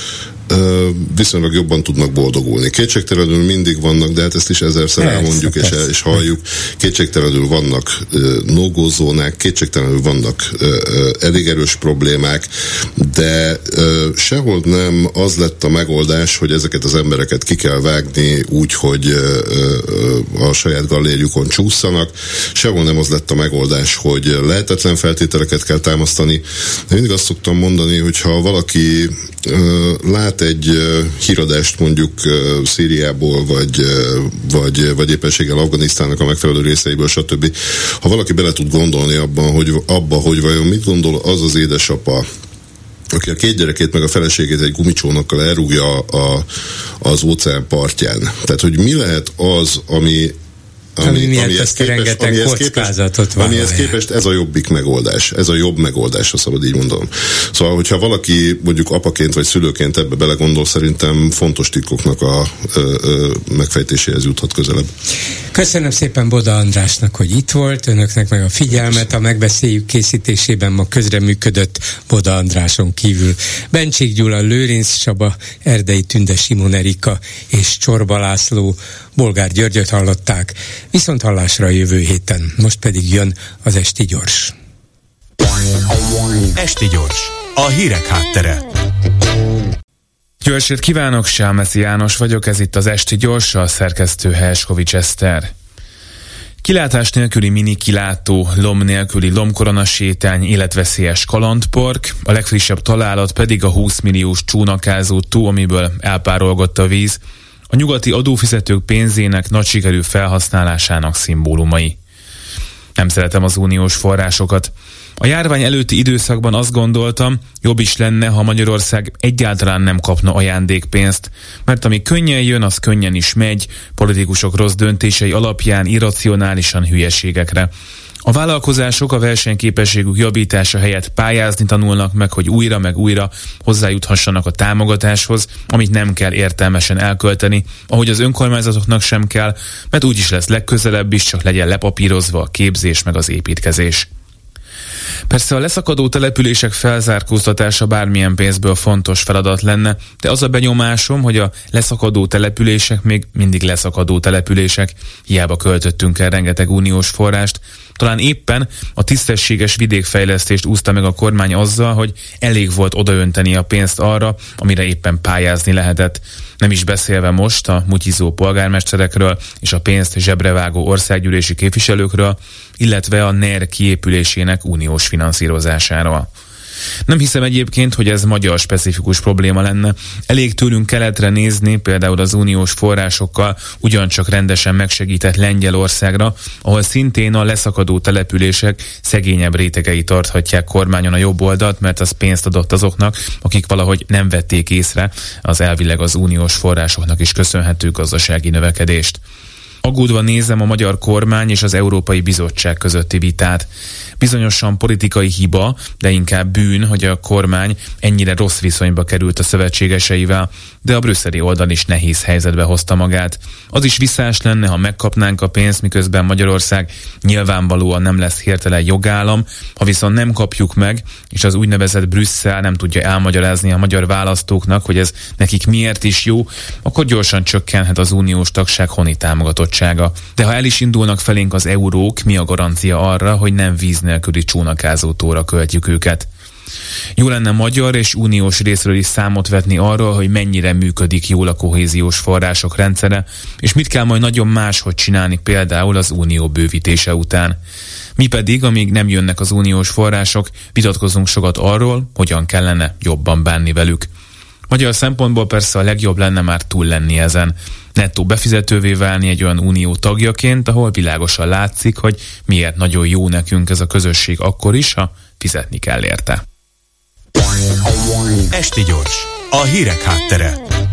[SPEAKER 8] viszonylag jobban tudnak boldogulni. Kétségtelenül mindig vannak, de hát ezt is ezerszer elmondjuk és, és halljuk, kétségtelenül vannak no-go zónák, kétségtelenül vannak elég erős problémák, de sehol nem az lett a megoldás, hogy ezeket az embereket ki kell vágni úgy, hogy a saját gallérjukon csúszanak, sehol nem az lett a megoldás, hogy lehetetlen feltételeket kell támasztani. Én mindig azt szoktam mondani, hogyha valaki lát egy híradást mondjuk Szíriából, vagy, vagy, vagy éppenséggel Afganisztánnak a megfelelő részeiből, stb. Ha valaki bele tud gondolni abban, hogy, abba, hogy vajon mit gondol az az édesapa, aki a két gyerekét meg a feleségét egy gumicsónakkal elrúgja a, az óceán partján. Tehát, hogy mi lehet az, ami Ami, amihez képest, amihez képest, amihez képest ez a jobbik megoldás, ez a jobb megoldás, ha szabad így mondom. Szóval, hogyha valaki mondjuk apaként vagy szülőként ebbe belegondol, szerintem fontos titkoknak a ö, ö, megfejtéséhez juthat közelebb.
[SPEAKER 3] Köszönöm szépen Boda Andrásnak, hogy itt volt, önöknek meg a figyelmet, a megbeszéljük készítésében ma közreműködött Boda Andráson kívül Bencsik Gyula, Lőrinc Csaba, Erdei Tünde, Simon Erika és Csorba László. Bolgár Györgyöt hallották, viszont hallásra a jövő héten. Most pedig jön az Esti Gyors.
[SPEAKER 13] Esti Gyors, a hírek háttere.
[SPEAKER 14] Jó estét kívánok, Sálmeszi János vagyok, ez itt az Esti Gyors, a szerkesztő Helskovics Eszter. Kilátás nélküli mini kilátó, lom nélküli lomkorona sétány, életveszélyes kalandpark, a legfrissebb találat pedig a húsz milliós csónakázó tó, amiből elpárolgott a víz, a nyugati adófizetők pénzének nagy sikerű felhasználásának szimbólumai. Nem szeretem az uniós forrásokat. A járvány előtti időszakban azt gondoltam, jobb is lenne, ha Magyarország egyáltalán nem kapna ajándékpénzt, mert ami könnyen jön, az könnyen is megy, politikusok rossz döntései alapján irracionálisan hülyeségekre. A vállalkozások a versenyképességük javítása helyett pályázni tanulnak meg, hogy újra meg újra hozzájuthassanak a támogatáshoz, amit nem kell értelmesen elkölteni, ahogy az önkormányzatoknak sem kell, mert úgyis lesz legközelebb is, csak legyen lepapírozva a képzés meg az építkezés. Persze a leszakadó települések felzárkóztatása bármilyen pénzből fontos feladat lenne, de az a benyomásom, hogy a leszakadó települések még mindig leszakadó települések, hiába költöttünk el rengeteg uniós forrást. Talán éppen a tisztességes vidékfejlesztést úszta meg a kormány azzal, hogy elég volt odaönteni a pénzt arra, amire éppen pályázni lehetett. Nem is beszélve most a mutyizó polgármesterekről és a pénzt zsebrevágó országgyűlési képviselőkről, illetve a en e er kiépülésének uniós finanszírozásáról. Nem hiszem egyébként, hogy ez magyar specifikus probléma lenne. Elég tőlünk keletre nézni, például az uniós forrásokkal ugyancsak rendesen megsegített Lengyelországra, ahol szintén a leszakadó települések szegényebb rétegei tarthatják kormányon a jobb oldalt, mert az pénzt adott azoknak, akik valahogy nem vették észre az elvileg az uniós forrásoknak is köszönhető gazdasági növekedést. Aggódva nézem a magyar kormány és az Európai Bizottság közötti vitát. Bizonyosan politikai hiba, de inkább bűn, hogy a kormány ennyire rossz viszonyba került a szövetségeseivel, de a brüsszeli oldal is nehéz helyzetbe hozta magát. Az is visszás lenne, ha megkapnánk a pénzt, miközben Magyarország nyilvánvalóan nem lesz hirtelen jogállam, ha viszont nem kapjuk meg, és az úgynevezett Brüsszel nem tudja elmagyarázni a magyar választóknak, hogy ez nekik miért is jó, akkor gyorsan csökkenhet az uniós tagság honi támogatottsága. De ha el is indulnak felénk az eurók, mi a garancia arra, hogy nem víz nélküli csónakázó tóra költjük őket? Jó lenne magyar és uniós részről is számot vetni arról, hogy mennyire működik jól a kohéziós források rendszere, és mit kell majd nagyon máshogy csinálni például az unió bővítése után. Mi pedig, amíg nem jönnek az uniós források, vitatkozunk sokat arról, hogyan kellene jobban bánni velük. Magyar szempontból persze a legjobb lenne már túl lenni ezen. Nettó befizetővé válni egy olyan unió tagjaként, ahol világosan látszik, hogy miért nagyon jó nekünk ez a közösség akkor is, ha fizetni kell érte.
[SPEAKER 13] Esti Gyors, a hírek háttere.